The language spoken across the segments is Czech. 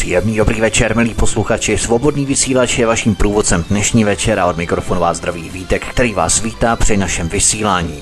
Příjemný dobrý večer, milí posluchači. Svobodný vysílač je vaším průvodcem dnešní večer a od mikrofonu vás zdraví Vítek, který vás vítá při našem vysílání.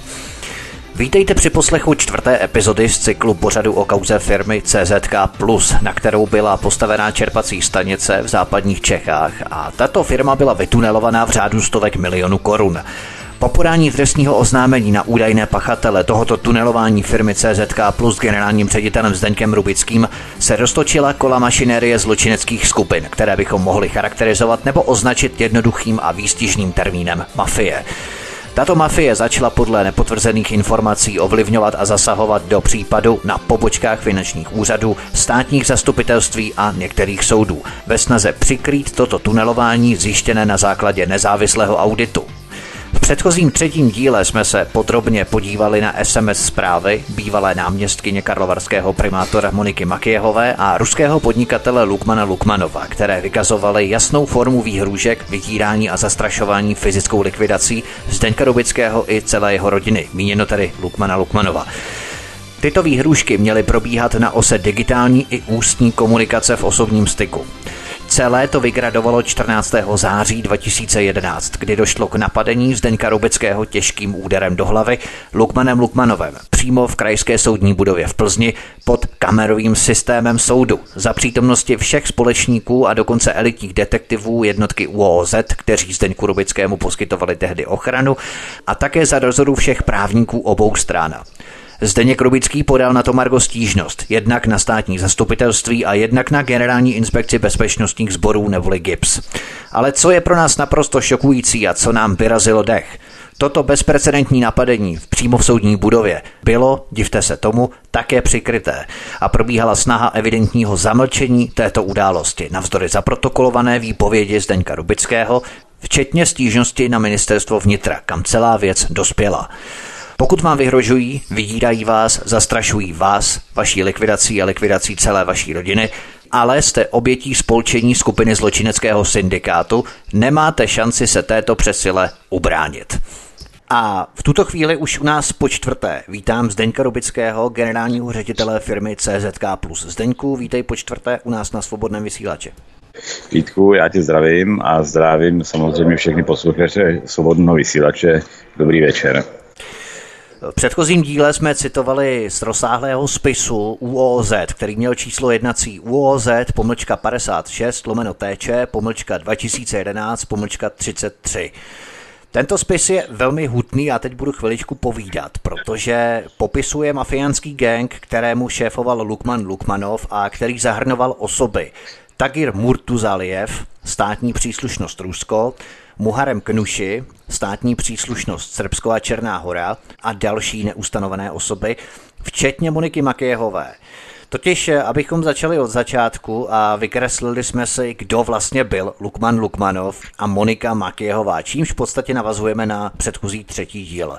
Vítejte při poslechu 4. epizody z cyklu pořadu o kauze firmy CZK+, na kterou byla postavená čerpací stanice v západních Čechách a tato firma byla vytunelovaná v řádu stovek milionů korun. Po podání trestního oznámení na údajné pachatele tohoto tunelování firmy CZK Plus generálním ředitelem Zdeňkem Rubickým se roztočila kola mašinérie zločineckých skupin, které bychom mohli charakterizovat nebo označit jednoduchým a výstižným termínem mafie. Tato mafie začala podle nepotvrzených informací ovlivňovat a zasahovat do případu na pobočkách finančních úřadů, státních zastupitelství a některých soudů ve snaze přikrýt toto tunelování zjištěné na základě nezávislého auditu. V předchozím 3. díle jsme se podrobně podívali na SMS zprávy bývalé náměstkyně karlovarského primátora Moniky Makyjehové a ruského podnikatele Lukmana Lukmanova, které vykazovaly jasnou formu výhrůžek, vydírání a zastrašování fyzickou likvidací Zdeňka Rubického i celé jeho rodiny, míněno tedy Lukmana Lukmanova. Tyto výhrůžky měly probíhat na ose digitální i ústní komunikace v osobním styku. Celé to vygradovalo 14. září 2011, kdy došlo k napadení Zdeňka Rubického těžkým úderem do hlavy Lukmanem Lukmanovem přímo v krajské soudní budově v Plzni pod kamerovým systémem soudu za přítomnosti všech společníků a dokonce elitních detektivů jednotky ÚOOZ, kteří Zdeňku Rubickému poskytovali tehdy ochranu, a také za dozoru všech právníků obou stran. Zdeněk Rubický podal na to margo stížnost, jednak na státní zastupitelství a jednak na Generální inspekci bezpečnostních sborů neboli GIBS. Ale co je pro nás naprosto šokující a co nám vyrazilo dech? Toto bezprecedentní napadení přímo v soudní budově bylo, divte se tomu, také přikryté a probíhala snaha evidentního zamlčení této události navzdory zaprotokolované výpovědi Zdeňka Rubického, včetně stížnosti na ministerstvo vnitra, kam celá věc dospěla. Pokud vám vyhrožují, vydírají vás, zastrašují vás, vaší likvidací a likvidací celé vaší rodiny, ale jste obětí spolčení skupiny zločineckého syndikátu, nemáte šanci se této přesile ubránit. A v tuto chvíli už u nás po čtvrté vítám Zdeňka Rubického, generálního ředitele firmy CZK+. Zdeňku, vítej po čtvrté u nás na Svobodném vysílači. Vítku, já tě zdravím a zdravím samozřejmě všechny posluchače Svobodného vysílače. Dobrý večer. V předchozím díle jsme citovali z rozsáhlého spisu ÚOOZ, který měl číslo jednací ÚOOZ /56/TČ/2011/33. Tento spis je velmi hutný a teď budu chviličku povídat, protože popisuje mafiánský gang, kterému šéfoval Lukman Lukmanov a který zahrnoval osoby Tagir Murtuzalijev, státní příslušnost Rusko, Muharem Knuši, státní příslušnost Srbsko a Černá Hora a další neustanovené osoby, včetně Moniky Makyjehové. Totiž, abychom začali od začátku a vykreslili jsme si, kdo vlastně byl Lukman Lukmanov a Monika Makyjehová, čímž v podstatě navazujeme na předchozí 3. díl.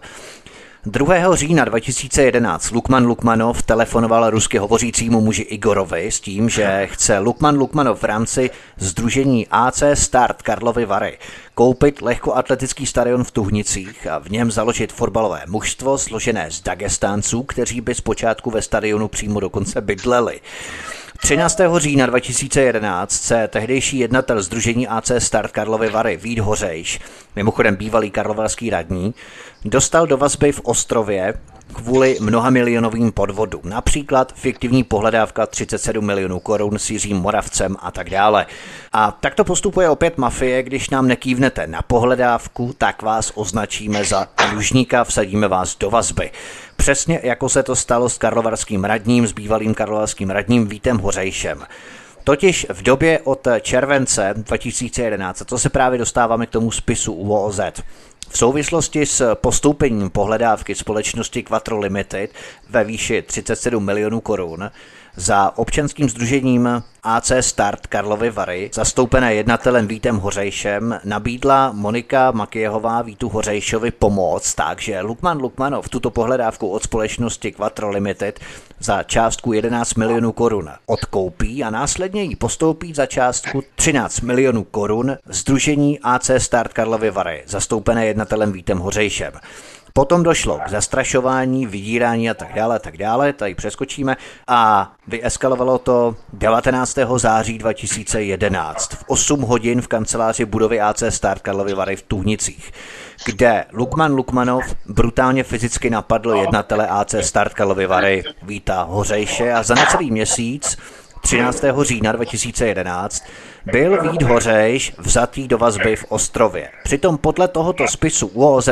2. října 2011 Lukman Lukmanov telefonoval rusky hovořícímu muži Igorovi s tím, že chce Lukman Lukmanov v rámci sdružení AC Start Karlovy Vary koupit lehkoatletický stadion v Tuhnicích a v něm založit fotbalové mužstvo složené z Dagestánců, kteří by zpočátku ve stadionu přímo dokonce bydleli. 13. října 2011 se tehdejší jednatel sdružení AC Start Karlovy Vary Vít Hořejš, mimochodem bývalý karlovarský radní, dostal do vazby v Ostrově kvůli mnohamilionovým podvodům, například fiktivní pohledávka 37 milionů korun s Jiřím Moravcem a tak dále. A tak to postupuje opět mafie, když nám nekývnete na pohledávku, tak vás označíme za dlužníka, vsadíme vás do vazby. Přesně jako se to stalo s karlovarským radním, s bývalým karlovarským radním Vítem Hořejšem. Totiž v době od července 2011, a to se právě dostáváme k tomu spisu ÚOOZ, v souvislosti s postoupením pohledávky společnosti Quattro Limited ve výši 37 milionů korun za občanským sdružením AC Start Karlovy Vary, zastoupené jednatelem Vítem Hořejšem, nabídla Monika Makyjehová Vítu Hořejšovi pomoc, takže Lukman Lukmanov tuto pohledávku od společnosti Quattro Limited za částku 11 milionů korun odkoupí a následně ji postoupí za částku 13 milionů korun sdružení AC Start Karlovy Vary, zastoupené jednatelem Vítem Hořejšem. Potom došlo k zastrašování, vydírání a tak dále, tady přeskočíme a vyeskalovalo to 19. září 2011 v 8 hodin v kanceláři budovy AC Start Karlovy Vary v Tuhnicích, kde Lukman Lukmanov brutálně fyzicky napadl jednatele AC Start Karlovy Vary Víta Hořejše a za necelý měsíc 13. října 2011 byl Vít Hořejš vzatý do vazby v Ostrově. Přitom podle tohoto spisu ÚOZ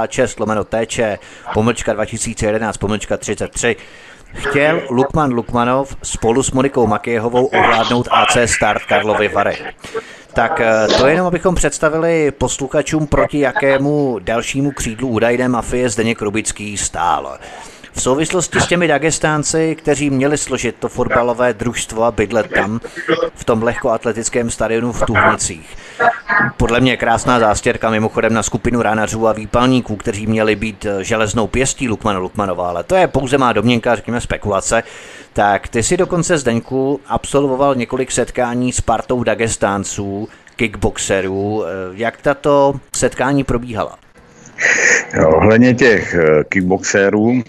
56/TČ-2011/33 chtěl Lukman Lukmanov spolu s Monikou Makyjehovou ovládnout AC Start Karlovy Vary. Tak to jenom, abychom představili posluchačům, proti jakému dalšímu křídlu údajné mafie Zdeněk Rubický stál. V souvislosti s těmi Dagestánci, kteří měli složit to fotbalové družstvo a bydlet tam, v tom lehkoatletickém stadionu v Tuhnicích. Podle mě krásná zástěrka mimochodem na skupinu ránařů a výpalníků, kteří měli být železnou pěstí Lukmana Lukmanova, ale to je pouze má domněnka, řekněme spekulace. Tak ty si dokonce, Zdeňku, absolvoval několik setkání s partou Dagestánců, kickboxerů. Jak tato setkání probíhala? Ohledně těch kickboxerů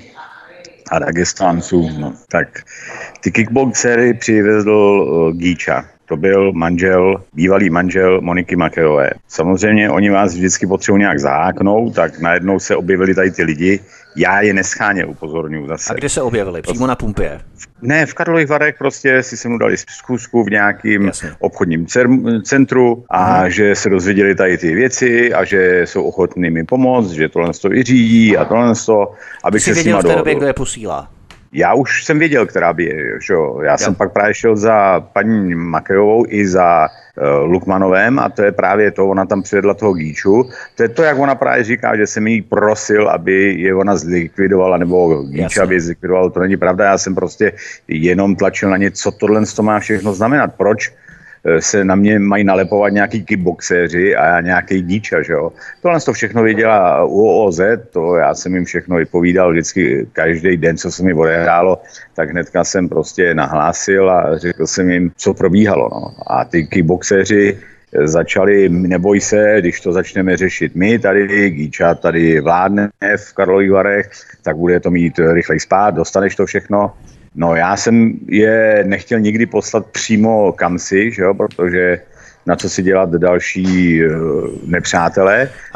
a Dagestánců, no, tak ty kickboxery přivezl Gíča. To byl bývalý manžel Moniky Makyjové. Samozřejmě oni vás vždycky potřebují nějak zaháknout, tak najednou se objevili tady ty lidi. Já je nescháně upozorňuji zase. A kde se objevili? Přímo na pumpě? Ne, v Karlových Varech prostě si se mu dali schůzku v nějakým obchodním centru a že se dozvěděli tady ty věci a že jsou ochotní mi pomoct, že tohle to i řídí a tohle to, abych se s nima dohodl. Jsi věděl v té době, kdo je posílá? Já už jsem věděl, která by je, že jo. Já jsem pak právě šel za paní Makyjovou i za Lukmanovem a to je právě to, ona tam přivedla toho Gíču. To je to, jak ona právě říká, že jsem jí prosil, aby je ona zlikvidovala, nebo Gíča aby je zlikvidoval. To není pravda, já jsem prostě jenom tlačil na ně, co tohle to má všechno znamenat. Proč se na mě mají nalepovat nějaký kickboxéři a nějaký Gíča, že jo. Tohle to všechno věděla ÚOZ, to já jsem jim všechno vypovídal vždycky každý den, co se mi odehrálo, tak hnedka jsem prostě nahlásil a řekl jsem jim, co probíhalo, no. A ty kickboxéři začali, neboj se, když to začneme řešit my tady, Gíča tady vládne v Karlových Varech, tak bude to mít rychlej spát, dostaneš to všechno. No já jsem je nechtěl nikdy poslat přímo kamsi, že jo, protože na co si dělat další nepřátelé. A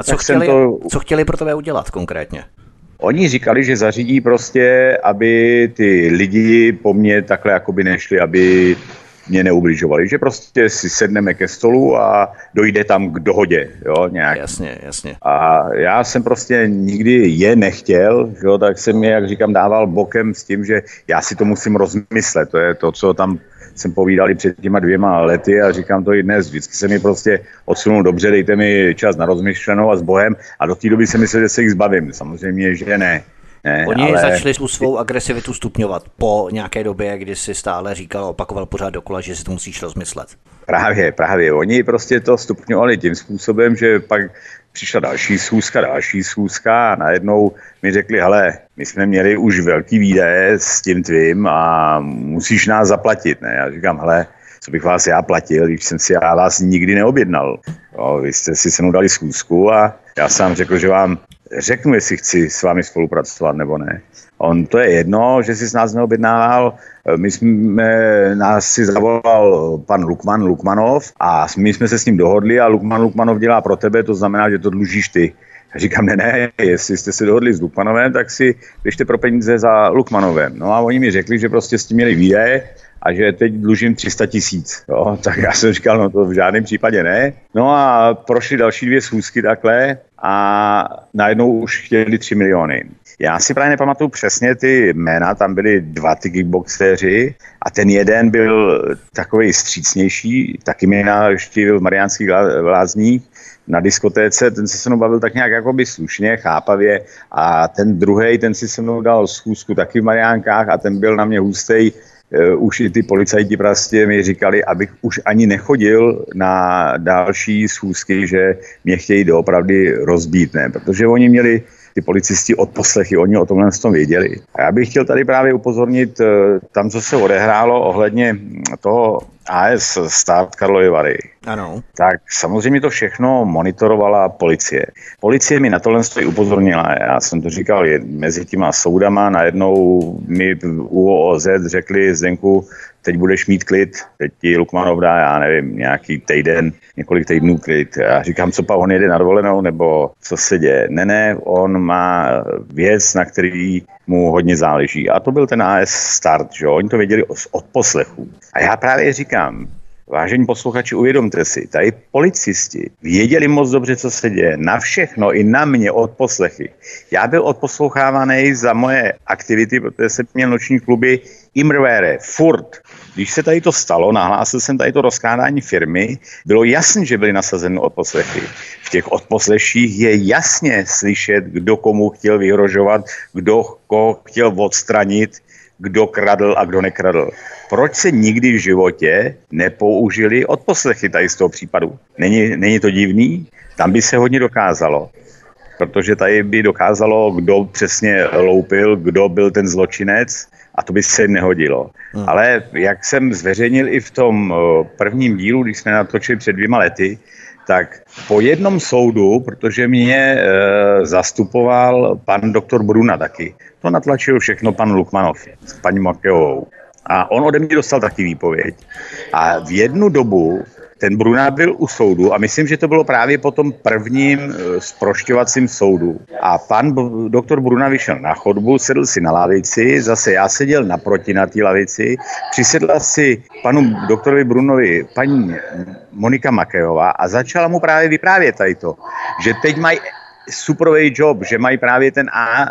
co chtěli pro tebe udělat konkrétně? Oni říkali, že zařídí prostě, aby ty lidi po mně takhle jakoby nešli, aby mě neubližovali, že prostě si sedneme ke stolu a dojde tam k dohodě, jo, nějak. Jasně. A já jsem prostě nikdy je nechtěl, jo, tak jsem je, jak říkám, dával bokem s tím, že já si to musím rozmyslet, to je to, co tam jsem povídal i před těma 2 lety a říkám to i dnes, vždycky se mi prostě odsunul dobře, dejte mi čas na rozmyšlenou a s Bohem a do té doby jsem myslel, že se jich zbavím, samozřejmě, že ne. Oni začali tu svou agresivitu stupňovat po nějaké době, kdy si stále říkal, opakoval pořád dokola, že si to musíš rozmyslet. Právě. Oni prostě to stupňovali tím způsobem, že pak přišla další schůzka a najednou mi řekli, hele, my jsme měli už velký výdaje s tím tvým a musíš nás zaplatit, ne? Já říkám, hele, co bych vás já platil, když jsem si já vás nikdy neobjednal. Jo, vy jste si se mnou dali schůzku a já jsem řekl, že vám řeknu, jestli chci s vámi spolupracovat nebo ne. To je jedno, že si s nás neobjednával. Nás si zavolal pan Lukmanov a my jsme se s ním dohodli a Lukmanov dělá pro tebe, to znamená, že to dlužíš ty. Já říkám, ne, jestli jste se dohodli s Lukmanovem, tak si běžte pro peníze za Lukmanovem. No a oni mi řekli, že prostě s tím měli výdaje a že teď dlužím 300 000. Tak já jsem říkal, no to v žádném případě ne. No a prošly další 2 schůzky takhle a najednou už chtěli 3 miliony. Já si právě nepamatuju přesně ty jména, tam byli 2 ty kickboxéři a ten jeden byl takovej vstřícnější, taky mě navštívil v Mariánských Lázních na diskotéce, ten se mnou bavil tak nějak jakoby slušně, chápavě a ten druhej, ten si se mnou dal schůzku taky v Mariánkách a ten byl na mě hustej. Už i ty policajti prostě mi říkali, abych už ani nechodil na další schůzky, že mě chtějí doopravdy rozbít, ne, protože oni měli ty policisti odposlechy, oni o tomhle tom věděli. A já bych chtěl tady právě upozornit tam, co se odehrálo ohledně toho AS Start Karlovy Vary, ano, tak samozřejmě to všechno monitorovala policie. Policie mi na tohle upozornila, já jsem to říkal, mezi těma soudama najednou mi ÚOOZ řekli, Zdenku, teď budeš mít klid, teď ti Lukmanov dá, já nevím, nějaký týden, několik týdnů klid. Já říkám, co pa on jede na dovolenou, nebo co se děje. Ne, on má věc, na který mu hodně záleží. A to byl ten AS Start, že oni to věděli z odposlechů. A já právě říkám, vážení posluchači, uvědomte si, tady policisti věděli moc dobře, co se děje, na všechno, i na mě odposlechy. Já byl odposlouchávaný za moje aktivity, protože jsem měl noční kluby Imrvére, furt. Když se tady to stalo, nahlásil jsem tady to rozkládání firmy, bylo jasné, že byly nasazeny odposlechy. V těch odposleších je jasně slyšet, kdo komu chtěl vyhrožovat, kdo koho chtěl odstranit, kdo kradl a kdo nekradl. Proč se nikdy v životě nepoužili odposlechy tady z toho případu? Není to divný? Tam by se hodně dokázalo. Protože tady by dokázalo, kdo přesně loupil, kdo byl ten zločinec, a to by se nehodilo. Ale jak jsem zveřejnil i v tom prvním dílu, když jsme natočili před 2 lety, tak po jednom soudu, protože mě zastupoval pan doktor Bruna taky, to natlačil všechno pan Lukmanov s paní Makejovou. A on ode mě dostal taky výpověď. A v jednu dobu ten Bruna byl u soudu a myslím, že to bylo právě po tom prvním zprošťovacím soudu. A pan doktor Bruna vyšel na chodbu, sedl si na lavici, zase já seděl naproti na té lavici, přisedla si panu doktorovi Brunovi paní Monika Makejová a začala mu právě vyprávět tady to, že teď mají superový job, že mají právě ten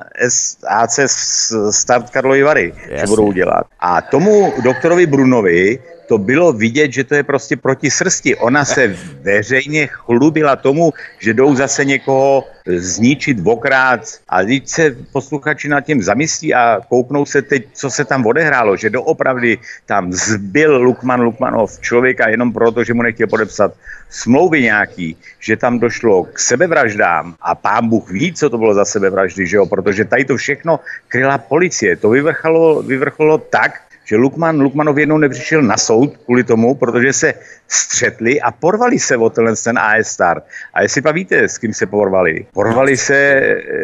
AC Start Karlovy Vary, že budou dělat. A tomu doktorovi Brunovi to bylo vidět, že to je prostě proti srsti. Ona se veřejně chlubila tomu, že jdou zase někoho zničit, okrát. A když se posluchači nad tím zamyslí a kouknou se teď, co se tam odehrálo, že doopravdy tam zbyl Lukmanov člověka jenom proto, že mu nechtěl podepsat smlouvy nějaký, že tam došlo k sebevraždám a pán Bůh ví, co to bylo za sebevraždy, že jo, protože tady to všechno kryla policie. To vyvrcholilo tak, že Lukmanov jednou nepřišel na soud kvůli tomu, protože se střetli a porvali se o ten AS Start. A jestli pak víte, s kým se porvali? Porvali se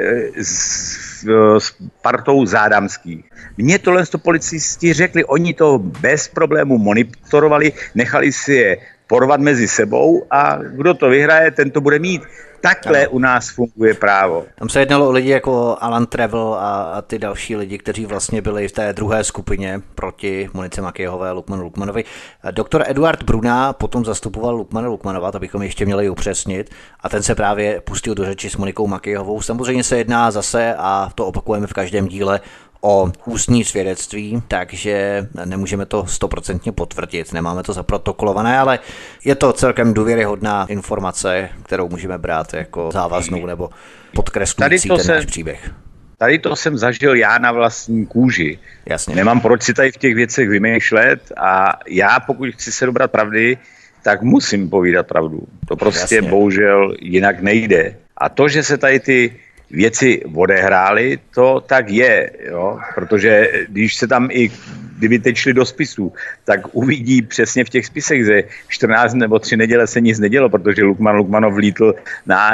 s partou Zádamských. Mně tohle policisti řekli, oni to bez problému monitorovali, nechali si je porvat mezi sebou a kdo to vyhraje, ten to bude mít. Takhle u nás funguje právo. Tam se jednalo o lidi jako Alan Travel a ty další lidi, kteří vlastně byli v té druhé skupině proti Monice Makejové a Lukmanovi. Doktor Eduard Bruna potom zastupoval Lukmanova, to bychom ještě měli upřesnit, a ten se právě pustil do řeči s Monikou Makejovou. Samozřejmě se jedná zase, a to opakujeme v každém díle, o ústní svědectví, takže nemůžeme to 100% potvrdit, nemáme to zaprotokolované, ale je to celkem důvěryhodná informace, kterou můžeme brát jako závaznou nebo podkreslující ten náš příběh. Tady to jsem zažil já na vlastní kůži. Jasně. Nemám proč si tady v těch věcech vymýšlet a já, pokud chci se dobrat pravdy, tak musím povídat pravdu. To prostě bohužel jinak nejde. A to, že se tady ty věci odehrály, to tak je, jo? Protože když se tam kdyby teď šli do spisů, tak uvidí přesně v těch spisech, že 14 nebo 3 neděle se nic nedělo, protože Lukmanov vlítl na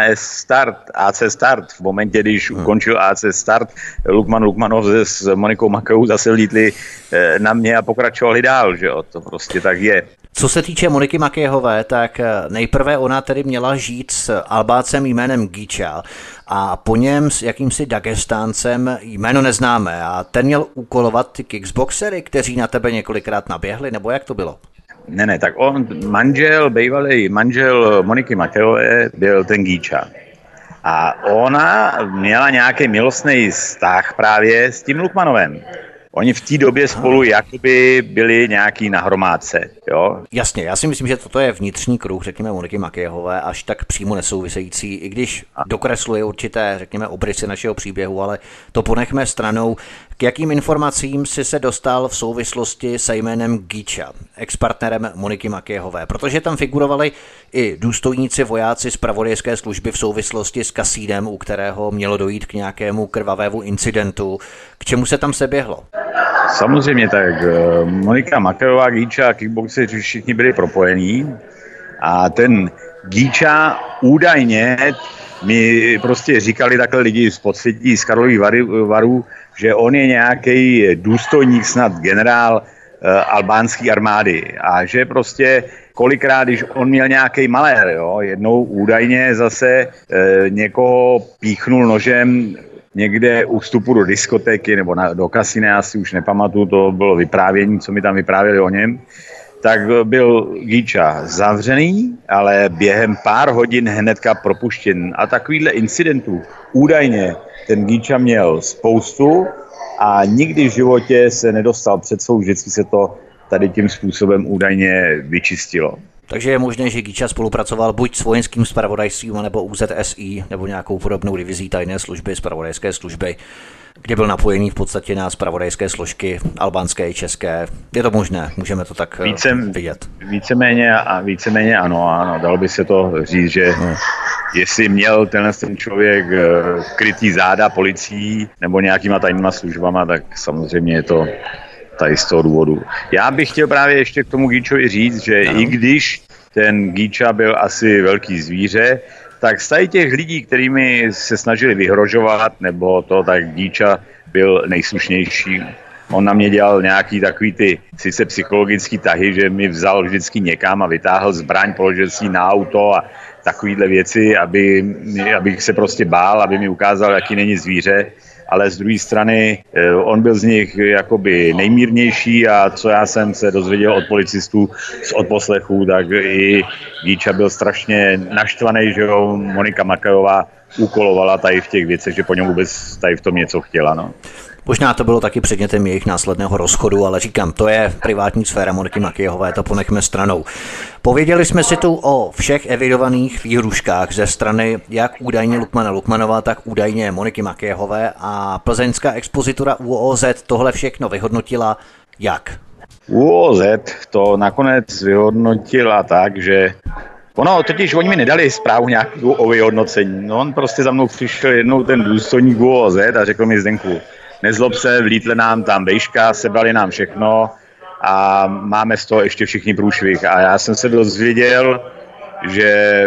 AC Start. V momentě, když ukončil AC Start, Lukmanov s Monikou Makejovou zase vlítli na mě a pokračovali dál, že jo? To prostě tak je. Co se týče Moniky Makejové, tak nejprve ona tedy měla žít s Albácem jménem Gíča a po něm s jakýmsi Dagestáncem jméno neznámé a ten měl úkolovat ty kickboxery, kteří na tebe několikrát naběhli, nebo jak to bylo? Ne, tak bývalý manžel Moniky Makejové byl ten Gíča. A ona měla nějaký milostný vztah právě s tím Lukmanovem. Oni v té době spolu jakoby byli nějaký na hromádce, jo? Jasně, já si myslím, že toto je vnitřní kruh, řekněme, Moniky Makejové, až tak přímo nesouvisející, i když dokresluje určité, řekněme, obrysy našeho příběhu, ale to ponechme stranou. K jakým informacím jsi se dostal v souvislosti se jménem Gíča, expartnerem Moniky Makejové? Protože tam figurovali i důstojníci vojáci z zpravodajské služby v souvislosti s kasínem, u kterého mělo dojít k nějakému krvavému incidentu. K čemu se tam seběhlo? Samozřejmě tak. Monika Makajová, Gíča a kickboxeři všichni byli propojení a ten Gíča údajně mi prostě říkali takhle lidi z podsvětí z Karlových Varů, že on je nějaký důstojník, snad generál albánské armády a že prostě kolikrát, když on měl nějaký malér, jo, jednou údajně zase někoho píchnul nožem někde u vstupu do diskotéky nebo do kasina, já si už nepamatuju, to bylo vyprávění, co mi tam vyprávěli o něm, tak byl Gíča zavřený, ale během pár hodin hnedka propuštěn. A takovýhle incidentů údajně ten Gíča měl spoustu a nikdy v životě se nedostal před soud, vždycky se to tady tím způsobem údajně vyčistilo. Takže je možné, že Gíča spolupracoval buď s vojenským zpravodajstvím, nebo UZSI, nebo nějakou podobnou divizí tajné služby, zpravodajské služby, kde byl napojený v podstatě na zpravodajské složky albánské i české. Je to možné, můžeme to tak vidět. Víceméně ano, dalo by se to říct, že jestli měl ten člověk krytý záda policií nebo nějakýma tajnýma službama, tak samozřejmě je to tady z toho důvodu. Já bych chtěl právě ještě k tomu Gíčovi říct, že i když ten Gíča byl asi velký zvíře, tak z těch lidí, kterými se snažili vyhrožovat, nebo to, tak Gíča byl nejslušnější. On na mě dělal nějaký takový ty sice psychologický tahy, že mi vzal vždycky někam a vytáhl zbraň, položil si na auto a takovýhle věci, abych se prostě bál, aby mi ukázal, jaký není zvíře. Ale z druhé strany on byl z nich jakoby nejmírnější a co já jsem se dozvěděl od policistů z odposlechů, tak i Gíča byl strašně naštvaný, že ho Monika Makajová úkolovala tady v těch věcech, že po něm vůbec tady v tom něco chtěla. No. Možná to bylo taky předmětem jejich následného rozchodu, ale říkám, to je privátní sféra Moniky Makajové, to ponechme stranou. Pověděli jsme si tu o všech evidovaných výhruškách ze strany jak údajně Lukmana Lukmanova, tak údajně Moniky Makajové a plzeňská expozitura ÚOOZ tohle všechno vyhodnotila jak? ÚOOZ to nakonec vyhodnotila tak, že oni mi nedali zprávu nějakou o vyhodnocení. No, on prostě za mnou přišel jednou ten důstojník ÚOOZ a řekl mi: Zdenku, nezlob se, vlítli nám tam vejška, sebrali nám všechno a máme z toho ještě všichni průšvih. A já jsem se dozvěděl, že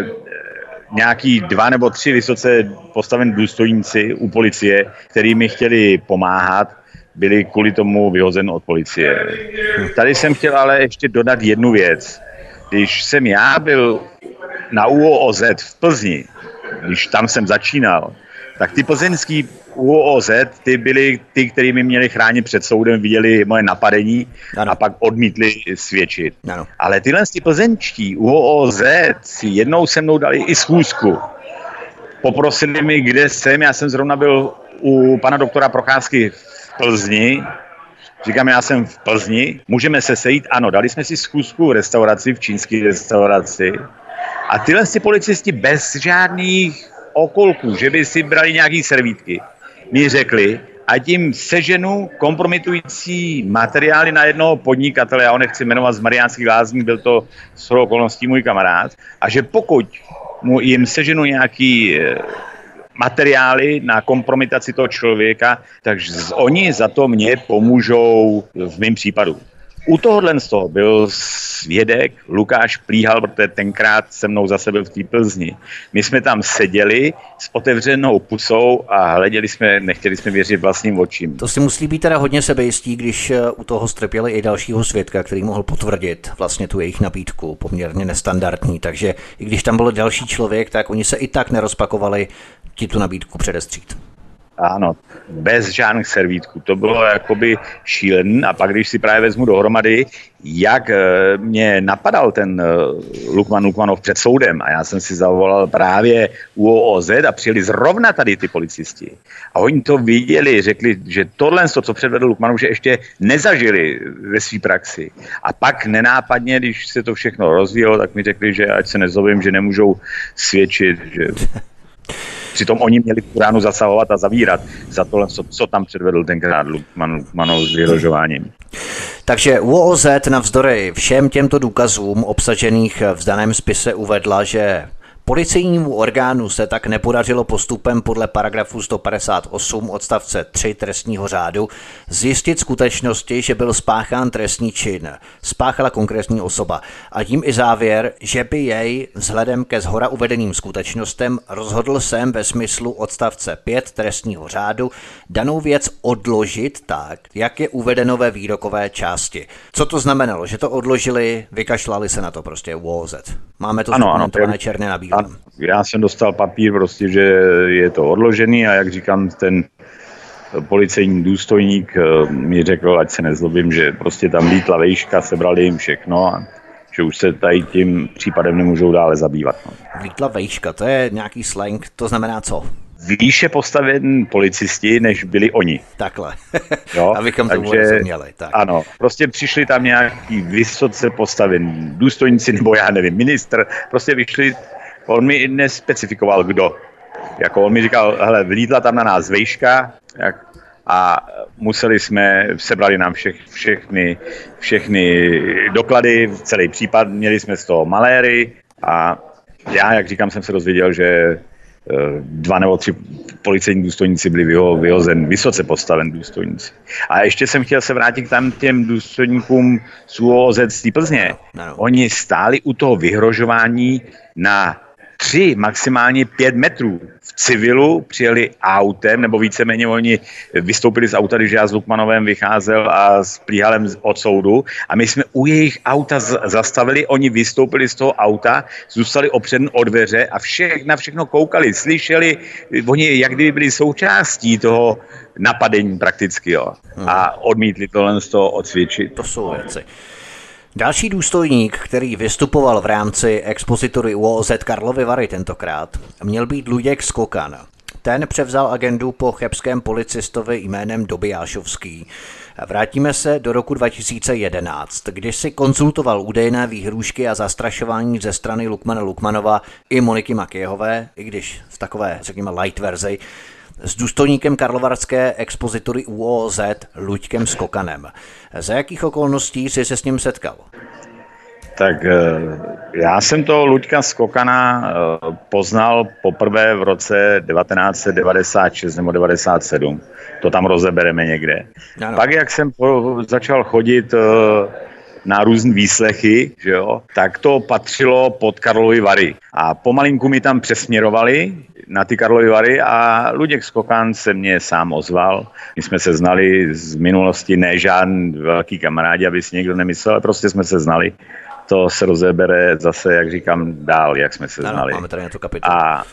nějaký 2 nebo 3 vysoce postavení důstojníci u policie, který mi chtěli pomáhat, byli kvůli tomu vyhozen od policie. Tady jsem chtěl ale ještě dodat jednu věc. Když jsem já byl na ÚOOZ v Plzni, když tam jsem začínal, tak ty plzeňský ÚOOZ, ty byli ty, kteří mi měli chránit před soudem, viděli moje napadení a pak odmítli svědčit. Ano. Ale tyhle plzeňští ÚOOZ si jednou se mnou dali i schůzku. Poprosili mi, kde jsem, já jsem zrovna byl u pana doktora Procházky v Plzni. Říkám, já jsem v Plzni, můžeme se sejít? Ano, dali jsme si schůzku v restauraci, v čínské restauraci. A tyhle policisti bez žádných okolků, že by si brali nějaký servítky, mi řekli, ať jim seženu kompromitující materiály na jednoho podnikatele, já ho nechci jmenovat, z Mariánských Lázní, byl to shodou okolností můj kamarád, a že pokud jim seženu nějaký materiály na kompromitaci toho člověka, takže oni za to mě pomůžou v mém případu. U tohohle z toho byl svědek Lukáš Plíhal, protože tenkrát se mnou zase byl v té Plzni. My jsme tam seděli s otevřenou pusou a hleděli jsme, nechtěli jsme věřit vlastním očím. To si musí být teda hodně sebejistí, když u toho strpěli i dalšího svědka, který mohl potvrdit vlastně tu jejich nabídku, poměrně nestandardní. Takže i když tam byl další člověk, tak oni se i tak nerozpakovali ti tu nabídku předestřít. Ano, bez žádných servítků. To bylo jakoby šílený. A pak, když si právě vezmu dohromady, jak mě napadal ten Lukman Lukmanov před soudem, a já jsem si zavolal právě ÚOOZ a přijeli zrovna tady ty policisti. A oni to viděli, řekli, že tohle, co předvedl Lukmanov, že ještě nezažili ve své praxi. A pak nenápadně, když se to všechno rozvíjelo, tak mi řekli, že ať se nezlobím, že nemůžou svědčit, že... Přitom oni měli tu ránu zasahovat a zavírat za to, co tam předvedl tenkrát Lukmanov s vyhrožováním. Takže ÚOOZ navzdory všem těmto důkazům obsažených v daném spise uvedla, že Policejnímu orgánu se tak nepodařilo postupem podle paragrafu 158 odstavce 3 trestního řádu zjistit skutečnosti, že byl spáchán trestný čin. Spáchala konkrétní osoba a tím i závěr, že by jej vzhledem ke shora uvedeným skutečnostem rozhodl jsem ve smyslu odstavce 5 trestního řádu danou věc odložit tak, jak je uvedeno ve výrokové části. Co to znamenalo? Že to odložili, vykašlali se na to prostě ÚOOZ. Máme to zdokumentované černé na bílém. Já jsem dostal papír prostě, že je to odložený a jak říkám, ten policejní důstojník mi řekl, ať se nezlobím, že prostě tam lítla vejška, sebrali jim všechno a že už se tady tím případem nemůžou dále zabývat. No. Lítla vejška, to je nějaký slang, to znamená co? Výše postaven policisti, než byli oni. Takhle, jo? abychom tomu rozuměli. Tak. Ano, prostě přišli tam nějaký vysoce postavení důstojníci, nebo já nevím, ministr, prostě vyšli, on mi nespecifikoval kdo. Jako on mi říkal, hele, vlítla tam na nás vejška a sebrali nám všechny doklady, celý případ, měli jsme z toho maléry a já, jak říkám, jsem se dozvěděl, že 2 nebo 3 policejní důstojníci byli vysoce postaven důstojníci. A ještě jsem chtěl se vrátit k tam těm důstojníkům z ÚOOZ z té Plzně. Oni stáli u toho vyhrožování na 3, maximálně 5 metrů. V civilu přijeli autem, nebo víceméně oni vystoupili z auta, když já s Lukmanovem vycházel a s Plíhalem od soudu a my jsme u jejich auta zastavili, oni vystoupili z toho auta, zůstali opřední od dveře a na všechno koukali, slyšeli, oni jak kdyby byli součástí toho napadení prakticky, jo. A odmítli tohle z toho odsvědčit. To jsou věci. Další důstojník, který vystupoval v rámci expozitury ÚOOZ Karlovy Vary tentokrát, měl být Luděk Skokan. Ten převzal agendu po chebském policistovi jménem Dobijášovský. Vrátíme se do roku 2011, kdy si konzultoval údajné výhrůžky a zastrašování ze strany Lukmana Lukmanova i Moniky Makyjehové, i když v takové, řekněme, light verzi, s důstojníkem karlovarské expozitury ÚOOZ Luďkem Skokanem. Za jakých okolností jsi se s ním setkal? Tak já jsem toho Luďka Skokana poznal poprvé v roce 1996 nebo 97. To tam rozebereme někde. Ano. Pak jak jsem začal chodit na různé výslechy, že jo, tak to patřilo pod Karlovy Vary. A pomalinku mi tam přesměrovali na ty Karlovy Vary a Luděk Skokan se mě sám ozval. My jsme se znali z minulosti, ne žádný velký kamarádi, aby si někdo nemyslel, ale prostě jsme se znali. To se rozebere zase, jak říkám, dál, jak jsme se znali. Máme tady na tu kapitolu.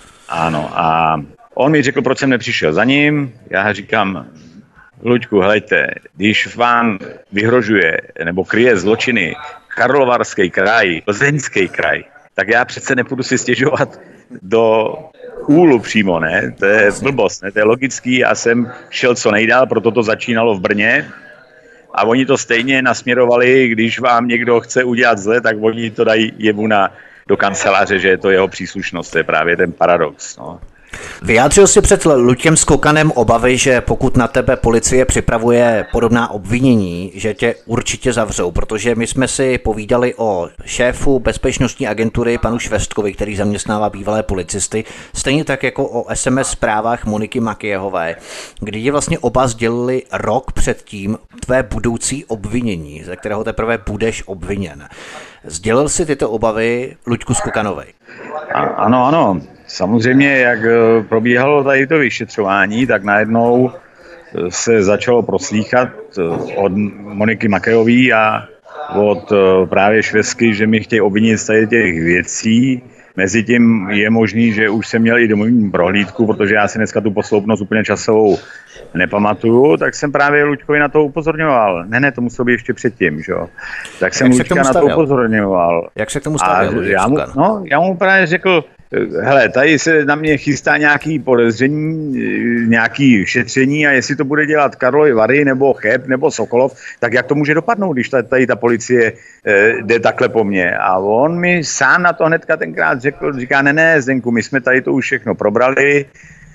A on mi řekl, proč jsem nepřišel za ním. Já říkám, Luďku, helejte, když vám vyhrožuje nebo kryje zločiny Karlovarský kraj, Plzeňský kraj, tak já přece nepůjdu si stěžovat do úlu přímo, ne? To je blbost, ne? To je logický, já jsem šel co nejdál, proto to začínalo v Brně a oni to stejně nasměrovali, když vám někdo chce udělat zle, tak oni to dají jemu do kanceláře, že je to jeho příslušnost, to je právě ten paradox, no. Vyjádřil si před Luďkem Skokanem obavy, že pokud na tebe policie připravuje podobná obvinění, že tě určitě zavřou, protože my jsme si povídali o šéfu bezpečnostní agentury panu Švestkovi, který zaměstnává bývalé policisty, stejně tak jako o SMS zprávách Moniky Makyjehové, kdy je vlastně oba sdělili rok předtím tvé budoucí obvinění, ze kterého teprve budeš obviněn. Sdělil si tyto obavy Luďku Skokanovi? Ano. Samozřejmě, jak probíhalo tady to vyšetřování, tak najednou se začalo proslýchat od Moniky Makyjehové a od právě Švestky, že mi chtějí obvinit z tady těch věcí. Mezitím je možný, že už jsem měl i domovní prohlídku, protože já si dneska tu posloupnost úplně časovou nepamatuju, tak jsem právě Luďkovi na to upozorňoval. Ne, to muselo být ještě předtím, že jo. Tak jsem Luďka na to upozorňoval. Jak se k tomu stavěl? Já mu právě řekl, hele, tady se na mě chystá nějaký podezření, nějaký šetření a jestli to bude dělat Karlovy Vary, nebo Cheb, nebo Sokolov, tak jak to může dopadnout, když tady ta policie jde takhle po mně. A on mi sám na to hnedka tenkrát říká, ne, Zdenku, my jsme tady to už všechno probrali,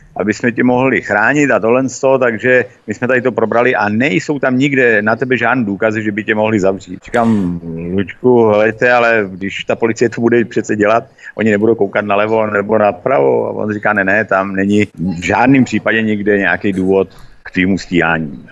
aby jsme tě mohli chránit a tohle z toho, takže my jsme tady to probrali a nejsou tam nikde na tebe žádný důkazy, že by tě mohli zavřít. Říkám, Luďku, helejte, ale když ta policie to bude přece dělat, oni nebudou koukat nalevo nebo napravo. A on říká, ne, tam není v žádném případě nikde nějaký důvod k tvýmu stíhání.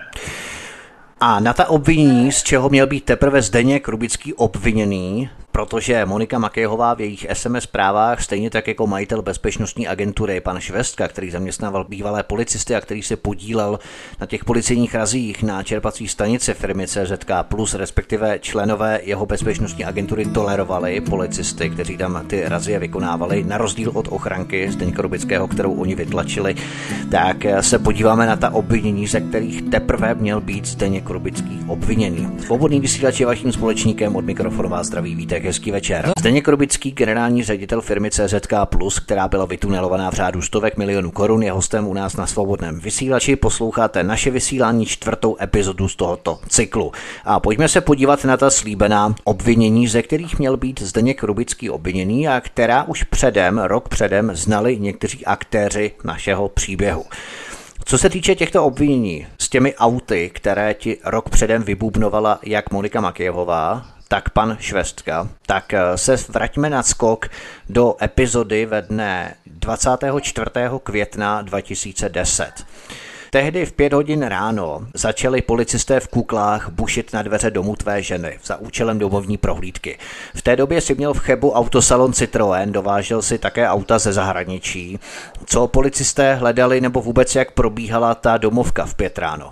A na ta obvinění, z čeho měl být teprve Zdeněk Rubický obviněný, protože Monika Makejhová v jejich SMS zprávách, stejně tak jako majitel bezpečnostní agentury pan Švestka, který zaměstnával bývalé policisty a který se podílel na těch policejních razích na čerpací stanici firmy CZK+, respektive členové jeho bezpečnostní agentury tolerovali policisty, kteří tam ty razie vykonávali, na rozdíl od ochranky Zdeňka Rubického, kterou oni vytlačili. Tak se podíváme na ta obvinění, ze kterých teprve měl být Zdeněk Rubický obviněný. Svobodný vysílač je vaším společníkem, od mikrofonu vás zdraví Vítek, hezký večer. Zdeněk Rubický, generální ředitel firmy CZK+, která byla vytunelovaná v řádu stovek milionů korun, je hostem u nás na Svobodném vysílači. Posloucháte naše vysílání, 4. epizodu z tohoto cyklu. A pojďme se podívat na ta slíbená obvinění, ze kterých měl být Zdeněk Rubický obviněný a která už rok předem znali někteří aktéři našeho příběhu. Co se týče těchto obvinění s těmi auty, které ti rok předem vybubnovala jak Monika Makejhová, tak pan Švestka, tak se vraťme na skok do epizody ve dne 24. května 2010. Tehdy v 5 hodin ráno začali policisté v kuklách bušit na dveře domu tvé ženy za účelem domovní prohlídky. V té době si měl v Chebu autosalon Citroën, dovážel si také auta ze zahraničí. Co policisté hledali nebo vůbec jak probíhala ta domovka v 5 ráno?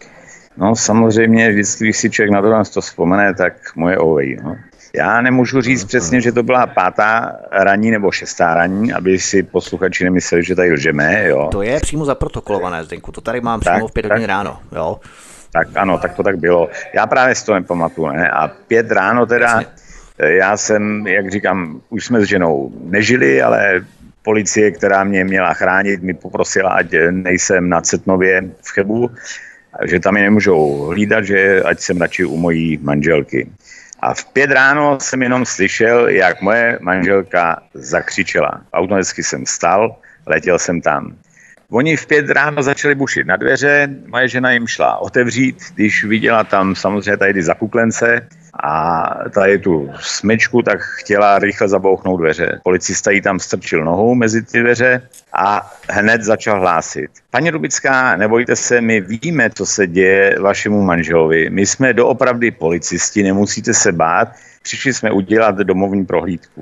No samozřejmě, vždycky, když si člověk na to vzpomene, tak moje ovej. No. Já nemůžu říct přesně, že to byla 5. ranní nebo 6. ranní, aby si posluchači nemysleli, že tady lžeme. Jo. To je přímo zaprotokolované, Zdeňku, to tady mám přímo v 5 hodin ráno. Jo. Tak ano, tak to tak bylo. Já právě si to nepamatuju, ne? A 5 ráno teda, jasně. Já jsem, jak říkám, už jsme s ženou nežili, ale policie, která mě měla chránit, mi poprosila, ať nejsem na Cetnově v Chebu, že tam je nemůžou hlídat, že ať jsem radši u mojí manželky. A v 5 ráno jsem jenom slyšel, jak moje manželka zakřičela. Automaticky jsem vstal, letěl jsem tam. Oni v 5 ráno začali bušit na dveře, moje žena jim šla otevřít, když viděla tam samozřejmě tady zakuklence a tady tu smečku, tak chtěla rychle zabouchnout dveře. Policista jí tam strčil nohou mezi ty dveře a hned začal hlásit. Paní Rubická, nebojte se, my víme, co se děje vašemu manželovi. My jsme doopravdy policisti, nemusíte se bát, přišli jsme udělat domovní prohlídku.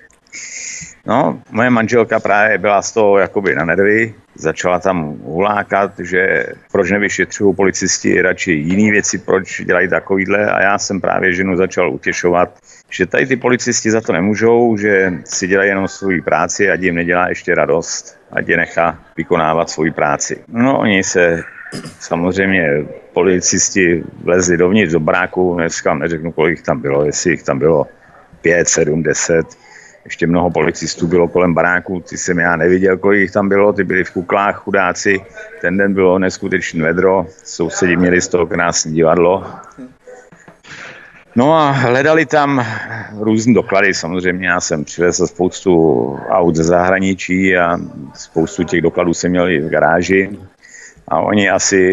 No, moje manželka právě byla z toho jakoby na nervy, začala tam hulákat, že proč nevyšetřují policisti radši jiný věci, proč dělají takovýhle, a já jsem právě ženu začal utěšovat, že tady ty policisti za to nemůžou, že si dělají jenom svou práci, ať jim nedělá ještě radost, ať je nechá vykonávat svou práci. No, oni se samozřejmě policisti vlezli dovnitř do baráku, dneska neřeknu, kolik jich tam bylo, jestli jich tam bylo 5, 7, 10. Ještě mnoho policistů bylo kolem baráku, ty jsem já neviděl, kolik jich tam bylo, ty byli v kuklách, chudáci. Ten den bylo neskutečný vedro, sousedi měli z toho krásné divadlo. No a hledali tam různé doklady, samozřejmě já jsem přivezl spoustu aut ze zahraničí a spoustu těch dokladů jsem měl i v garáži. A oni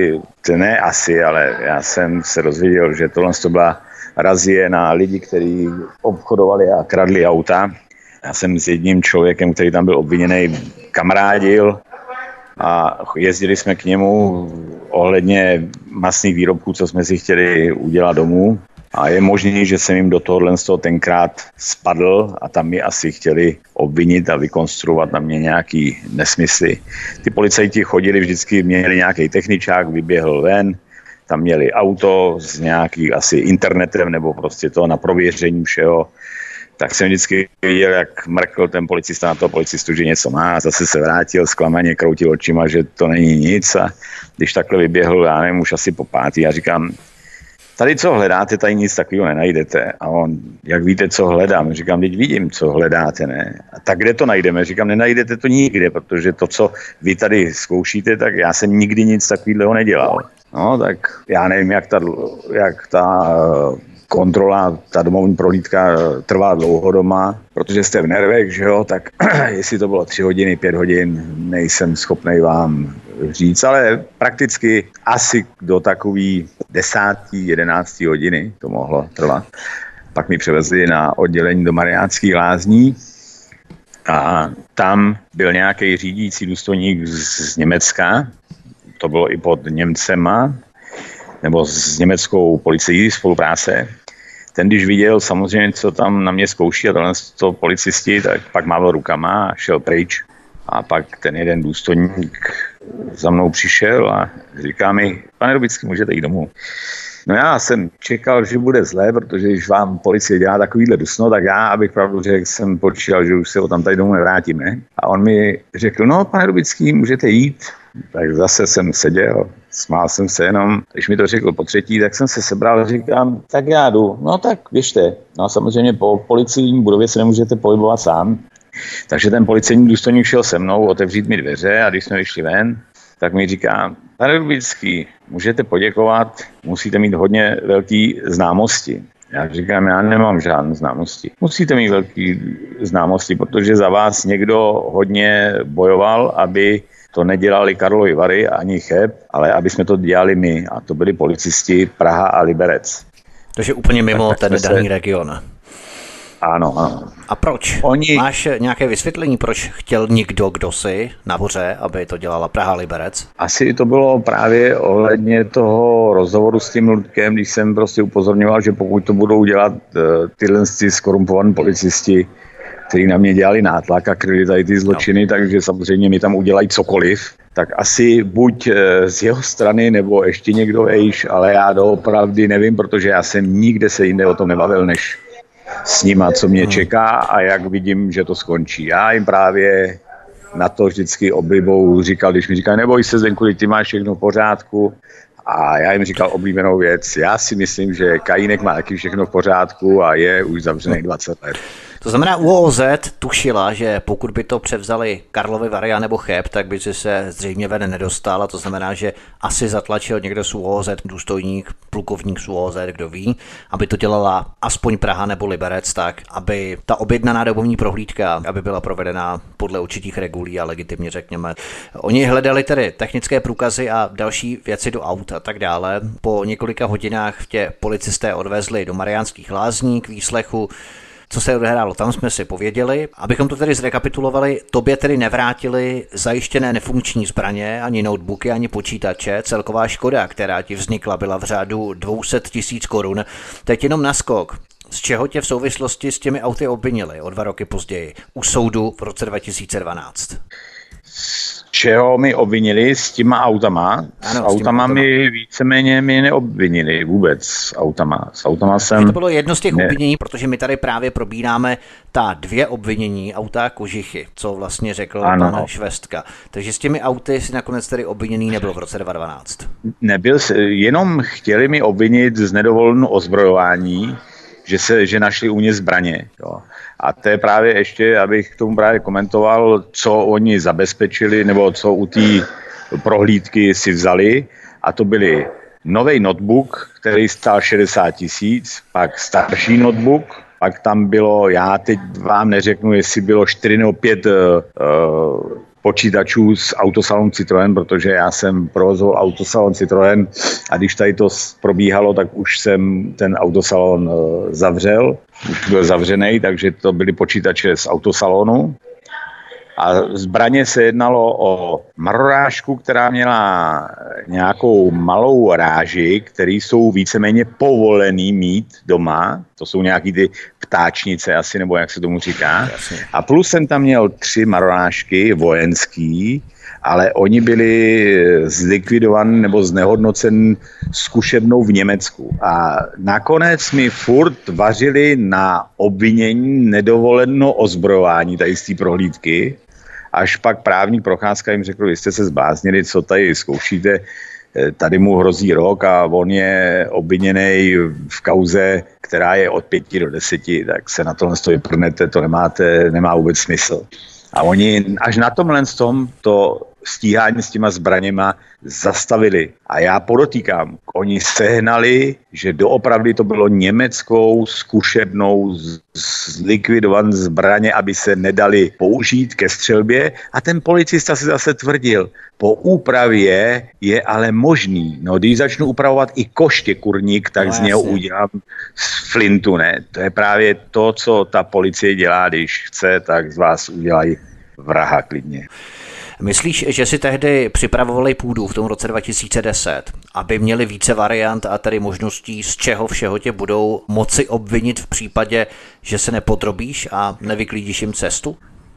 ale já jsem se dozvěděl, že tohle to byla razie na lidi, kteří obchodovali a kradli auta. Já jsem s jedním člověkem, který tam byl obviněný, kamarádil a jezdili jsme k němu ohledně masných výrobků, co jsme si chtěli udělat domů. A je možný, že jsem jim do tohohle tenkrát spadl a tam mi asi chtěli obvinit a vykonstruovat na mě nějaký nesmysly. Ty policajti chodili, vždycky měli nějaký techničák, vyběhl ven, tam měli auto s nějaký asi internetem nebo prostě to na prověření všeho. Tak jsem vždycky viděl, jak mrkl ten policista na toho policistu, že něco má, a zase se vrátil, zklamaně kroutil očima, že to není nic, a když takhle vyběhl, já nevím, už asi po 5. já říkám, tady co hledáte, tady nic takového nenajdete. A on, jak víte, co hledám? Říkám, teď vidím, co hledáte, ne? A tak kde to najdeme? Říkám, nenajdete to nikde, protože to, co vy tady zkoušíte, tak já jsem nikdy nic takového nedělal. No, tak já nevím, jak ta kontrola, ta domovní prohlídka trvá dlouho doma, protože jste v nervech, že jo, tak jestli to bylo 3 hodiny, 5 hodin, nejsem schopnej vám říct, ale prakticky asi do takový 10., 11. hodiny to mohlo trvat. Pak mi převezli na oddělení do Mariánských Lázní a tam byl nějaký řídící důstojník z Německa, to bylo i pod Němcema, nebo s německou policií spolupráce. Ten, když viděl samozřejmě, co tam na mě zkouší a to policisti, tak pak mával rukama a šel pryč. A pak ten jeden důstojník za mnou přišel a říká mi, pane Robický, můžete jít domů. No já jsem čekal, že bude zlé, protože když vám policie dělá takovýhle dusno, tak já, abych pravdu řekl, jsem počítal, že už se ho tam tady domů nevrátíme. A on mi řekl, no pane Robický, můžete jít. Tak zase jsem seděl, smál jsem se jenom, když mi to řekl po 3., tak jsem se sebral a říkám, tak já jdu. No tak běžte. No a samozřejmě po policijní budově se nemůžete pohybovat sám. Takže ten policejní důstojník šel se mnou otevřít mi dveře a když jsme vyšli ven, tak mi říká, pane Robický, můžete poděkovat, musíte mít hodně velký známosti. Já říkám, já nemám žádné známosti. Musíte mít velký známosti, protože za vás někdo hodně bojoval, aby to nedělali Karlovy Vary ani Cheb, ale aby jsme to dělali my. A to byli policisti Praha a Liberec. Takže úplně mimo ten daný region. Ano. A proč? Máš nějaké vysvětlení, proč chtěl někdo, kdo si nahoře, aby to dělala Praha Liberec? Asi to bylo právě ohledně toho rozhovoru s tím Ludkem, když jsem prostě upozorňoval, že pokud to budou dělat tyhle skorumpovaní policisti, kteří na mě dělali nátlak a kryli tady ty zločiny, takže samozřejmě mi tam udělají cokoliv, tak asi buď z jeho strany, nebo ještě někdo vejš, ale já doopravdy nevím, protože já jsem nikde se jinde o tom nebavil, než s nima, co mě čeká a jak vidím, že to skončí. Já jim právě na to vždycky oblibou říkal, když mi říkali, neboj se Zdenku, ty máš všechno v pořádku. A já jim říkal oblíbenou věc. Já si myslím, že Kajínek má taky všechno v pořádku a je už zavřený 20 let. To znamená, ÚOOZ tušila, že pokud by to převzali Karlovy Vary nebo Cheb, tak by se zřejmě ven nedostal. A to znamená, že asi zatlačil někdo z ÚOOZ, důstojník, plukovník z ÚOOZ, kdo ví, aby to dělala aspoň Praha nebo Liberec, tak aby ta objednaná domovní prohlídka, aby byla provedena podle určitých regulí a legitimně, řekněme. Oni hledali tedy technické průkazy a další věci do aut a tak dále. Po několika hodinách tě policisté odvezli do Mariánských Lázní k výslechu. Co se odehrálo, tam jsme si pověděli. Abychom to tedy zrekapitulovali, tobě tedy nevrátili zajištěné nefunkční zbraně, ani notebooky, ani počítače. Celková škoda, která ti vznikla, byla v řádu 200 000 korun. Teď jenom naskok. Z čeho tě v souvislosti s těmi auty obvinili o 2 roky později u soudu v roce 2012? Čeho mi obvinili s těma autama? Ano, s autama mi víceméně neobvinili vůbec s autama. S autama jsem... To bylo jedno z těch obvinění, protože my tady právě probíráme ta 2 obvinění auta Kožichy, co vlastně řekl pan Švestka. Takže s těmi auty si nakonec tedy obviněný nebyl v roce 2012. Nebyl, jenom chtěli mi obvinit z nedovoleného ozbrojování, že našli u mě zbraně. Jo. A to je právě ještě, abych k tomu právě komentoval, co oni zabezpečili, nebo co u té prohlídky si vzali. A to byly nový notebook, který stál 60 000, pak starší notebook, pak tam bylo, já teď vám neřeknu, jestli bylo 4 nebo 5 počítačů z autosalonu Citroën, protože já jsem provozoval autosalon Citroën a když tady to probíhalo, tak už jsem ten autosalon zavřel. Už byl zavřený, takže to byly počítače z autosalonu. A zbraně se jednalo o marorážku, která měla nějakou malou ráži, které jsou víceméně povolený mít doma. To jsou nějaký ty ptáčnice asi, nebo jak se tomu říká. A plus jsem tam měl 3 marorážky vojenský, ale oni byli zlikvidovaní nebo znehodnocen zkušebnou v Německu. A nakonec mi furt vařili na obvinění nedovoleného ozbrojování tady z té prohlídky. Až pak právník Procházka jim řekl, vy jste se zbláznili, co tady zkoušíte, tady mu hrozí rok a on je obviněný v kauze, která je od 5 do 10, tak se na tohle vyprnete, to nemá vůbec smysl. A oni až na tomhle tom to stíhání s těma zbraněma zastavili. A já podotýkám, oni sehnali, že doopravdy to bylo německou zkušebnou zlikvidovat zbraně, aby se nedali použít ke střelbě. A ten policista si zase tvrdil, po úpravě je ale možný. No, když začnu upravovat i koště kurník, tak z něho udělám z flintu, ne? To je právě to, co ta policie dělá, když chce, tak z vás udělají vraha klidně. Myslíš, že si tehdy připravovali půdu v tom roce 2010, aby měli více variant a tedy možností, z čeho všeho tě budou moci obvinit v případě, že se nepodrobíš a nevyklídíš jim cestu?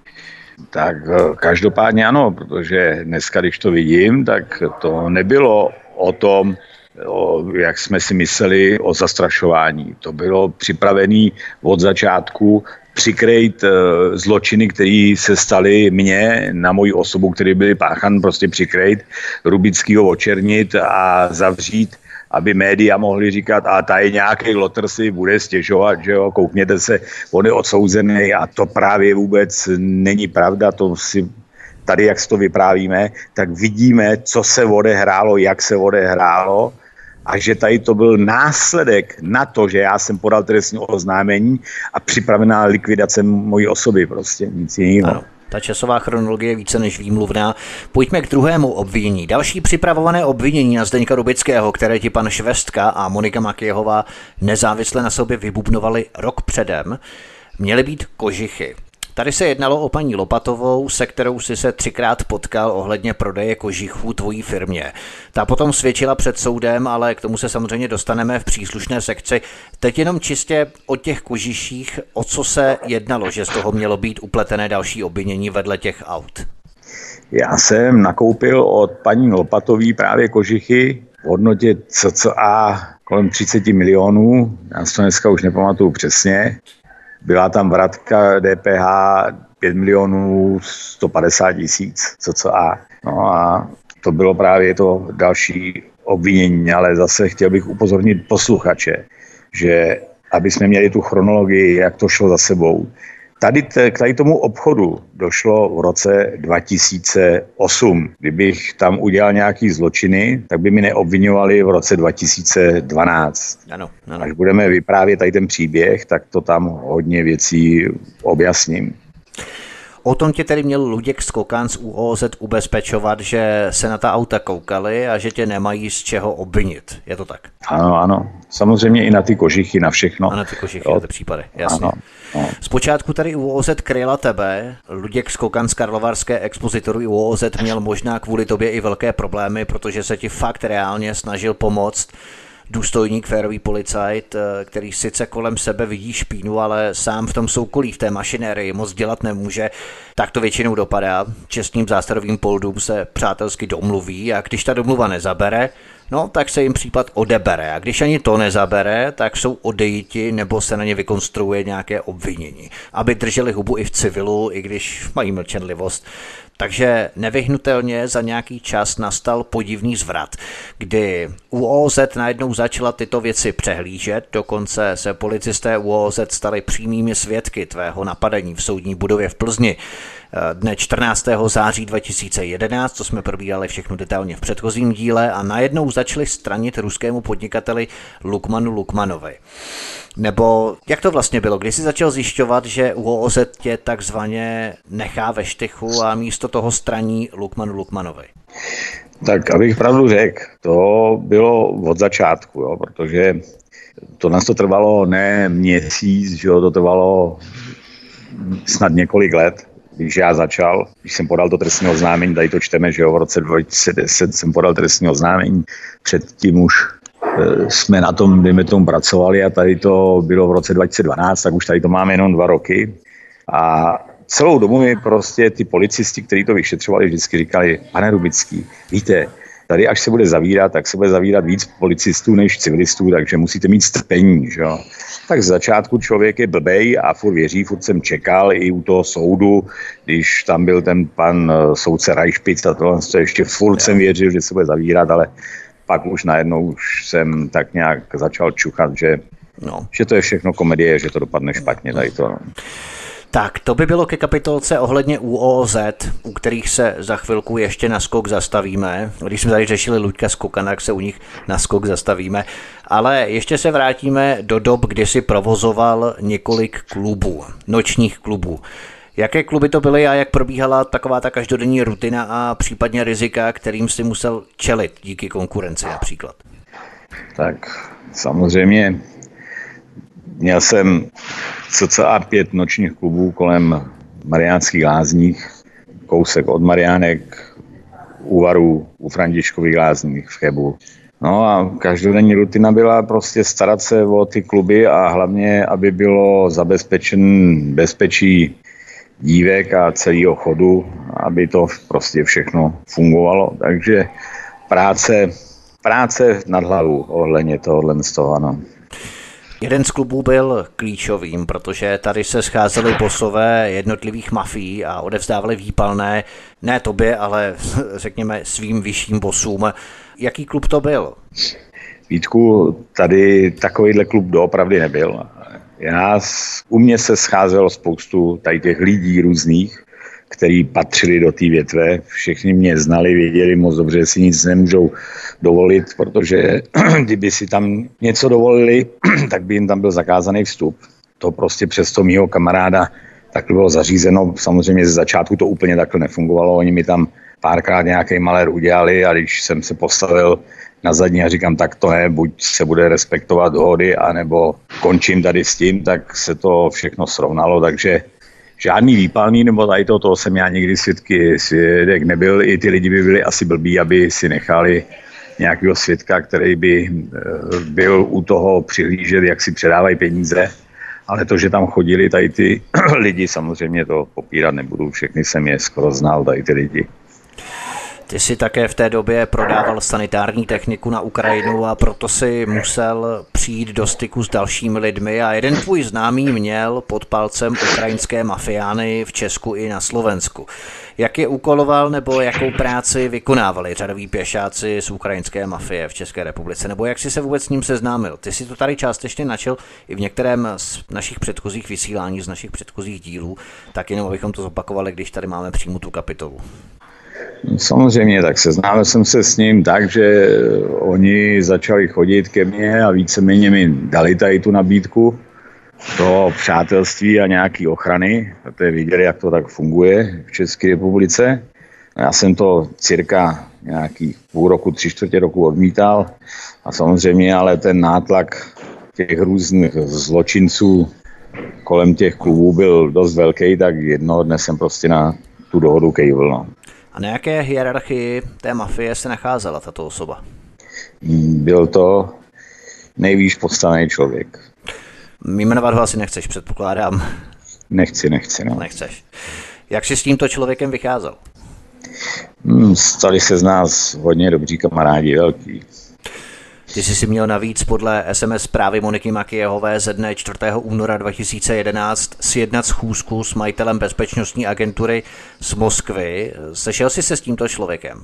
Tak každopádně ano, protože dneska, když to vidím, tak to nebylo o tom, jak jsme si mysleli, o zastrašování. To bylo připravené od začátku přikrýt zločiny, které se staly mně, na moji osobu, které byly páchan, prostě přikrýt, Rubickýho očernit a zavřít, aby média mohly říkat, a tady nějaký lotr si bude stěžovat, že jo, koukněte se, on je odsouzený a to právě vůbec není pravda, to si tady, jak si to vyprávíme, tak vidíme, co se odehrálo, jak se odehrálo a že tady to byl následek na to, že já jsem podal trestní oznámení a připravená likvidace mojí osoby, prostě nic jiného. Ano. Ta časová chronologie je více než výmluvná. Pojďme k druhému obvinění. Další připravované obvinění na Zdeňka Rubického, které ti pan Švestka a Monika Makyjehová nezávisle na sobě vybubnovali rok předem, měly být kožichy. Tady se jednalo o paní Lopatovou, se kterou si se 3krát potkal ohledně prodeje kožichů tvojí firmě. Ta potom svědčila před soudem, ale k tomu se samozřejmě dostaneme v příslušné sekci. Teď jenom čistě o těch kožiších, o co se jednalo, že z toho mělo být upletené další obvinění vedle těch aut. Já jsem nakoupil od paní Lopatový právě kožichy v hodnotě cca kolem 30 milionů, já si to dneska už nepamatuju přesně. Byla tam vratka DPH 5 milionů 150 tisíc, cca. No a to bylo právě to další obvinění, ale zase chtěl bych upozornit posluchače, že aby jsme měli tu chronologii, jak to šlo za sebou. Tady tomu obchodu došlo v roce 2008. Kdybych tam udělal nějaký zločiny, tak by mi neobviňovali v roce 2012. Ano. Až budeme vyprávět tady ten příběh, tak to tam hodně věcí objasním. O tom tě tedy měl Luděk Skokan z ÚOOZ ubezpečovat, že se na ta auta koukali a že tě nemají z čeho obvinit. Je to tak? Ano. Samozřejmě i na ty kožichy, na všechno. A na ty kožichy, na ty případy, jasně. Ano. Zpočátku tady ÚOOZ kryla tebe. Luděk Skokan z Karlovarské expozitory ÚOOZ měl možná kvůli tobě i velké problémy, protože se ti fakt reálně snažil pomoct. Důstojník, férový policajt, který sice kolem sebe vidí špínu, ale sám v tom soukolí, v té mašinérii moc dělat nemůže, tak to většinou dopadá. Čestným zástavovým poldům se přátelsky domluví a když ta domluva nezabere, no tak se jim případ odebere a když ani to nezabere, tak jsou odejiti nebo se na ně vykonstruuje nějaké obvinění, aby drželi hubu i v civilu, i když mají mlčenlivost. Takže nevyhnutelně za nějaký čas nastal podivný zvrat, kdy ÚOOZ najednou začala tyto věci přehlížet, dokonce se policisté ÚOOZ stali přímými svědky tvého napadení v soudní budově v Plzni. Dne 14. září 2011, to jsme probírali všechno detailně v předchozím díle, a najednou začali stranit ruskému podnikateli Lukmanu Lukmanovi. Nebo jak to vlastně bylo? Kdy jsi začal zjišťovat, že ÚOOZ tě takzvaně nechá ve štychu a místo toho straní Lukmanu Lukmanovi? Tak abych pravdu řekl, to bylo od začátku, jo, protože to nás to trvalo ne měsíc, že jo, to trvalo snad několik let, když já začal, když jsem podal to trestní oznámení, tady to čteme, že jo, v roce 2010 jsem podal trestní oznámení, předtím už jsme na tom, dejme tomu, pracovali a tady to bylo v roce 2012, tak už tady to máme jenom 2 roky. A celou dobu mi prostě ty policisti, kteří to vyšetřovali, vždycky říkali, pane Rubický, víte, tady až se bude zavírat, tak se bude zavírat víc policistů než civilistů, takže musíte mít strpení, že jo. Tak z začátku člověk je blbej a furt věří, furt jsem čekal i u toho soudu, když tam byl ten pan soudce Rajšpic a to ještě furt jsem věřil, že se bude zavírat, ale pak už najednou už jsem tak nějak začal čuchat, že to je všechno komedie, že to dopadne špatně tady to. Tak, to by bylo ke kapitolce ohledně ÚOOZ, u kterých se za chvilku ještě na skok zastavíme. Když jsme tady řešili Luďka Skokana, tak se u nich na skok zastavíme. Ale ještě se vrátíme do dob, kdy si provozoval několik klubů, nočních klubů. Jaké kluby to byly a jak probíhala taková ta každodenní rutina a případně rizika, kterým si musel čelit díky konkurenci například? Tak samozřejmě měl jsem cca 5 nočních klubů kolem Mariánských lázních, kousek od Mariánek, u Varů, u Františkových lázních v Chebu. No a každodenní rutina byla prostě starat se o ty kluby a hlavně, aby bylo zabezpečen bezpečí dívek a celého chodu, aby to prostě všechno fungovalo. Takže práce nad hlavu ohledně tohohle z toho, ano. Jeden z klubů byl klíčovým, protože tady se scházeli bosové jednotlivých mafií a odevzdávali výpalné, ne tobě, ale řekněme svým vyšším bosům. Jaký klub to byl? Vítku, tady takovýhle klub doopravdy nebyl. U mě se scházelo spoustu tady těch lidí různých, kteří patřili do té větve. Všichni mě znali, věděli moc dobře, že si nic nemůžou dovolit, protože kdyby si tam něco dovolili, tak by jim tam byl zakázaný vstup. To prostě přes toho mýho kamaráda takhle bylo zařízeno. Samozřejmě ze začátku to úplně takhle nefungovalo. Oni mi tam párkrát nějaký malér udělali a když jsem se postavil na zadní a říkám, tak to ne, buď se bude respektovat dohody, anebo končím tady s tím, tak se to všechno srovnalo, takže žádný výpalný, nebo tady toho jsem já nikdy svědek nebyl. I ty lidi by byli asi blbí, aby si nechali nějakého svědka, který by byl u toho přihlížet, jak si předávají peníze. Ale to, že tam chodili tady ty lidi, samozřejmě to popírat nebudu. Všechny jsem je skoro znal, tady ty lidi. Ty jsi také v té době prodával sanitární techniku na Ukrajinu a proto si musel přijít do styku s dalšími lidmi a jeden tvůj známý měl pod palcem ukrajinské mafiány v Česku i na Slovensku. Jak je úkoloval nebo jakou práci vykonávali řadoví pěšáci z ukrajinské mafie v České republice? Nebo jak jsi se vůbec s ním seznámil? Ty si to tady částečně načel i v některém z našich předchozích vysílání, z našich předchozích dílů, tak jenom abychom to zopakovali, když tady máme přímo tu kapitolu. Samozřejmě, tak seznámil jsem se s ním tak, že oni začali chodit ke mně a víceméně mi dali tady tu nabídku toho přátelství a nějaký ochrany, protože viděli, jak to tak funguje v České republice. Já jsem to cirka nějakých půl roku, 3/4 roku odmítal a samozřejmě, ale ten nátlak těch různých zločinců kolem těch klubů byl dost velký, tak jednoho dne jsem prostě na tu dohodu kejvl. No. A na jaké hierarchii té mafie se nacházela tato osoba? Byl to nejvýš postavený člověk. Jmenovat ho asi nechceš, předpokládám. Nechci, no. Nechceš. Jak jsi s tímto člověkem vycházel? Stali se z nás hodně dobří kamarádi, velký. Ty jsi si měl navíc podle SMS zprávy Moniky Makijehové ze dne 4. února 2011 sjednat schůzku s majitelem bezpečnostní agentury z Moskvy. Sešel jsi se s tímto člověkem?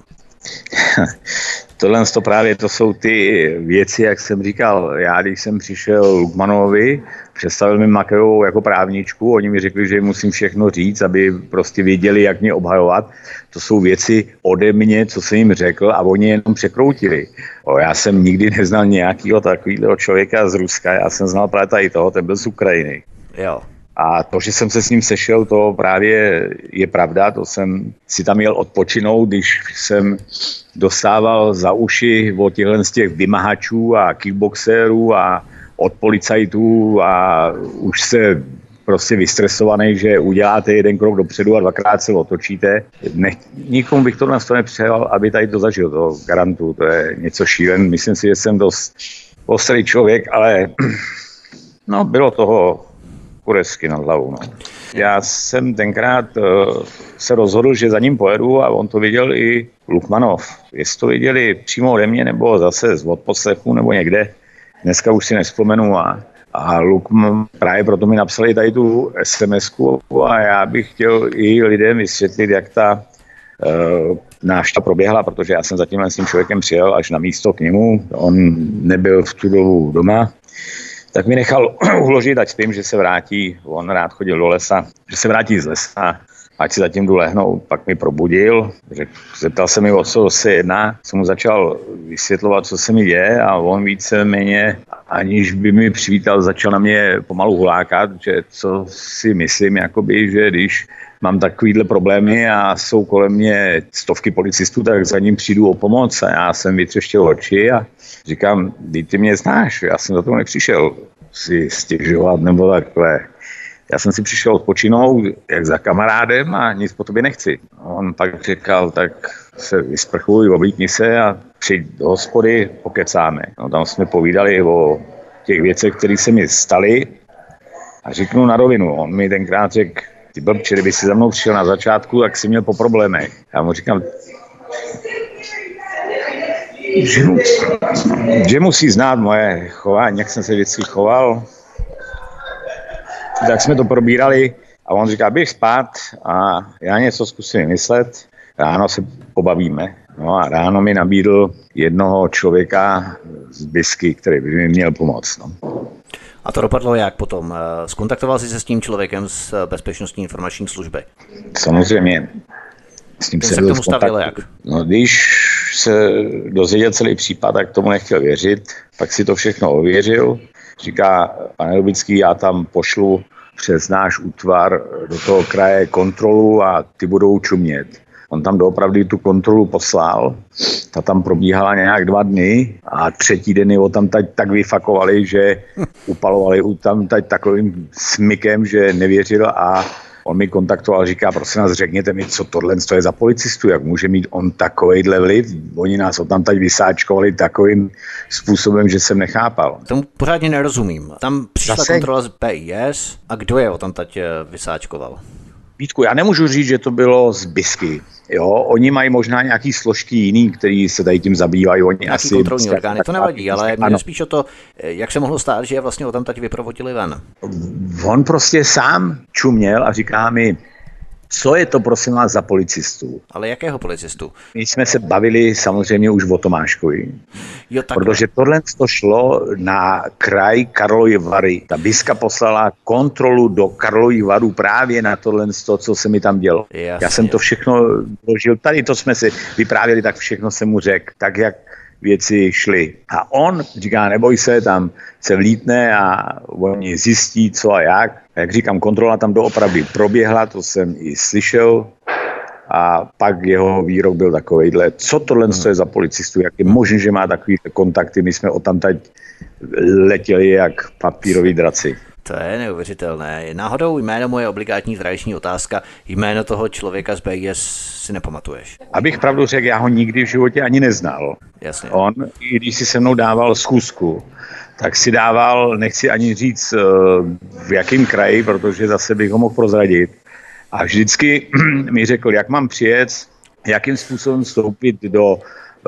Tohle to jsou ty věci, jak jsem říkal. Já, když jsem přišel Lukmanovi, představil mi Makejovou jako právničku, oni mi řekli, že jim musím všechno říct, aby prostě věděli, jak mě obhajovat. To jsou věci ode mě, co jsem jim řekl a oni jenom překroutili. Já jsem nikdy neznal nějakého takového člověka z Ruska, já jsem znal právě tady toho, ten byl z Ukrajiny. Jo. A to, že jsem se s ním sešel, to právě je pravda, to jsem si tam jel odpočinout, když jsem dostával za uši od těchto z těch vymahačů a kickboxerů a od policajtů a už se prostě vystresovaný, že uděláte jeden krok dopředu a dvakrát se otočíte. Nikomu bych to nepřejal, aby tady to zažil, to garantuju, to je něco šílen. Myslím si, že jsem dost ostrý člověk, ale no, bylo toho kuresky nad hlavou. No. Já jsem tenkrát se rozhodl, že za ním pojedu a on to viděl i Lukmanov. Jestli to viděli přímo ode mě nebo zase z odposlechu nebo někde, dneska už si nevzpomenu a Lukman právě proto mi napsali tady tu SMS-ku a já bych chtěl i lidem vysvětlit, jak ta návštěva proběhla, protože já jsem zatím s tím člověkem přijel až na místo k němu, on nebyl v tu dobu doma. tak mi nechal uložit, ať spím, že se vrátí, on rád chodil do lesa, že se vrátí z lesa, ať si zatím jdu lehnout, pak mi probudil, zeptal se mi, o co se jedná, jsem mu začal vysvětlovat, co se mi děje a on víceméně, aniž by mi přivítal, začal na mě pomalu hulákat, že co si myslím, jakoby, že když mám takovýhle problémy a jsou kolem mě stovky policistů, tak za ním přijdu o pomoc a já jsem vytřeštil oči a říkám, ty mě znáš, já jsem za to nepřišel si stěžovat nebo takhle. Já jsem si přišel odpočinout jak za kamarádem a nic po tobě nechci. On pak říkal, tak se vysprchuj, oblíkni se a přijď do hospody, pokecáme. No, tam jsme povídali o těch věcech, které se mi staly a řeknu na rovinu. On mi tenkrát řekl, ty blbče, kdyby si za mnou přišel na začátku, tak si měl po problémech. Já mu říkám, že musí znát moje chování, jak jsem se vždycky choval. Tak jsme to probírali a on říká, běž spát a já něco zkusím vymyslet, ráno se pobavíme. No a ráno mi nabídl jednoho člověka z Bisky, který by mi měl pomoct. No. A to dopadlo jak potom? Skontaktoval jsi se s tím člověkem z Bezpečnostní informační služby? Samozřejmě. S tím se k tomu stavil jak? No, když se dozvěděl celý případ, tak tomu nechtěl věřit, pak si to všechno ověřil. Říká, pane Lubický, já tam pošlu přes náš útvar do toho kraje kontrolu a ty budou čumět. On tam doopravdy tu kontrolu poslal, ta tam probíhala nějak 2 dny a 3. den ho tam tak vyfakovali, že upalovali tam takovým smykem, že nevěřil a on mi kontaktoval, říká, prosím nás, řekněte mi, co tohle je za policistu, jak může mít on takovejhle vliv. Oni nás tam teď vysáčkovali takovým způsobem, že jsem nechápal. Tomu pořádně nerozumím. Tam přišla kontrola z BIS a kdo je ho tam teď vysáčkoval? Vítku, já nemůžu říct, že to bylo z Bisky. Jo, oni mají možná nějaký složky jiný, který se tady tím zabývají. Oni nějaký asi kontrolní orgány, to nevadí, ale mě spíš o to, jak se mohlo stát, že je vlastně o tam teď vyprovodili ven. On prostě sám čuměl a říká mi, co je to prosím vás za policistu? Ale jakého policistu? My jsme se bavili samozřejmě už o Tomáškovi. Jo, protože tohle to šlo na kraj Karlovy Vary. Ta Biska poslala kontrolu do Karlových Varů právě na tohle, co se mi tam dělo. Jasně. Já jsem to všechno vložil, tady to jsme si vyprávěli, tak všechno jsem mu řekl, tak jak věci šly. A on říká, neboj se, tam se vlítne a oni zjistí, co a jak. A jak říkám, kontrola tam doopravdy proběhla, to jsem i slyšel. A pak jeho výrok byl takovejhle, co tohle je za policistu, jak je možné, že má takový kontakty, my jsme odtamtať letěli jak papíroví draci. To je neuvěřitelné. Náhodou jméno moje obligátní tradiční otázka, jméno toho člověka z BIS si nepamatuješ? Abych pravdu řekl, já ho nikdy v životě ani neznal. Jasně. On, i když si se mnou dával schůzku, tak si dával, nechci ani říct v jakém kraji, protože zase bych ho mohl prozradit. A vždycky mi řekl, jak mám přijet, jakým způsobem vstoupit do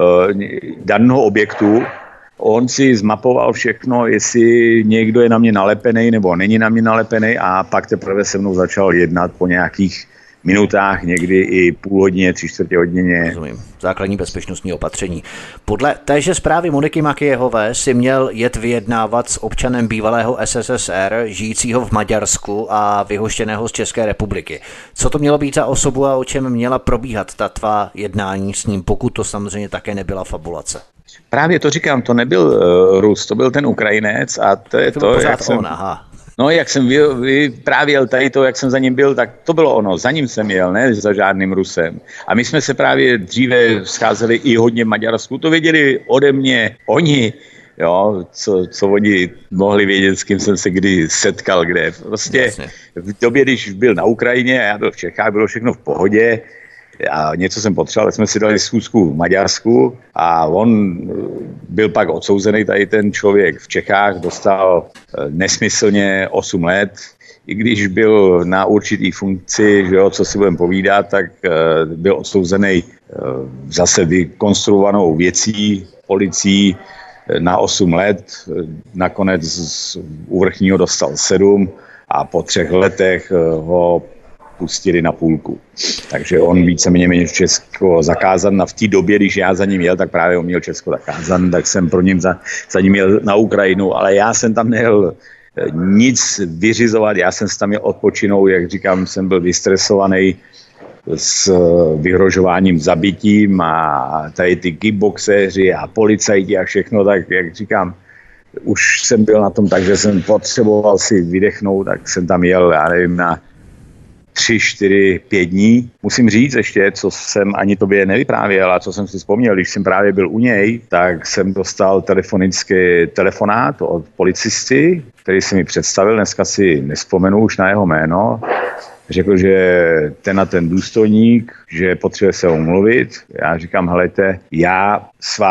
daného objektu. On si zmapoval všechno, jestli někdo je na mě nalepený nebo není na mě nalepený a pak teprve se mnou začal jednat po nějakých minutách, někdy i půl hodině, 3/4 hodině. Rozumím. Základní bezpečnostní opatření. Podle téže zprávy Moniky Makijevové si měl jet vyjednávat s občanem bývalého SSSR, žijícího v Maďarsku a vyhoštěného z České republiky. Co to mělo být za osobu a o čem měla probíhat ta tvá jednání s ním, pokud to samozřejmě také nebyla fabulace? Právě to říkám, to nebyl Rus, to byl ten Ukrajinec a to je to, jak jsem... No, jak jsem vyprávěl tady to, jak jsem za ním byl, tak to bylo ono. Za ním jsem jel, ne za žádným Rusem. A my jsme se právě dříve scházeli i hodně v Maďarsku. To věděli ode mě oni, jo, co oni mohli vědět, s kým jsem se kdy setkal, kde. Prostě v době, když byl na Ukrajině a já byl v Čechách, bylo všechno v pohodě. A něco jsem potřeboval, jsme si dali schůzku v Maďarsku a on byl pak odsouzený, tady ten člověk v Čechách, dostal nesmyslně 8 let. I když byl na určitý funkci, že jo, co si budeme povídat, tak byl odsouzený zase vykonstruovanou věcí, policií na 8 let. Nakonec u vrchního dostal 7 a po 3 letech ho pustili na půlku. Takže on víceméně měl Česko zakázan. V té době, když já za ním jel, tak právě on měl Česko zakázan, tak jsem pro ním za ním jel na Ukrajinu, ale já jsem tam nejel nic vyřizovat, já jsem tam měl odpočinout, jak říkám, jsem byl vystresovaný s vyhrožováním zabitím a tady ty kickboxéři a policajti a všechno, tak jak říkám, už jsem byl na tom tak, že jsem potřeboval si vydechnout, tak jsem tam jel, já nevím, na 3, 4, 5 dní. Musím říct ještě, co jsem ani tobě nevyprávěl a co jsem si vzpomněl, když jsem právě byl u něj, tak jsem dostal telefonický telefonát od policisty, který se mi představil, dneska si nespomenu už na jeho jméno. Řekl, že ten a ten důstojník, že potřebuje se omluvit. Já říkám, helejte, já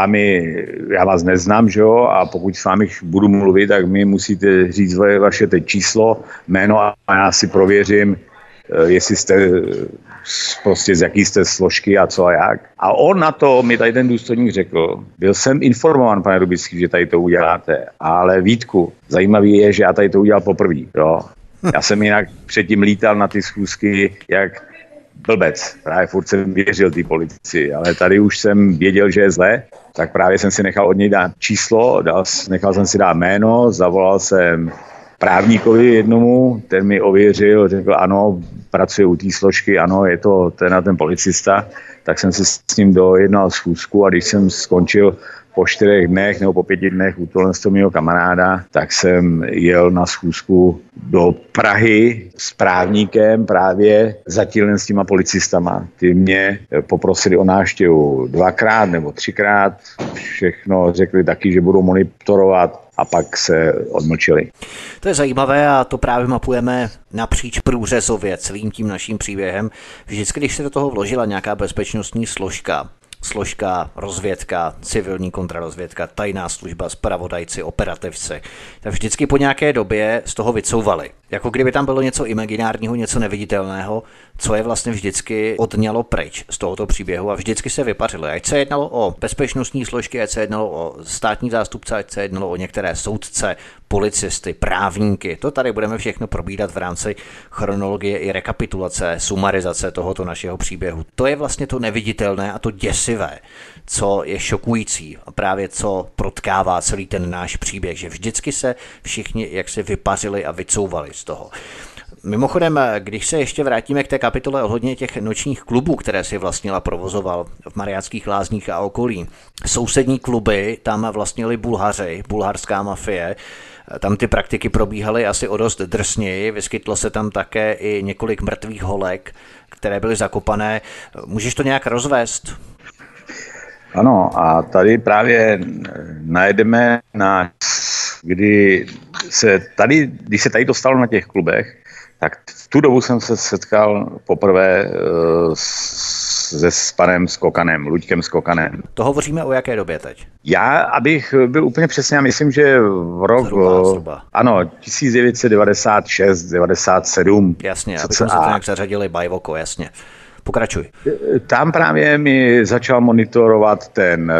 vás neznám, že jo, a pokud s vámi budu mluvit, tak mi musíte říct vaše teď číslo, jméno a já si prověřím, jestli jste prostě z jaký jste složky a co a jak. A on na to mi tady ten důstojník řekl, byl jsem informován, pane Rubický, že tady to uděláte, ale Vítku, zajímavý je, že já tady to udělal poprvé, jo. Já jsem jinak předtím lítal na ty schůzky jak blbec. Právě furt jsem věřil té policii, ale tady už jsem věděl, že je zle, tak právě jsem si nechal od něj dát číslo, nechal jsem si dát jméno, zavolal jsem právníkovi jednomu, ten mi ověřil, řekl ano, pracuje u té složky, ano, je to ten policista, tak jsem si s ním dojednal schůzku a když jsem skončil po 4 dnech nebo po 5 dnech u tohle mého kamaráda, tak jsem jel na schůzku do Prahy s právníkem právě za s těma policistama. Ty mě poprosili o návštěvu 2krát nebo 3krát, všechno řekli taky, že budou monitorovat a pak se odmlčeli. To je zajímavé a to právě mapujeme napříč průřezově celým tím naším příběhem. Vždycky, když se do toho vložila nějaká bezpečnostní složka, rozvědka, civilní kontrarozvědka, tajná služba, zpravodajci, operativci, tak vždycky po nějaké době z toho vycouvali. Jako kdyby tam bylo něco imaginárního, něco neviditelného, co je vlastně vždycky odňalo pryč z tohoto příběhu a vždycky se vypařili. Ať se jednalo o bezpečnostní složky, ať se jednalo o státní zástupce, ať se jednalo o některé soudce, policisty, právníky. To tady budeme všechno probírat v rámci chronologie i rekapitulace, sumarizace tohoto našeho příběhu. To je vlastně to neviditelné a to děsivé, co je šokující a právě co protkává celý ten náš příběh, že vždycky se všichni jak se vypařili a vycouvali z toho. Mimochodem, když se ještě vrátíme k té kapitole ohledně těch nočních klubů, které si vlastnil a provozoval v Mariánských Lázních a okolí, sousední kluby tam vlastnili Bulhaři, bulharská mafie, tam ty praktiky probíhaly asi o dost drsněji, vyskytlo se tam také i několik mrtvých holek, které byly zakopané. Můžeš to nějak rozvést? Ano, a tady právě najdeme když se tady to stalo na těch klubech, tak v tu dobu jsem se setkal poprvé s panem Skokanem, Luďkem Skokanem. To hovoříme o jaké době teď? Já, abych byl úplně přesně, já myslím, že v rok zhruba. Ano, 1996, 97. Jasně, abychom se to nějak zařadili, Bajvoko, jasně. Pokračuj. Tam právě mi začal monitorovat ten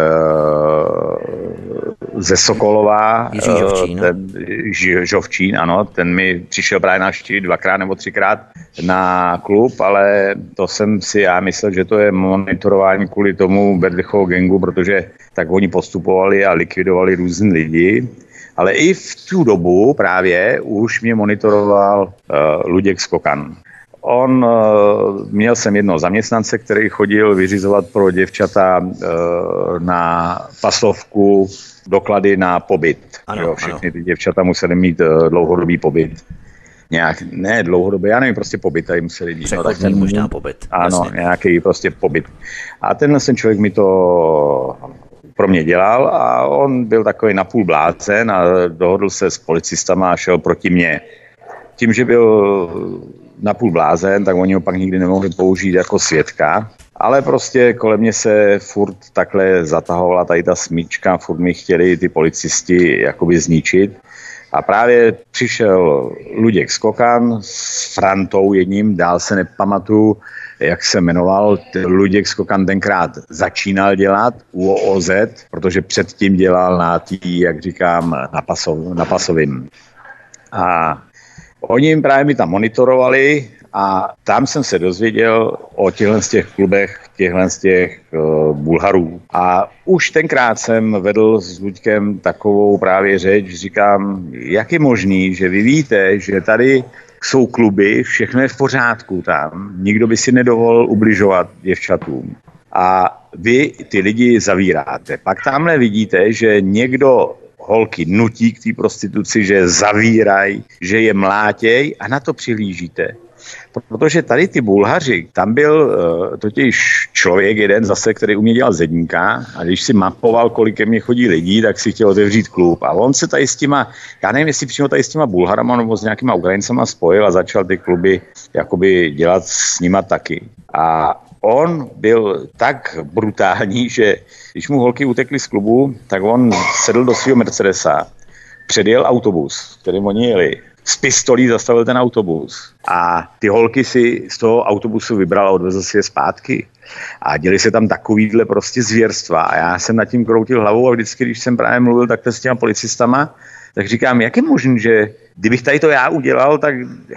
ze Sokolova. Jiří Žovčín. Žovčín, ano. Ten mi přišel právě navštívit 2krát nebo 3krát na klub, ale to jsem si já myslel, že to je monitorování kvůli tomu Bedlichovo gangu, protože tak oni postupovali a likvidovali různý lidi. Ale i v tu dobu právě už mě monitoroval Luděk Skokan. Měl jsem jednoho zaměstnance, který chodil vyřizovat pro děvčata na pasovku doklady na pobyt. Ano, všechny ty děvčata musely mít dlouhodobý pobyt. Ne dlouhodobý, já nevím, prostě pobyt tady museli mít. Přechodný možná pobyt. Ano, jasně. Nějaký prostě pobyt. A ten člověk mi to pro mě dělal a on byl takový napůl blázen a dohodl se s policistama a šel proti mně. Tím, že byl napůl blázen, tak oni ho pak nikdy nemohli použít jako svědka. Ale prostě kolem mě se furt takhle zatahovala tady ta smyčka, furt mi chtěli ty policisti jakoby zničit. A právě přišel Luděk Skokan s Frantou jedním, dál se nepamatuju, jak se jmenoval. Luděk Skokan tenkrát začínal dělat u OZ, protože předtím dělal na tý, jak říkám, na Pasovým. A oni právě mi tam monitorovali A tam jsem se dozvěděl o těchto z těch klubech, těchto z těch Bulharů. A už tenkrát jsem vedl s Luďkem takovou právě řeč, říkám, jak je možný, že vy víte, že tady jsou kluby, všechno je v pořádku tam, nikdo by si nedovolil ubližovat děvčatům. A vy ty lidi zavíráte. Pak tamhle vidíte, že někdo holky nutí k té prostituci, že zavírají, že je mlátěj a na to přihlížíte. Protože tady ty Bulhaři, tam byl totiž člověk jeden zase, který uměl dělat zedníka a když si mapoval, kolik ke mně chodí lidí, tak si chtěl otevřít klub. A on se tady s těma, já nevím, jestli přímo tady s těma Bulharama nebo s nějakýma Ukrajincama spojil a začal ty kluby jakoby dělat s nima taky. A on byl tak brutální, že když mu holky utekly z klubu, tak on sedl do svého Mercedesa, předjel autobus, kterým oni jeli, z pistolí zastavil ten autobus a ty holky si z toho autobusu vybral a odvezl si je zpátky. A děli se tam takovýhle prostě zvěrstva a já jsem nad tím kroutil hlavou a vždycky, když jsem právě mluvil takhle s těma policistama, tak říkám, jak je možné, že kdybych tady to já udělal, tak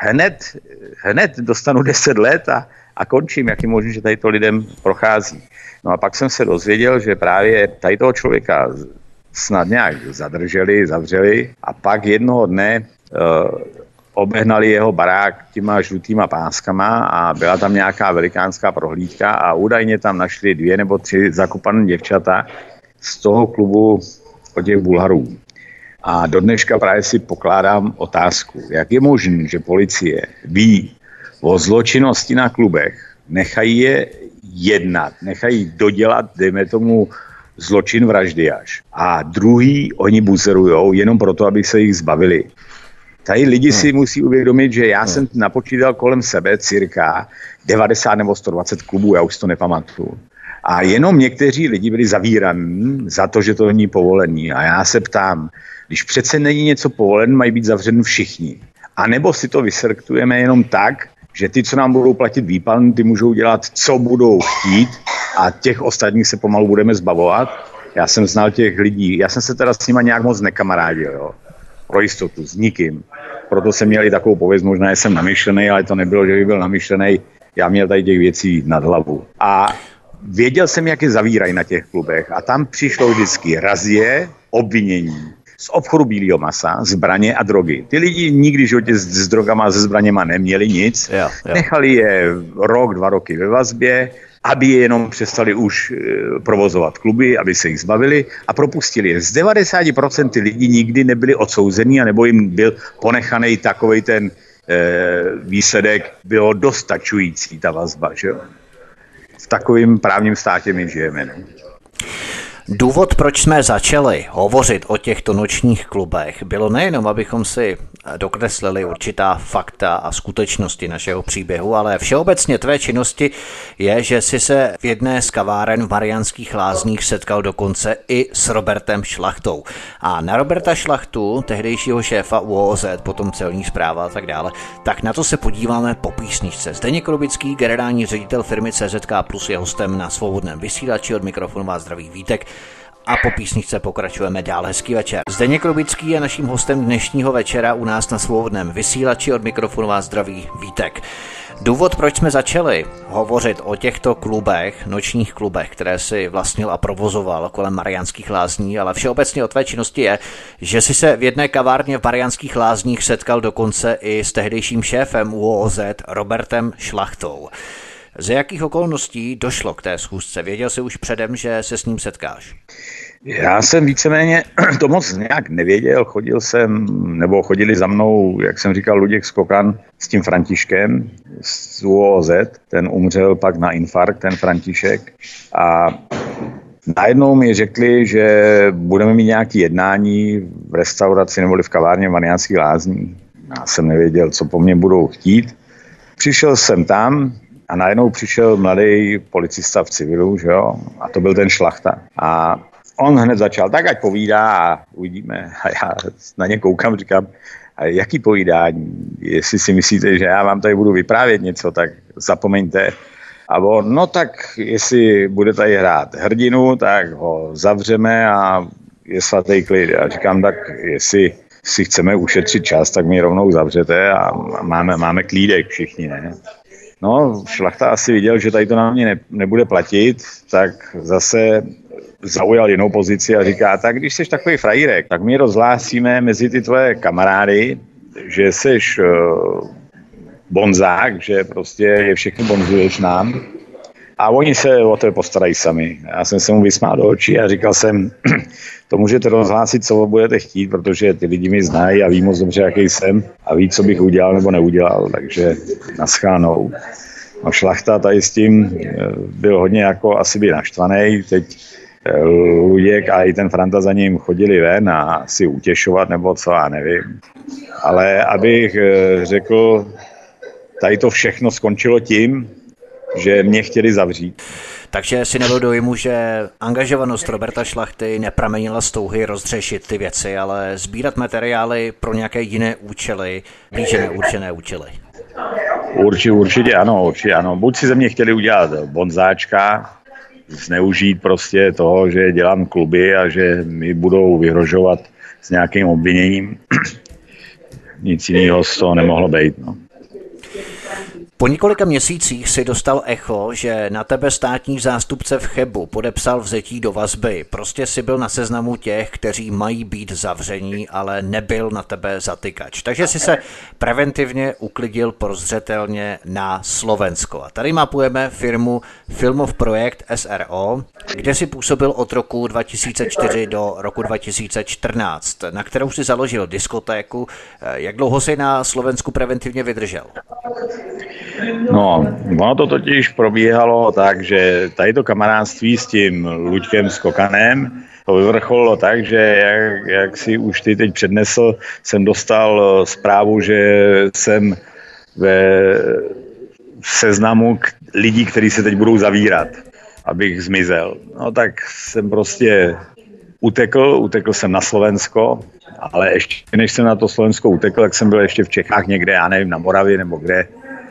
hned dostanu 10 let a končím, jak je možné, že tady to lidem prochází. No a pak jsem se dozvěděl, že právě tady toho člověka snad nějak zadrželi, zavřeli a pak jednoho dne obehnali jeho barák těma žlutýma páskama a byla tam nějaká velikánská prohlídka a údajně tam našli 2 nebo 3 zakopané děvčata z toho klubu od těch Bulharů. A do dneška právě si pokládám otázku, jak je možné, že policie ví o zločinnosti na klubech, nechají je jednat, nechají dodělat, dejme tomu, zločin vraždy až. A druhý oni buzerujou jenom proto, aby se jich zbavili. Tady lidi si musí uvědomit, že já jsem napočítal kolem sebe cirka 90 nebo 120 klubů, já už to nepamatuju. A jenom někteří lidi byli zavíraní za to, že to není povolený. A já se ptám, když přece není něco povolen, mají být zavřeni všichni. A nebo si to vyselektujeme jenom tak, že ty, co nám budou platit výpalný, ty můžou dělat, co budou chtít a těch ostatních se pomalu budeme zbavovat. Já jsem znal těch lidí, já jsem se teda s nima nějak moc nekamarádil, jo. Pro jistotu, s nikým. Proto jsem měl i takovou pověst, možná jsem namyšlený, ale to nebylo, že by byl namyšlený. Já měl tady těch věcí nad hlavu. A věděl jsem, jak je zavírají na těch klubech. A tam přišlo vždycky razie, obvinění z obchodu bílého masa, zbraně a drogy. Ty lidi nikdy v životě s drogama, se zbraněma neměli nic. Nechali je rok, 2 roky ve vazbě, aby je jenom přestali už provozovat kluby, aby se jich zbavili a propustili je. Z 90% lidí nikdy nebyli odsouzení a nebo jim byl ponechaný takovej ten výsledek, bylo dostačující ta vazba. Že? V takovém právním státě my žijeme. Ne? Důvod, proč jsme začali hovořit o těchto nočních klubech, bylo nejenom, abychom si dokreslili určitá fakta a skutečnosti našeho příběhu, ale všeobecně tvé činnosti je, že si se v jedné z kaváren v Mariánských Lázních setkal dokonce i s Robertem Šlachtou. A na Roberta Šlachtu, tehdejšího šéfa ÚOOZ, potom celní správa a tak dále, tak na to se podíváme po písničce. Zdeněk Rubický, generální ředitel firmy CZK Plus, je hostem na Svobodném vysílači, od mikrofonu vás zdraví Vítek. A po písničce pokračujeme dál. Hezký večer. Zdeněk Rubický je naším hostem dnešního večera u nás na Svobodném vysílači, od mikrofonu vás zdraví Vítek. Důvod, proč jsme začali hovořit o těchto klubech, nočních klubech, které si vlastnil a provozoval kolem Mariánských Lázní, ale všeobecně o tvé činnosti je, že si se v jedné kavárně v Mariánských Lázních setkal dokonce i s tehdejším šéfem ÚOOZ Robertem Šlachtou. Ze jakých okolností došlo k té schůzce? Věděl jsi už předem, že se s ním setkáš? Já jsem víceméně to moc nějak nevěděl. Chodili za mnou, jak jsem říkal, Luděk Skokan s tím Františkem z ÚOOZ. Ten umřel pak na infarkt, ten František. A najednou mi řekli, že budeme mít nějaké jednání v restauraci neboli v kavárně v Mariánských Lázních. Já jsem nevěděl, co po mně budou chtít. Přišel jsem tam a najednou přišel mladý policista v civilu, že jo? A to byl ten Šlachta. A on hned začal, tak ať povídá a uvidíme. A já na ně koukám, říkám, a jaký povídání? Jestli si myslíte, že já vám tady budu vyprávět něco, tak zapomeňte. A on, no tak jestli bude tady hrát hrdinu, tak ho zavřeme a je svatý klid. A říkám, tak jestli si chceme ušetřit čas, tak mi rovnou zavřete a máme klídek všichni, ne? No, Šlachta asi viděl, že tady to na mě nebude platit, tak zase zaujal jinou pozici a říká, tak když jsi takový frajírek, tak my rozhlásíme mezi ty tvoje kamarády, že jsi bonzák, že prostě je všechny bonzuješ nám a oni se o to postarají sami. Já jsem se mu vysmál do očí a říkal jsem, to můžete rozhlásit, co budete chtít, protože ty lidi mi znají a ví moc dobře, jaký jsem a ví, co bych udělal nebo neudělal, takže naschánou. No, Šlachta tady s tím byl hodně jako asi by naštvaný, teď Luděk a i ten Franta za ním chodili ven a si utěšovat nebo co, já nevím. Ale abych řekl, tady to všechno skončilo tím, že mě chtěli zavřít. Takže si nebyl dojmu, že angažovanost Roberta Šlachty nepramenila z touhy rozřešit ty věci, ale sbírat materiály pro nějaké jiné účely, blíže neurčené účely. Určitě ano. Buď si ze mě chtěli udělat bonzáčka, zneužít prostě toho, že dělám kluby a že mi budou vyhrožovat s nějakým obviněním. Nic jiného z toho nemohlo být. No. Po několika měsících si dostal echo, že na tebe státní zástupce v Chebu podepsal vzetí do vazby. Prostě si byl na seznamu těch, kteří mají být zavření, ale nebyl na tebe zatykač. Takže si se preventivně uklidil prozřetelně na Slovensko. A tady mapujeme firmu Filmov Projekt SRO, kde si působil od roku 2004 do roku 2014, na kterou si založil diskotéku. Jak dlouho si na Slovensku preventivně vydržel? No, ono to totiž probíhalo tak, že tady to kamarádství s tím Luďkem Skokanem to vyvrcholilo tak, že jak si už ty teď přednesl, jsem dostal zprávu, že jsem ve seznamu lidí, kteří se teď budou zavírat, abych zmizel. No tak jsem prostě utekl jsem na Slovensko, ale ještě než jsem na to Slovensko utekl, tak jsem byl ještě v Čechách někde, já nevím, na Moravě nebo kde.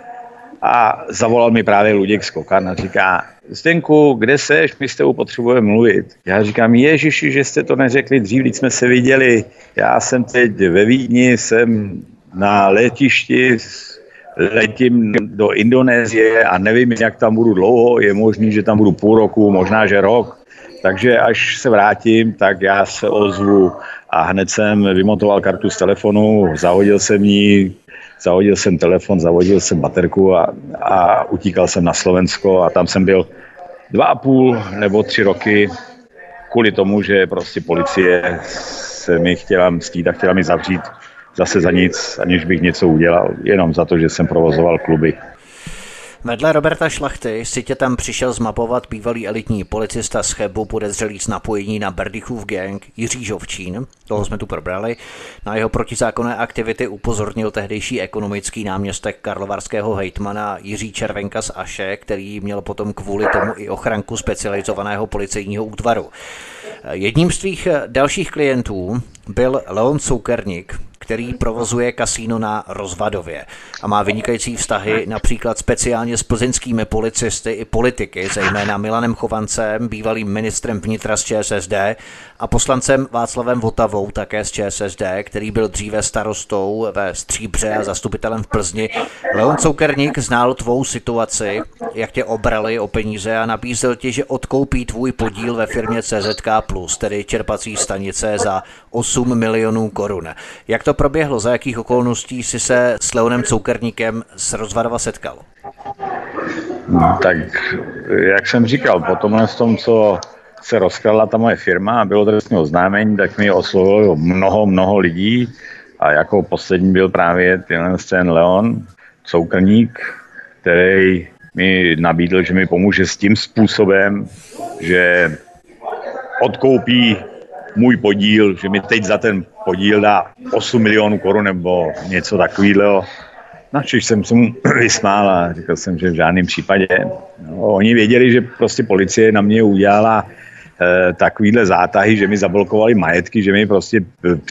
A zavolal mi právě Luděk Skokan a říká, Zdenku, kde seš, my s tebou potřebujeme mluvit. Já říkám, Ježiši, že jste to neřekli dřív, když jsme se viděli. Já jsem teď ve Vídni, jsem na letišti, letím do Indonésie a nevím, jak tam budu dlouho, je možný, že tam budu půl roku, možná, že rok. Takže až se vrátím, tak já se ozvu a hned jsem vymontoval kartu z telefonu, zahodil jsem ji, zahodil jsem telefon, zahodil jsem baterku a utíkal jsem na Slovensko a tam jsem byl 2,5 nebo 3 roky kvůli tomu, že prostě policie se mi chtěla mstít a chtěla mi zavřít zase za nic, aniž bych něco udělal, jenom za to, že jsem provozoval kluby. Vedle Roberta Šlachty si tě tam přišel zmapovat bývalý elitní policista z Chebu, podezřelý z napojení na Berdychův gang Jiří Žovčín, toho jsme tu probrali. Na jeho protizákonné aktivity upozornil tehdejší ekonomický náměstek karlovarského hejtmana Jiří Červenka z Aše, který měl potom kvůli tomu i ochranku specializovaného policejního útvaru. Jedním z tvých dalších klientů byl Leon Coukerník, který provozuje kasíno na Rozvadově a má vynikající vztahy například speciálně s plzeňskými policisty i politiky, zejména Milanem Chovancem, bývalým ministrem vnitra z ČSSD a poslancem Václavem Votavou, také z ČSSD, který byl dříve starostou ve Stříbře a zastupitelem v Plzni. Leon Coukerník znal tvou situaci, jak tě obrali o peníze a nabízel ti, že odkoupí tvůj podíl ve firmě CZK+, tedy čerpací stanice za 8 milionů korun. Jak to proběhlo? Za jakých okolností jsi se s Leonem Coukerníkem z Rozvadova setkal? Tak, jak jsem říkal, po tomhle tom, co se rozkradla ta moje firma a bylo trestní oznámení, tak mi oslovilo mnoho lidí a jako poslední byl právě ten Leon Coukerník, který mi nabídl, že mi pomůže s tím způsobem, že odkoupí můj podíl, že mi teď za ten podíl dá 8 milionů korun nebo něco takového. Načež jsem se mu vysmál a říkal jsem, že v žádném případě. No, oni věděli, že prostě policie na mě udělala takovýhle zátahy, že mi zablokovali majetky, že mi prostě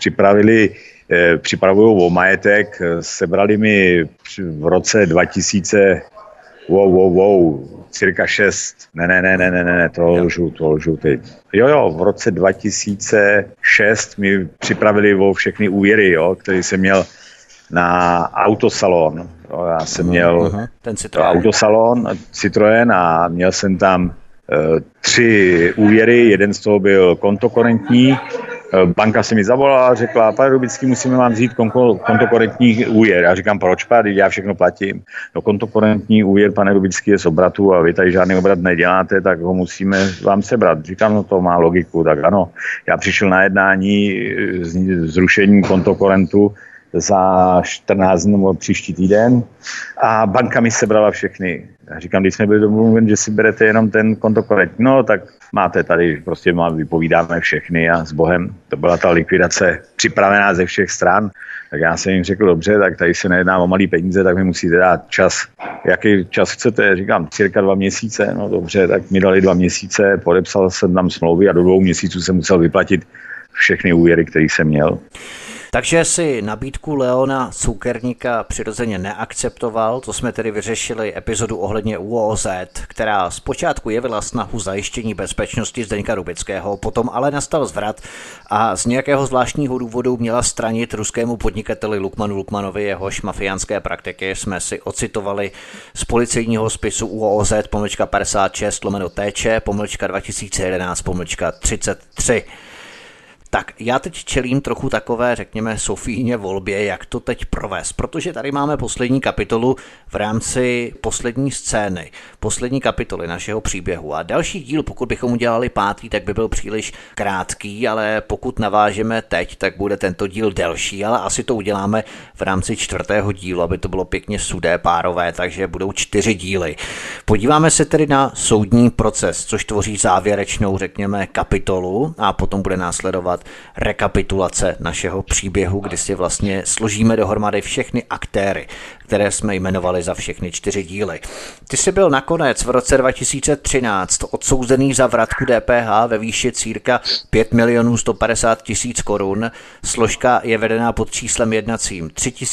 připravují o majetek, sebrali mi v roce 2000 cirka 6. Ne, to lžu teď. Jo, v roce 2006 mi připravili o všechny úvěry, jo, který jsem měl na autosalon. Jo, já jsem měl ten Citroën. Autosalon, Citroën a měl jsem tam 3 úvěry, jeden z toho byl kontokorentní. Banka se mi zavolala a řekla, pane Rubický, musíme vám vzít kontokorentní úvěr. Já říkám, proč, když já všechno platím. No, kontokorentní úvěr, pane Rubický, je z obratu a vy tady žádný obrat neděláte, tak ho musíme vám sebrat. Říkám, no to má logiku, tak ano. Já přišel na jednání zrušení kontokorentu za 14 dní nebo příští týden a banka mi sebrala všechny. Já říkám, když jsme byli domluveni, že si berete jenom ten kontokorent, no tak máte tady, prostě vypovídáme všechny a s Bohem. To byla ta likvidace připravená ze všech stran. Tak já jsem jim řekl, dobře, tak tady se nejedná o malý peníze, tak mi musíte dát čas. Jaký čas chcete? Říkám, cirka 2 měsíce. No dobře, tak mi dali 2 měsíce, podepsal jsem tam smlouvy a do 2 měsíců jsem musel vyplatit všechny úvěry, které jsem měl. Takže si nabídku Leona Cukerníka přirozeně neakceptoval, to jsme tedy vyřešili epizodu ohledně ÚOOZ, která zpočátku jevila snahu zajištění bezpečnosti Zdeňka Rubického, potom ale nastal zvrat a z nějakého zvláštního důvodu měla stranit ruskému podnikateli Lukmanu Lukmanovi, jehož mafiánské praktiky jsme si ocitovali z policejního spisu ÚOOZ /56-TČ/2011-33. Tak já teď čelím trochu takové, řekněme, Sofíně volbě, jak to teď provést, protože tady máme poslední kapitolu v rámci poslední scény, poslední kapitoly našeho příběhu a další díl, pokud bychom udělali 5., tak by byl příliš krátký, ale pokud navážeme teď, tak bude tento díl delší, ale asi to uděláme v rámci 4. dílu, aby to bylo pěkně sudé párové, takže budou 4 díly. Podíváme se tedy na soudní proces, což tvoří závěrečnou, řekněme, kapitolu a potom bude následovat rekapitulace našeho příběhu, kdy si vlastně složíme dohromady všechny aktéry, které jsme jmenovali za všechny 4 díly. Ty jsi byl nakonec v roce 2013 odsouzený za vratku DPH ve výši cirka 5 150 000 korun. Složka je vedená pod číslem jednacím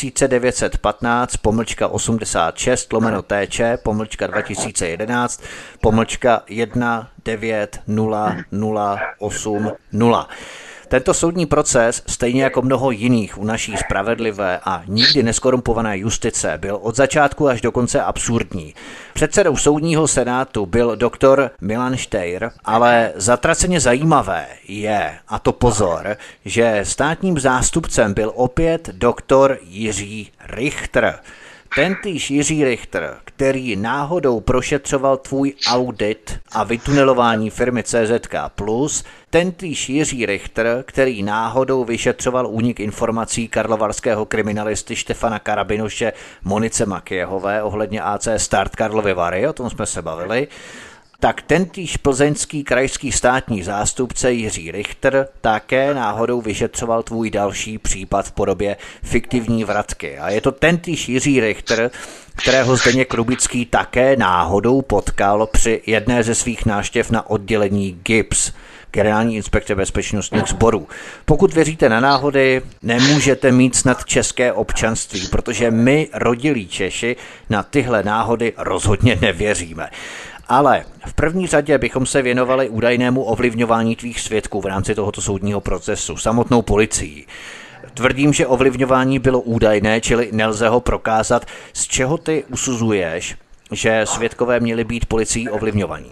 3915/TČ/1900/190080. Tento soudní proces, stejně jako mnoho jiných u naší spravedlivé a nikdy neskorumpované justice, byl od začátku až do konce absurdní. Předsedou soudního senátu byl doktor Milan Štejr, ale zatraceně zajímavé je, a to pozor, že státním zástupcem byl opět doktor Jiří Richter. Tentýž Jiří Richter, který náhodou prošetřoval tvůj audit a vytunelování firmy CZK+, tentýž Jiří Richter, který náhodou vyšetřoval únik informací karlovarského kriminalisty Štefana Karabinoše Monice Makyjehové ohledně AC Start Karlovy Vary, o tom jsme se bavili, tak tentýž plzeňský krajský státní zástupce Jiří Richter také náhodou vyšetřoval tvůj další případ v podobě fiktivní vratky. A je to tentýž Jiří Richter, kterého Zdeněk Rubický také náhodou potkal při jedné ze svých návštěv na oddělení GIBS, Generální inspekce bezpečnostních sborů. Pokud věříte na náhody, nemůžete mít snad české občanství, protože my, rodilí Češi, na tyhle náhody rozhodně nevěříme. Ale v první řadě bychom se věnovali údajnému ovlivňování tvých svědků v rámci tohoto soudního procesu, samotnou policií. Tvrdím, že ovlivňování bylo údajné, čili nelze ho prokázat. Z čeho ty usuzuješ, že svědkové měli být policií ovlivňovaní?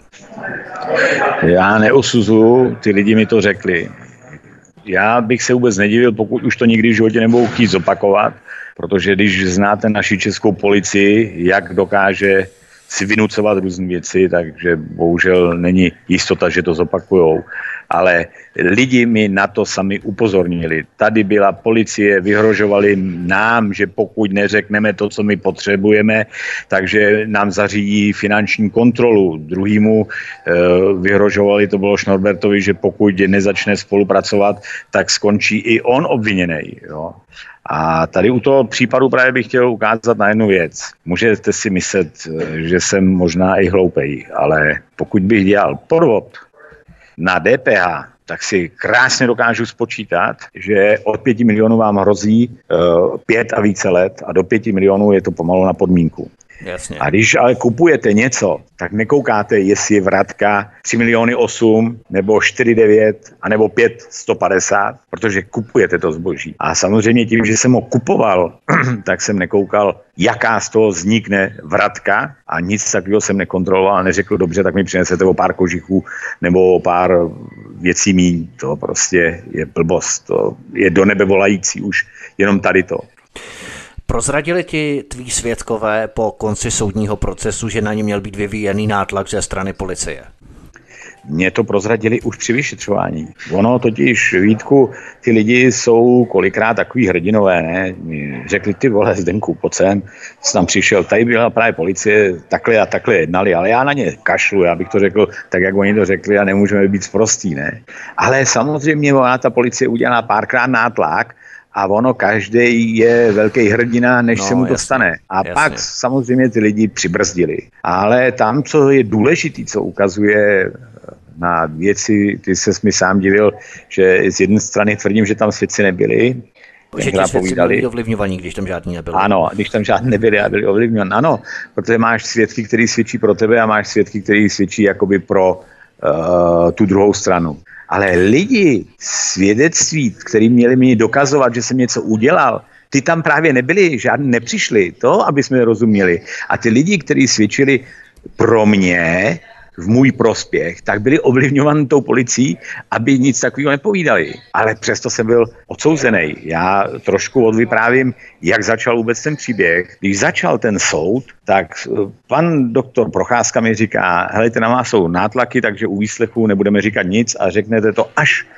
Já neusuzuju, ty lidi mi to řekli. Já bych se vůbec nedivil, pokud už to nikdy v životě nebudou chtít zopakovat, protože když znáte naši českou policii, jak dokáže si vynucovat různé věci, takže bohužel není jistota, že to zopakujou. Ale lidi mi na to sami upozornili. Tady byla policie, vyhrožovali nám, že pokud neřekneme to, co my potřebujeme, takže nám zařídí finanční kontrolu. Druhýmu vyhrožovali, to bylo Šnorbertovi, že pokud nezačne spolupracovat, tak skončí i on obviněný. Jo. A tady u toho případu právě bych chtěl ukázat na jednu věc. Můžete si myslet, že jsem možná i hloupej, ale pokud bych dělal podvod na DPH, tak si krásně dokážu spočítat, že od 5 milionů vám hrozí 5 a více let a do 5 milionů je to pomalu na podmínku. Jasně. A když ale kupujete něco, tak nekoukáte, jestli je vratka 3 miliony 8, nebo 4,9, anebo 5,150, protože kupujete to zboží. A samozřejmě tím, že jsem ho kupoval, tak jsem nekoukal, jaká z toho vznikne vratka a nic takového jsem nekontroloval a neřekl, dobře, tak mi přinesete o pár kožichů nebo o pár věcí míň. To prostě je blbost. To je do nebe volající už jenom tady to. Prozradili ti tví svědkové po konci soudního procesu, že na ně měl být vyvíjený nátlak ze strany policie? Mě to prozradili už při vyšetřování. Ono totiž, Vítku, ty lidi jsou kolikrát takový hrdinové, ne? Řekli, ty vole, Zdenku, pojď sem, jsi tam přišel, tady byla právě policie, takhle a takhle jednali, ale já na ně kašlu, já bych to řekl tak, jak oni to řekli a nemůžeme být sprostí, ne? Ale samozřejmě ona, ta policie udělala párkrát nátlak, a ono, každý je velký hrdina, než se mu to stane. A pak samozřejmě ty lidi přibrzdili. Ale tam, co je důležitý, co ukazuje na věci, ty ses mi sám divil, že z jedné strany tvrdím, že tam svědci nebyli. Že ti svědci byli ovlivňovaní, když tam žádný nebyli. Ano, když tam žádný nebyli a byli ovlivňovaní. Ano, protože máš svědky, který svědčí pro tebe a máš svědky, který svědčí jakoby pro tu druhou stranu. Ale lidi, svědectví, který měli mi dokazovat, že jsem něco udělal, ty tam právě nebyli, žádný nepřišli, to, aby jsme rozuměli. A ty lidi, kteří svědčili pro mě, v můj prospěch, tak byli ovlivňovaní tou policií, aby nic takového nepovídali. Ale přesto jsem byl odsouzený. Já trošku odvyprávím, jak začal vůbec ten příběh. Když začal ten soud, tak pan doktor Procházka mi říká, helejte, na vás jsou nátlaky, takže u výslechu nebudeme říkat nic a řeknete to až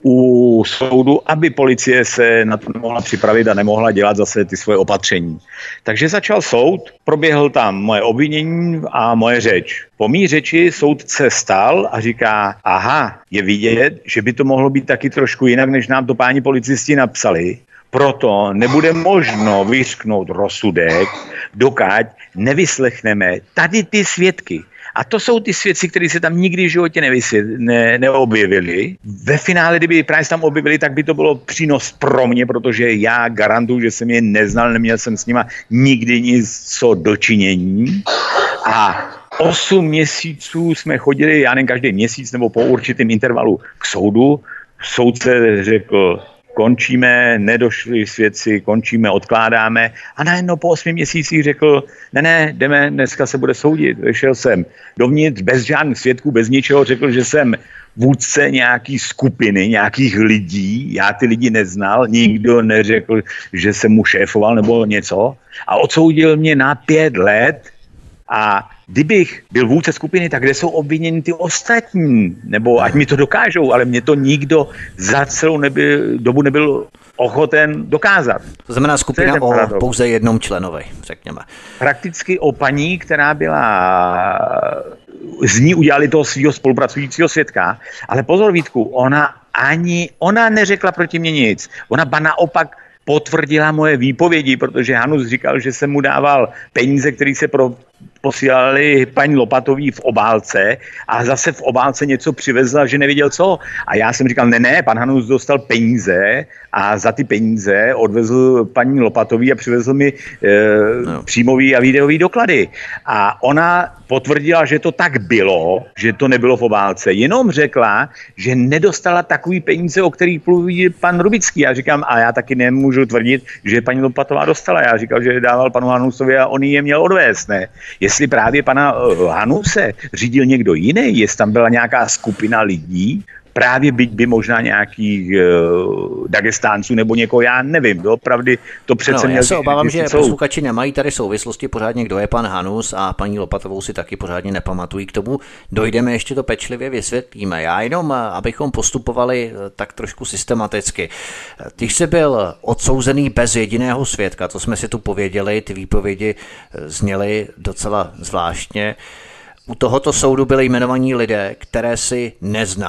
u soudu, aby policie se na to nemohla připravit a nemohla dělat zase ty svoje opatření. Takže začal soud, proběhl tam moje obvinění a moje řeč. Po mý řeči soudce stál a říká, aha, je vidět, že by to mohlo být taky trošku jinak, než nám to páni policisti napsali. Proto nebude možno vyřknout rozsudek, dokud nevyslechneme tady ty svědky. A to jsou ty svědci, kteří se tam nikdy v životě neobjevili. Ve finále, kdyby právě se tam objevili, tak by to bylo přínos pro mě, protože já garantuju, že jsem je neznal, neměl jsem s nima nikdy nic co dočinění. A 8 měsíců jsme chodili, já nevím, každý měsíc nebo po určitém intervalu k soudu. Soudce řekl, končíme, nedošli svědci, končíme, odkládáme. A najednou po 8 měsících řekl, ne, jdeme, dneska se bude soudit. Vyšel jsem dovnitř bez žádných svědků, bez ničeho, řekl, že jsem vůdce nějaký skupiny, nějakých lidí. Já ty lidi neznal, nikdo neřekl, že jsem mu šéfoval nebo něco. A odsoudil mě na 5 let. A kdybych byl vůdce skupiny, tak kde jsou obviněni ty ostatní? Nebo ať mi to dokážou, ale mě to nikdo za celou dobu nebyl ochoten dokázat. To znamená skupina o pouze jednom členovi, řekněme. Prakticky o paní, která byla, z ní udělali toho svého spolupracujícího svědka, ale pozor, Vítku, ona neřekla proti mě nic. Ona ba naopak potvrdila moje výpovědi, protože Hanus říkal, že jsem mu dával peníze, které se posílali paní Lopatový v obálce a zase v obálce něco přivezla, že nevěděl co. A já jsem říkal, ne, pan Hanus dostal peníze a za ty peníze odvezl paní Lopatový a přivezl mi příjmový a videový doklady. A ona potvrdila, že to tak bylo, že to nebylo v obálce. Jenom řekla, že nedostala takový peníze, o kterých mluví pan Rubický. Já říkám, a já taky nemůžu tvrdit, že paní Lopatová dostala. Já říkal, že dával panu Hanusovi a on je měl odvést, ne? Jestli právě pana Hanuse řídil někdo jiný, jestli tam byla nějaká skupina lidí, právě byť by možná nějakých Dagestánců nebo někoho, já nevím, opravdu to přece měl... Já se obávám, že posluchači nemají tady souvislosti pořádně, kdo je pan Hanus a paní Lopatovou si taky pořádně nepamatují. K tomu dojdeme, ještě to pečlivě vysvětlíme. Já jenom, abychom postupovali tak trošku systematicky. Ty jsi byl odsouzený bez jediného svědka, to jsme si tu pověděli, ty výpovědi zněly docela zvláštně. U tohoto soudu byli jmenovaní lidé, které si neznal,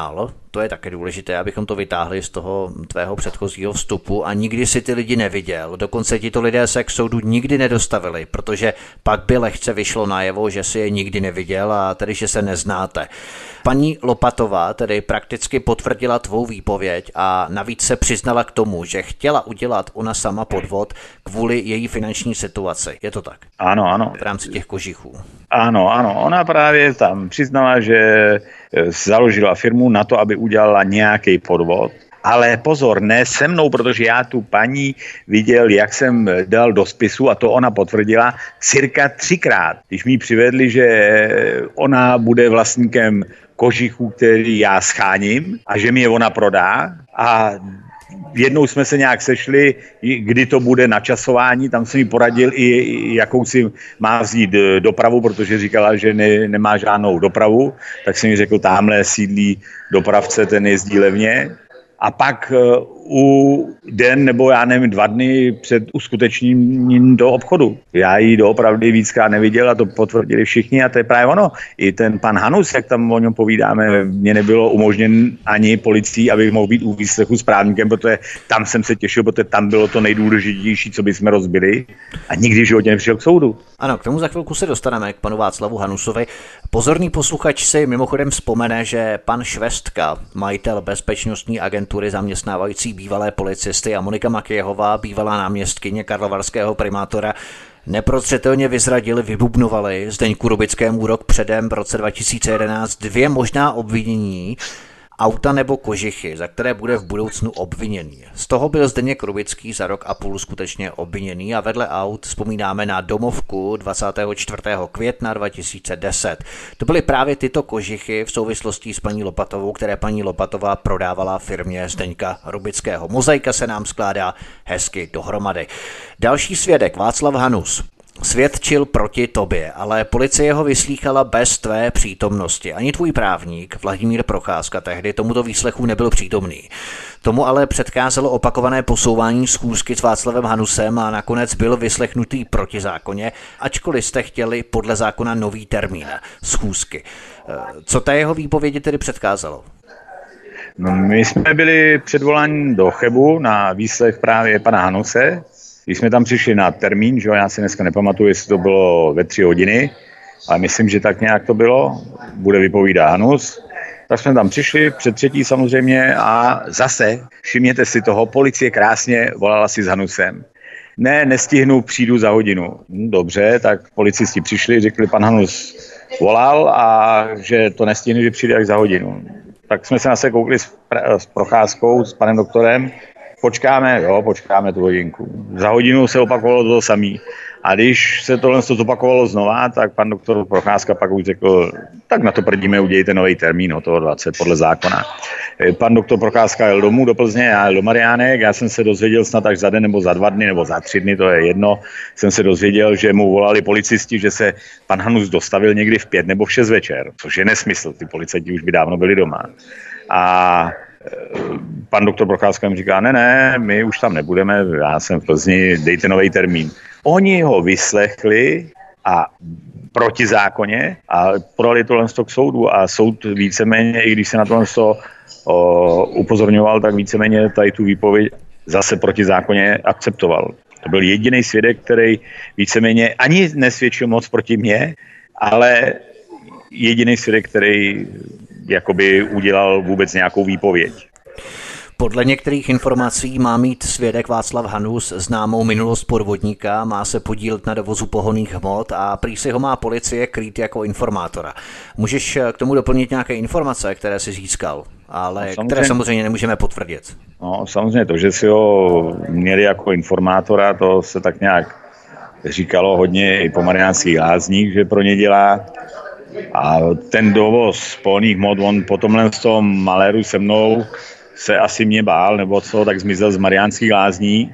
To je také důležité, abychom to vytáhli z toho tvého předchozího vstupu a nikdy si ty lidi neviděl. Dokonce tito lidé se k soudu nikdy nedostavili, protože pak by lehce vyšlo najevo, že si je nikdy neviděl a tedy, že se neznáte. Paní Lopatová tedy prakticky potvrdila tvou výpověď a navíc se přiznala k tomu, že chtěla udělat ona sama podvod kvůli její finanční situaci. Je to tak? Ano. V rámci těch kožichů. Ano. Ona právě tam přiznala, že založila firmu na to, aby udělala nějaký podvod. Ale pozor, ne se mnou, protože já tu paní viděl, jak jsem dal do spisu a to ona potvrdila cirka 3krát. Když mi přivedli, že ona bude vlastníkem kožichů, který já scháním a že mi je ona prodá a jednou jsme se nějak sešli, kdy to bude načasování, tam jsem mi poradil i jakou si má vzít dopravu, protože říkala, že nemá žádnou dopravu, tak jsem mi řekl, tamhle sídlí dopravce, ten jezdí levně. A pak u den nebo já nevím 2 dny před uskutečněním do obchodu. Já ji doopravdy víckrát neviděl a to potvrdili všichni a to je právě ono. I ten pan Hanus, jak tam o něm povídáme, mě nebylo umožněn ani policií, abych mohl být u výslechu s právníkem, protože tam jsem se těšil, protože tam bylo to nejdůležitější, co bychom rozbili a nikdy v životě nepřišel k soudu. Ano, k tomu za chvilku se dostaneme, k panu Václavu Hanusovi. Pozorný posluchač si mimochodem vzpomene, že pan Švestka, majitel bezpečnostní agentury zaměstnávající bývalé policisty a Monika Makyjehová, bývalá náměstkyně karlovarského primátora, neprostřetelně vybubnovali Zdeňku Rubickému rok předem v roce 2011 2 možná obvinění, auta nebo kožichy, za které bude v budoucnu obviněný. Z toho byl Zdeněk Rubický za 1,5 roku skutečně obviněný a vedle aut vzpomínáme na domovku 24. května 2010. To byly právě tyto kožichy v souvislosti s paní Lopatovou, které paní Lopatová prodávala firmě Zdeňka Rubického. Mozaika se nám skládá hezky dohromady. Další svědek Václav Hanus svědčil proti tobě, ale policie ho vyslýchala bez tvé přítomnosti. Ani tvůj právník, Vladimír Procházka, tehdy tomuto výslechu nebyl přítomný. Tomu ale předcházelo opakované posouvání schůzky s Václavem Hanusem a nakonec byl vyslechnutý protizákonně, ačkoliv jste chtěli podle zákona nový termín schůzky. Co té jeho výpovědi tedy předcházelo? No, my jsme byli předvoláni do Chebu na výslech právě pana Hanuse. Když jsme tam přišli na termín, že já si dneska nepamatuju, jestli to bylo ve 3 hodiny, ale myslím, že tak nějak to bylo, bude vypovídat Hanus. Tak jsme tam přišli, před 3. samozřejmě a zase, všimněte si toho, policie krásně volala si s Hanusem. Ne, nestihnu, přijdu za hodinu. Dobře, tak policisti přišli, řekli, pan Hanus volal a že to nestihne, že přijde až za hodinu. Tak jsme se zase koukli s Procházkou, s panem doktorem, počkáme tu hodinku. Za hodinu se opakovalo to samý. A když se tohle zopakovalo znova, tak pan doktor Procházka pak už řekl, tak na to prdíme, udějte nový termín, hotovo 20 podle zákona. Pan doktor Procházka jel domů do Plzně, já jel do Mariánek, já jsem se dozvěděl snad až za den nebo za 2 dny nebo za 3 dny, to je jedno, jsem se dozvěděl, že mu volali policisti, že se pan Hanus dostavil někdy v 5 nebo v 6 večer, což je nesmysl, ty policajti už by dávno byli doma. A pan doktor Procházka mi říká, ne, my už tam nebudeme, já jsem v Plzni, dejte nový termín. Oni ho vyslechli a protizákonně a podali tohle k soudu a soud víceméně, i když se na tohle upozorňoval, tak víceméně tady tu výpověď zase protizákonně akceptoval. To byl jediný svědek, který víceméně ani nesvědčil moc proti mně, ale jediný svědek, který jakoby udělal vůbec nějakou výpověď. Podle některých informací má mít svědek Václav Hanus známou minulost podvodníka, má se podílet na dovozu pohonných hmot a prý si ho má policie krýt jako informátora. Můžeš k tomu doplnit nějaké informace, které jsi získal, ale které samozřejmě nemůžeme potvrdit? No, samozřejmě to, že si ho měli jako informátora, to se tak nějak říkalo hodně i po Mariánských Lázních, že pro ně dělá. A ten dovoz pohonných hmot, on po tomhle z toho maléru se mnou se asi mě bál, nebo co, tak zmizel z Mariánských Lázní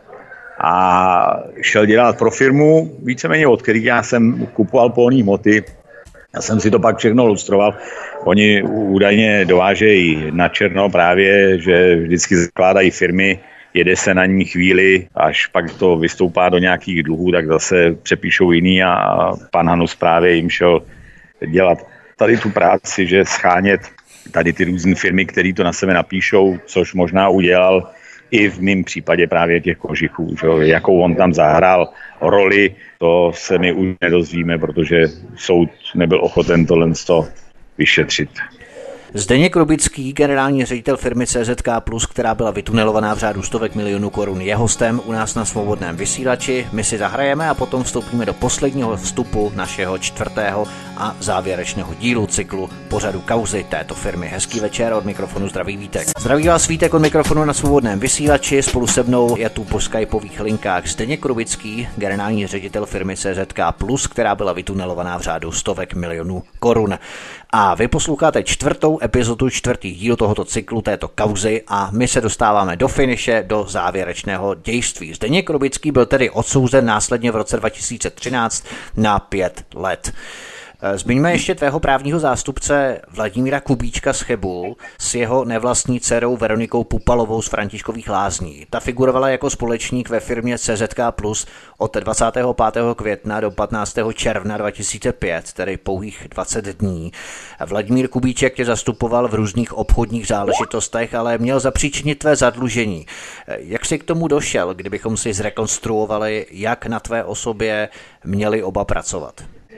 a šel dělat pro firmu, víceméně od kterých já jsem kupoval pohonné hmoty. Já jsem si to pak všechno lustroval. Oni údajně dovážejí na černo právě, že vždycky zakládají firmy, jede se na ní chvíli, až pak to vystoupá do nějakých dluhů, tak zase přepíšou jiný a pan Hanus právě jim šel dělat. tady tu práci, že schánět tady ty různé firmy, které to na sebe napíšou, což možná udělal i v mém případě právě těch kožichů, že? Jakou on tam zahrál roli, to se my už nedozvíme, protože soud nebyl ochoten tohle vyšetřit. Zdeněk Rubický, generální ředitel firmy CZK+, která byla vytunelovaná v řádu stovek milionů korun, je hostem u nás na Svobodném vysílači. My si zahrajeme a potom vstoupíme do posledního vstupu našeho 4. a závěrečného dílu cyklu pořadu Kauzy této firmy. Hezký večer, od mikrofonu zdraví Vítek. Zdraví vás Vítek od mikrofonu na Svobodném vysílači. Spolu se mnou je tu po skypových linkách Zdeněk Rubický, generální ředitel firmy CZK+, která byla vytunelovaná v řádu stovek milionů korun. A vy posloucháte 4. epizodu, 4. díl tohoto cyklu, této kauzy, a my se dostáváme do finiše, do závěrečného dějství. Zdeněk Rubický byl tedy odsouzen následně v roce 2013 na 5 let. Zmiňme ještě tvého právního zástupce Vladimíra Kubíčka z Chebu s jeho nevlastní dcerou Veronikou Pupalovou z Františkových Lázní. Ta figurovala jako společník ve firmě CZK Plus od 25. května do 15. června 2005, tedy pouhých 20 dní. Vladimír Kubíček tě zastupoval v různých obchodních záležitostech, ale měl zapříčinit tvé zadlužení. Jak jsi k tomu došel, kdybychom si zrekonstruovali, jak na tvé osobě měli oba pracovat?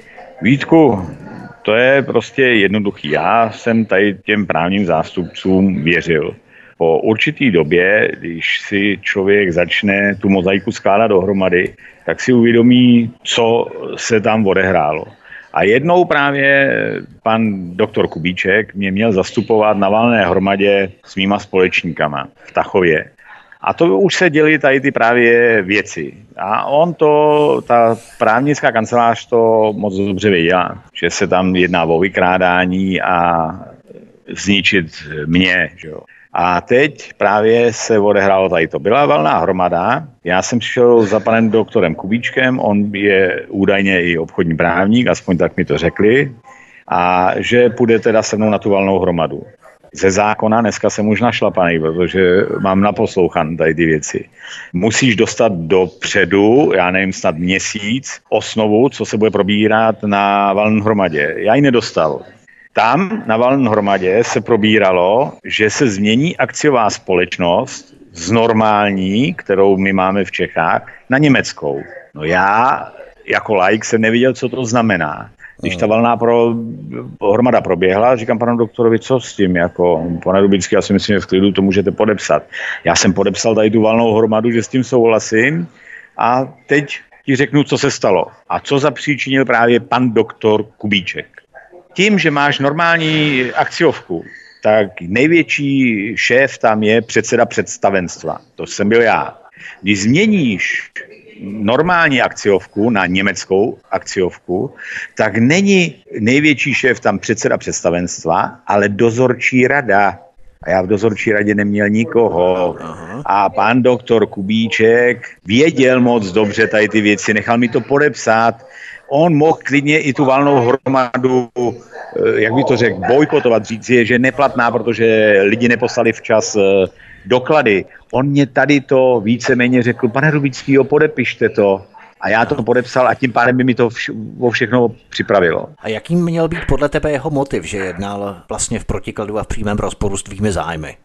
Vítku, to je prostě jednoduchý. Já jsem tady těm právním zástupcům věřil. Po určitý době, když si člověk začne tu mozaiku skládat dohromady, tak si uvědomí, co se tam odehrálo. A jednou právě pan doktor Kubíček mě měl zastupovat na valné hromadě s mýma společníkama v Tachově. A to už se děly tady ty právě věci. A ta právnická kancelář to moc dobře věděla, že se tam jedná o vykrádání a zničit mě. Že jo. A teď právě se odehrálo tady to. Byla valná hromada, já jsem přišel za panem doktorem Kubíčkem, on je údajně i obchodní právník, aspoň tak mi to řekli, a že půjde teda se mnou na tu valnou hromadu. Ze zákona dneska jsem už našlapaný, protože mám naposlouchan tady ty věci. Musíš dostat dopředu, já nevím, snad měsíc, osnovu, co se bude probírat na valné hromadě. Já ji nedostal. Tam na valné hromadě se probíralo, že se změní akciová společnost z normální, kterou my máme v Čechách, na německou. No já jako laik jsem neviděl, co to znamená. Když ta valná hromada proběhla, říkám panu doktorovi, co s tím, jako pane Rubický, já si myslím, že v klidu to můžete podepsat. Já jsem podepsal tady tu valnou hromadu, že s tím souhlasím, a teď ti řeknu, co se stalo. A co zapříčinil právě pan doktor Kubíček. Tím, že máš normální akciovku, tak největší šéf tam je předseda představenstva. To jsem byl já. Když změníš normální akciovku na německou akciovku, tak není největší šéf tam předseda představenstva, ale dozorčí rada. A já v dozorčí radě neměl nikoho. A pan doktor Kubíček věděl moc dobře tady ty věci, nechal mi to podepsat. On mohl klidně i tu valnou hromadu, jak by to řekl, bojkotovat, říct je, že je neplatná, protože lidi neposlali včas doklady. On mě tady to víceméně řekl, pane Rubický, podepište to. A já to podepsal a tím pádem by mi to všechno připravilo. A jakým měl být podle tebe jeho motiv, že jednal vlastně v protikladu a v přímém rozporu s tvými zájmy?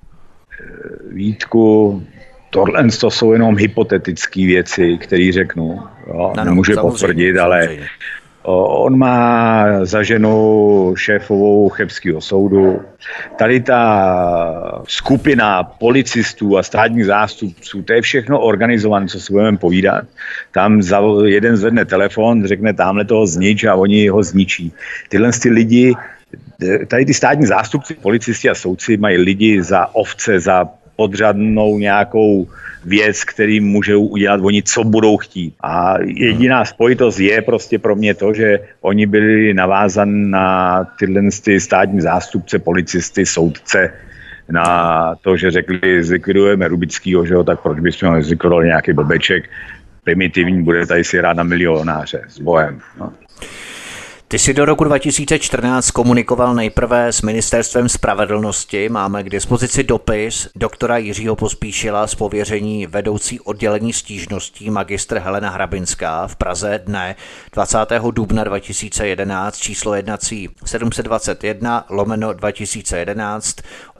Vítku, tohle to jsou jenom hypotetické věci, které řeknu. Jo, nemůžu potvrdit, ale on má za ženu šéfovou chebského soudu. Tady ta skupina policistů a státních zástupců, to je všechno organizované, co si budeme povídat. Tam jeden zvedne telefon, řekne tamhle toho znič a oni ho zničí. Tyhle ty lidi, tady ty státní zástupci, policisti a soudci mají lidi za ovce, za podřadnou nějakou věc, který můžou udělat oni, co budou chtít. A jediná spojitost je prostě pro mě to, že oni byli navázaní na tyhle státní zástupce, policisty, soudce, na to, že řekli, zlikvidujeme Rubickýho, že jo, tak proč bychom ho zlikvidovali nějaký blbeček primitivní, bude tady si hrát na milionáře s bohem. No. Ty jsi do roku 2014 komunikoval nejprve s Ministerstvem spravedlnosti. Máme k dispozici dopis doktora Jiřího Pospíšila z pověření vedoucí oddělení stížností magistr Helena Hrabinská v Praze dne 20. dubna 2011 číslo jednací 721/2011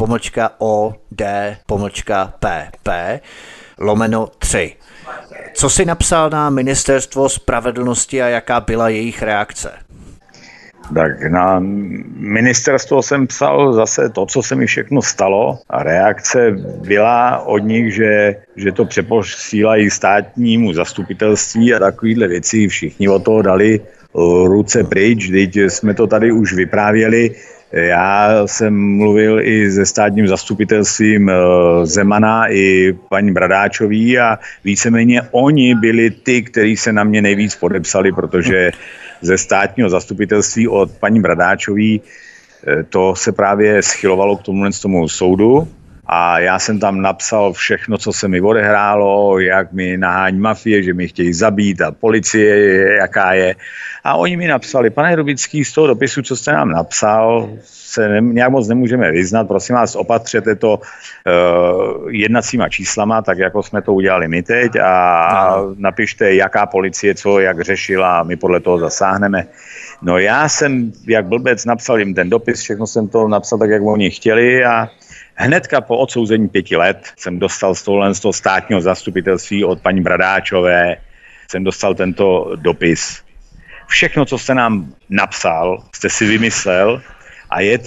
/OD/PP/3. Co jsi napsal na Ministerstvo spravedlnosti a jaká byla jejich reakce? Tak na ministerstvo jsem psal zase to, co se mi všechno stalo a reakce byla od nich, že to přeposílají státnímu zastupitelství a takovýhle věci. Všichni od toho dali ruce pryč, teď jsme to tady už vyprávěli. Já jsem mluvil i se státním zastupitelstvím Zemana i paní Bradáčový a víceméně oni byli ty, kteří se na mě nejvíc podepsali, protože ze státního zastupitelství od paní Bradáčový to se právě schylovalo k tomu soudu a já jsem tam napsal všechno, co se mi odehrálo, jak mi nahání mafie, že mi chtějí zabít a policie, jaká je. A oni mi napsali, pane Rubický, z toho dopisu, co jste nám napsal, se nějak moc nemůžeme vyznat, prosím vás, opatřete to jednacíma číslama, tak jako jsme to udělali my teď a napište, jaká policie co, jak řešila a my podle toho zasáhneme. No já jsem, jak blbec, napsal jim ten dopis, všechno jsem to napsal tak, jak oni chtěli a hnedka po odsouzení 5 let jsem dostal z toho státního zastupitelství od paní Bradáčové, jsem dostal tento dopis. Všechno, co jste nám napsal, jste si vymyslel a je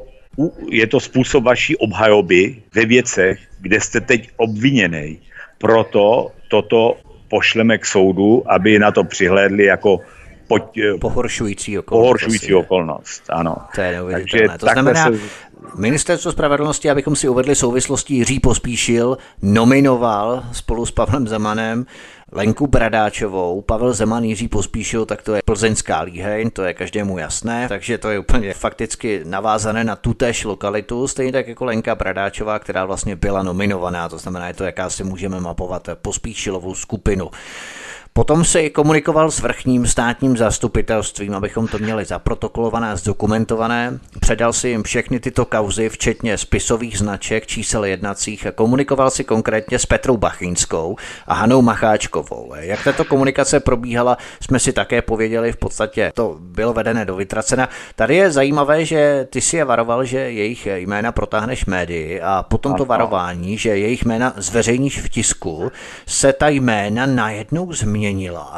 to způsob vaší obhajoby ve věcech, kde jste teď obviněný. Proto toto pošleme k soudu, aby na to přihlédli jako pohoršující okolnost. Ano. To je neuvěřitelné. To znamená, Ministerstvo spravedlnosti, abychom si uvedli souvislosti, Jiří Pospíšil nominoval spolu s Pavlem Zemanem Lenku Bradáčovou. Pavel Zeman, Jiří Pospíšil, tak to je plzeňská Líheň, to je každému jasné, takže to je úplně fakticky navázané na tutéž lokalitu, stejně tak jako Lenka Bradáčová, která vlastně byla nominovaná, to znamená, je to jakási můžeme mapovat Pospíšilovou skupinu. Potom si komunikoval s vrchním státním zastupitelstvím, abychom to měli zaprotokolované a zdokumentované. Předal si jim všechny tyto kauzy, včetně spisových značek, čísel jednacích a komunikoval si konkrétně s Petrou Bachýnskou a Hanou Macháčkovou. Jak tato komunikace probíhala, jsme si také pověděli, v podstatě to bylo vedené do vytracena. Tady je zajímavé, že ty si je varoval, že jejich jména protáhneš médii a potom to varování, že jejich jména zveřejníš v tisku, se ta jména najednou změnila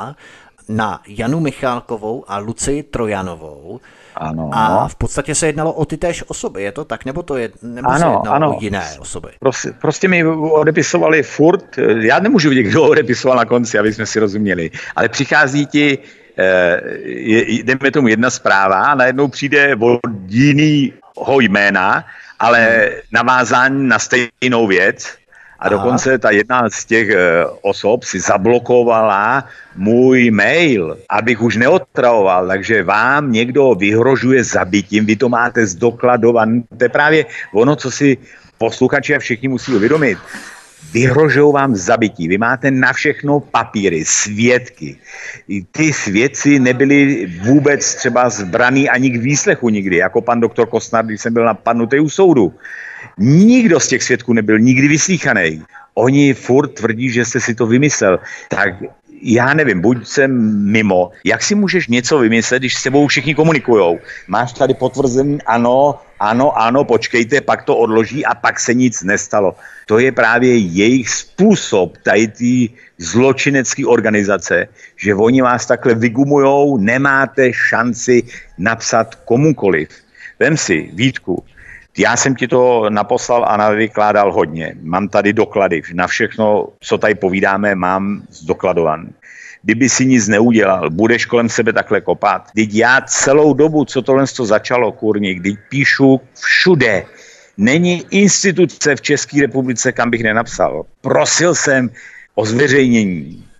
na Janu Michálkovou a Lucii Trojanovou. Ano. A v podstatě se jednalo o ty též osoby, je to tak? Nebo se jednalo o jiné osoby? Prostě mi odepisovali furt, já nemůžu vidět, kdo odepisoval na konci, aby jsme si rozuměli, ale přichází ti, jdeme tomu jedna zpráva a najednou přijde od jinýho jména, ale navázání na stejnou věc. A dokonce ta jedna z těch osob si zablokovala můj mail, abych už neotravoval, takže vám někdo vyhrožuje zabitím, vy to máte zdokladované. To je právě ono, co si posluchači a všichni musí uvědomit. Vyhrožují vám zabití, vy máte na všechno papíry, svědky. Ty svědci nebyli vůbec třeba zbraný ani k výslechu nikdy, jako pan doktor Kostnar, když jsem byl napadnutý u soudu. Nikdo z těch svědků nebyl nikdy vyslýchaný. Oni furt tvrdí, že jste si to vymyslel. Tak já nevím, buď jsem mimo. Jak si můžeš něco vymyslet, když s tebou všichni komunikujou? Máš tady potvrzený ano, počkejte, pak to odloží a pak se nic nestalo. To je právě jejich způsob, tady ty zločinecké organizace, že oni vás takhle vygumujou, nemáte šanci napsat komukoliv. Vem si, Vítku, já jsem ti to naposlal a navykládal hodně. Mám tady doklady. Na všechno, co tady povídáme, mám zdokladované. Kdyby si nic neudělal, budeš kolem sebe takhle kopat. Teď já celou dobu, co tohle začalo, kurník, teď píšu všude. Není instituce v České republice, kam bych nenapsal. Prosil jsem o zveřejnění.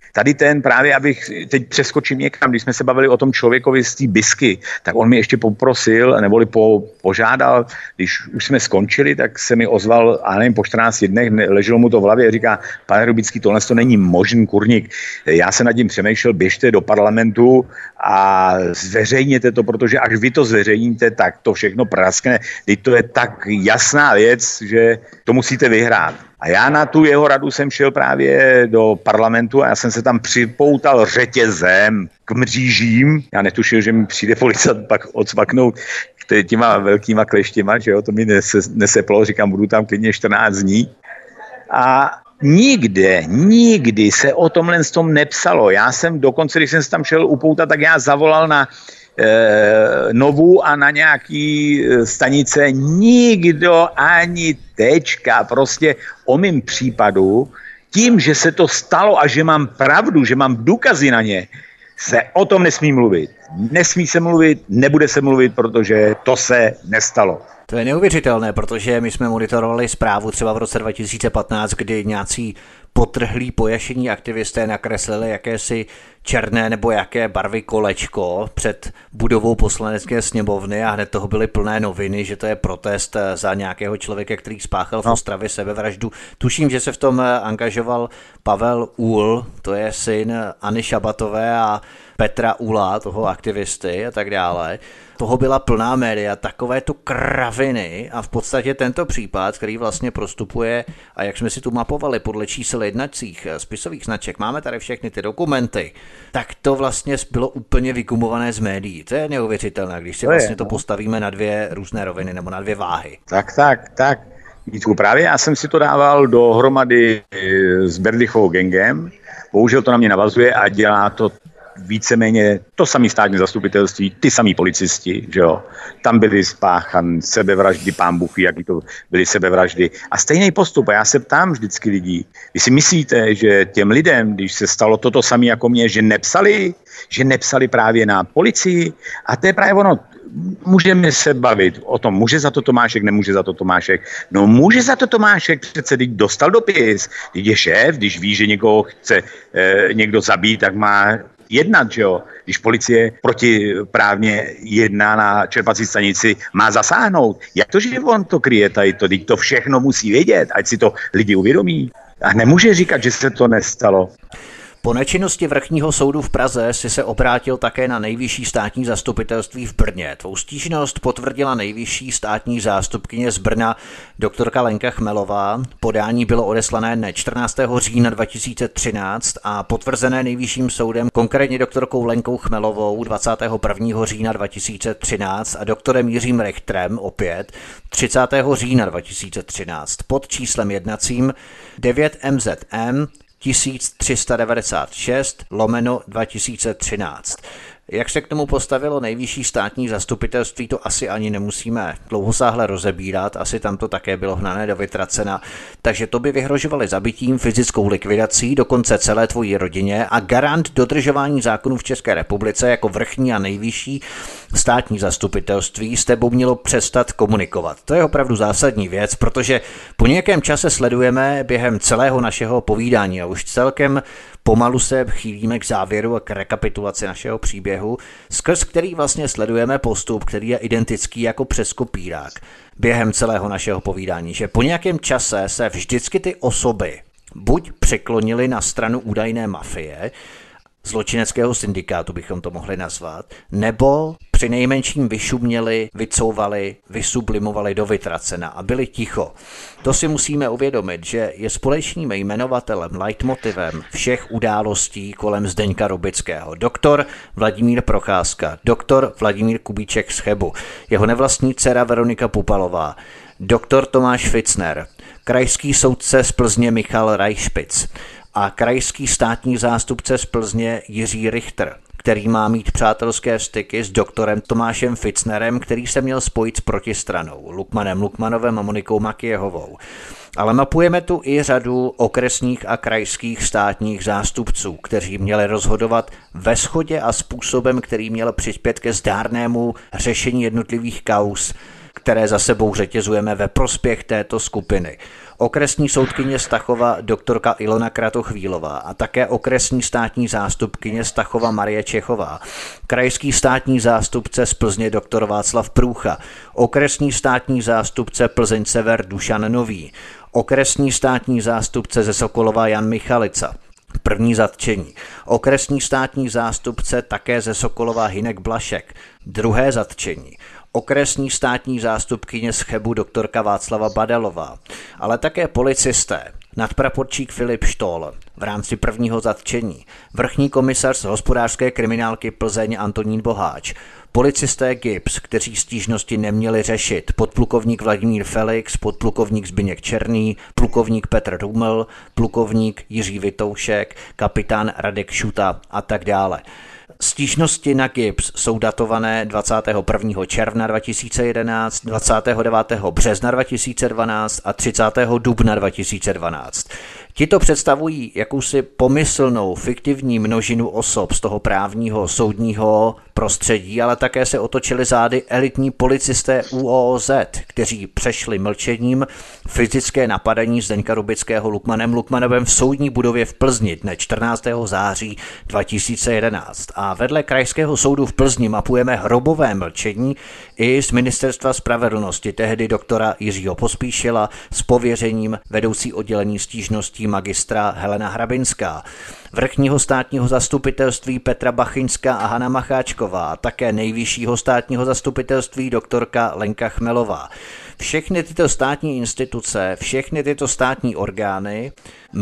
Tady ten právě, abych teď přeskočil někam, když jsme se bavili o tom člověkovi z té Bisky, tak on mi ještě poprosil, neboli požádal, když už jsme skončili, tak se mi ozval, a nevím, po 14 dnech leželo mu to v hlavě a říká, pane Rubický, tohle to není možný kurník. Já se nad tím přemýšlel, běžte do parlamentu a zveřejněte to, protože až vy to zveřejníte, tak to všechno praskne. Teď to je tak jasná věc, že to musíte vyhrát. A já na tu jeho radu jsem šel právě do parlamentu a já jsem se tam připoutal řetězem k mřížím. Já netušil, že mi přijde policajt pak odsvaknout těma velkýma kleštěma, že jo, to mi neseplo, říkám, budu tam klidně 14 dní. A nikdy se o tomhle tom nepsalo. Já jsem dokonce, když jsem se tam šel upoutat, tak já zavolal na Novu a na nějaký stanice nikdo ani tečka. Prostě o mým případu, tím, že se to stalo a že mám pravdu, že mám důkazy na ně, se o tom nesmí mluvit. Nesmí se mluvit, nebude se mluvit, protože to se nestalo. To je neuvěřitelné, protože my jsme monitorovali zprávu třeba v roce 2015, kdy nějací potrhlí pojašení aktivisté nakreslili jakési černé nebo jaké barvy kolečko před budovou Poslanecké sněmovny a hned toho byly plné noviny, že to je protest za nějakého člověka, který spáchal v Ostravě sebevraždu. Tuším, že se v tom angažoval Pavel Úl, to je syn Anny Šabatové a Petra Ula, toho aktivisty a tak dále. Toho byla plná média, takovéto kraviny a v podstatě tento případ, který vlastně prostupuje a jak jsme si tu mapovali podle čísel jednacích spisových značek, máme tady všechny ty dokumenty, tak to vlastně bylo úplně vygumované z médií. To je neuvěřitelné, když si vlastně to postavíme na dvě různé roviny nebo na dvě váhy. Tak. Vítku, právě já jsem si to dával dohromady s Berdychovou gangem, bohužel to na mě navazuje a dělá to víceméně to samé státní zastupitelství, ty samý policisti, že jo. Tam byly spáchan sebevraždy, pán Bůh ví, jaký to byly sebevraždy. A stejný postup. A já se ptám vždycky lidí, vy si myslíte, že těm lidem, když se stalo toto samé jako mě, že nepsali právě na policii? A to je právě ono. Můžeme se bavit o tom, může za to Tomášek, nemůže za to Tomášek. No může za to Tomášek, přece když dostal dopis, když je šéf, když ví, že někoho chce někdo zabít, tak má jednat, že jo? Když policie protiprávně jedná na čerpací stanici, má zasáhnout. Jak to, že on to kryje tady to? Teď to všechno musí vědět, ať si to lidi uvědomí. A nemůže říkat, že se to nestalo. Po nečinnosti Vrchního soudu v Praze si se obrátil také na nejvyšší státní zastupitelství v Brně. Tvou stížnost potvrdila nejvyšší státní zástupkyně z Brna doktorka Lenka Chmelová. Podání bylo odeslané dne 14. října 2013 a potvrzené nejvyšším soudem, konkrétně doktorkou Lenkou Chmelovou 21. října 2013 a doktorem Jiřím Richterem opět 30. října 2013 pod číslem jednacím 9 MZM 1396/2013. Jak se k tomu postavilo nejvyšší státní zastupitelství, to asi ani nemusíme dlouhosáhle rozebírat, asi tam to také bylo hnané do vytracena, takže to by vyhrožovali zabitím, fyzickou likvidací, dokonce celé tvojí rodině a garant dodržování zákonů v České republice jako vrchní a nejvyšší státní zastupitelství s tebou mělo přestat komunikovat. To je opravdu zásadní věc, protože po nějakém čase sledujeme během celého našeho povídání a už celkem pomalu se chýlíme k závěru a k rekapitulaci našeho příběhu, skrz který vlastně sledujeme postup, který je identický jako přes kopírák během celého našeho povídání, že po nějakém čase se vždycky ty osoby buď překlonily na stranu údajné mafie, zločineckého syndikátu bychom to mohli nazvat, nebo při nejmenším vyšuměli, vycouvali, vysublimovali do vytracena a byli ticho. To si musíme uvědomit, že je společným jmenovatelem, leitmotivem všech událostí kolem Zdeňka Rubického. Doktor Vladimír Procházka, doktor Vladimír Kubíček z Chebu, jeho nevlastní dcera Veronika Pupalová, doktor Tomáš Fitzner, krajský soudce z Plzně Michal Reichspitz a krajský státní zástupce z Plzně Jiří Richter, který má mít přátelské styky s doktorem Tomášem Fitznerem, který se měl spojit s protistranou, Lukmanem Lukmanovem a Monikou Makyjehovou. Ale mapujeme tu i řadu okresních a krajských státních zástupců, kteří měli rozhodovat ve shodě a způsobem, který měl přispět ke zdárnému řešení jednotlivých kauz, které za sebou řetězujeme ve prospěch této skupiny. Okresní soudkyně Stachova doktorka Ilona Kratochvílová a také okresní státní zástupkyně Stachova Marie Čechová, krajský státní zástupce z Plzně doktor Václav Průcha, okresní státní zástupce Plzeň Sever Dušan Nový, okresní státní zástupce ze Sokolova Jan Michalica. První zatčení. Okresní státní zástupce také ze Sokolova Hynek Blašek. Druhé zatčení. Okresní státní zástupkyně z Chebu doktorka Václava Badalová, ale také policisté, nadpraporčík Filip Štol v rámci prvního zatčení, vrchní komisař z hospodářské kriminálky Plzeň Antonín Boháč, policisté GIBS, kteří stížnosti neměli řešit, podplukovník Vladimír Felix, podplukovník Zbyněk Černý, plukovník Petr Ruml, plukovník Jiří Vitoušek, kapitán Radek Šuta a tak dále. Stížnosti na GIBS jsou datované 21. června 2011, 29. března 2012 a 30. dubna 2012. Tito představují jakousi pomyslnou fiktivní množinu osob z toho právního soudního prostředí, ale také se otočili zády elitní policisté ÚOOZ, kteří přešli mlčením fyzické napadení Zdeňka Rubického Lukmanem Lukmanovem v soudní budově v Plzni dne 14. září 2011. A vedle Krajského soudu v Plzni mapujeme hrobové mlčení i z Ministerstva spravedlnosti, tehdy doktora Jiřího Pospíšila s pověřením vedoucí oddělení stížností magistra Helena Hrabinská, vrchního státního zastupitelství Petra Bachyňská a Hana Macháčková, také nejvyššího státního zastupitelství doktorka Lenka Chmelová. Všechny tyto státní instituce, všechny tyto státní orgány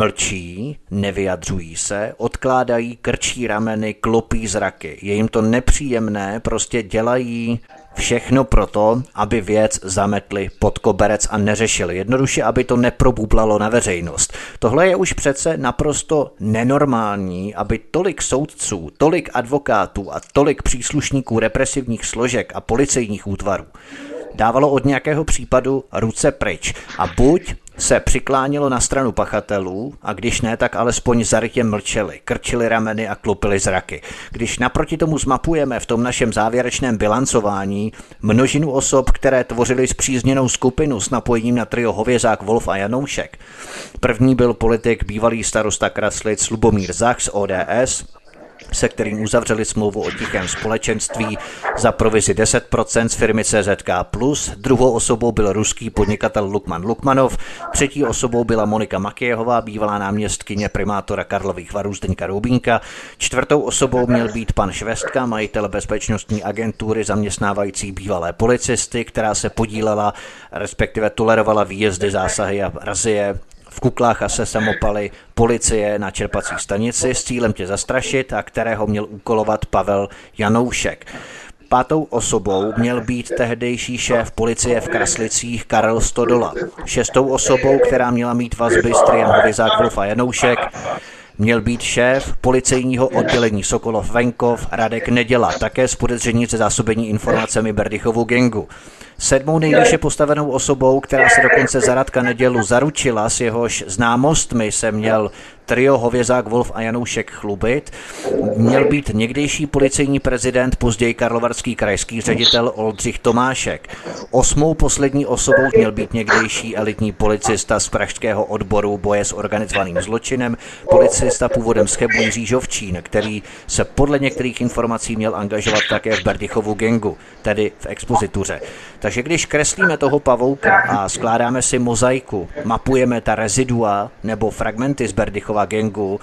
mlčí, nevyjadřují se, odkládají, krčí rameny, klopí zraky. Je jim to nepříjemné, prostě dělají všechno proto, aby věc zametli pod koberec a neřešili. Jednoduše, aby to neprobublalo na veřejnost. Tohle je už přece naprosto nenormální, aby tolik soudců, tolik advokátů a tolik příslušníků represivních složek a policejních útvarů dávalo od nějakého případu ruce pryč a buď se přiklánilo na stranu pachatelů a když ne, tak alespoň zarytě mlčeli, krčili rameny a klopili zraky. Když naproti tomu zmapujeme v tom našem závěrečném bilancování množinu osob, které tvořily spřízněnou skupinu s napojením na trio Hovězák, Wolf a Janoušek. První byl politik, bývalý starosta Kraslic Lubomír Zach z ODS, se kterým uzavřeli smlouvu o tichém společenství za provizi 10% z firmy CZK+. Druhou osobou byl ruský podnikatel Lukman Lukmanov, třetí osobou byla Monika Makyjehová, bývalá náměstkyně primátora Karlových Varů Zdeňka Roubínka, čtvrtou osobou měl být pan Švestka, majitel bezpečnostní agentury zaměstnávající bývalé policisty, která se podílela, respektive tolerovala výjezdy, zásahy a razie v kuklách a se samopaly policie na čerpací stanici s cílem tě zastrašit a kterého měl úkolovat Pavel Janoušek. Pátou osobou měl být tehdejší šéf policie v Kraslicích Karel Stodola. Šestou osobou, která měla mít vazby s triem Hovězák, Wolf a Janoušek, měl být šéf policejního oddělení Sokolov Venkov Radek Neděla, také z podezření ze zásobení informacemi Berdychovu gangu. Sedmou nejvýše postavenou osobou, která se dokonce za Radka Nedělu zaručila, s jehož známostmi se měl trio Hovězák, Wolf a Janoušek chlubit, měl být někdejší policejní prezident, později karlovarský krajský ředitel Oldřich Tomášek. Osmou poslední osobou měl být někdejší elitní policista z pražského odboru boje s organizovaným zločinem, policista původem z Chebu Jiří Žovčín, který se podle některých informací měl angažovat také v Berdychovu gangu, tedy v expozituře. Takže když kreslíme toho pavouka a skládáme si mozaiku, mapujeme ta rezidua nebo fragmenty z Berdychova gangu,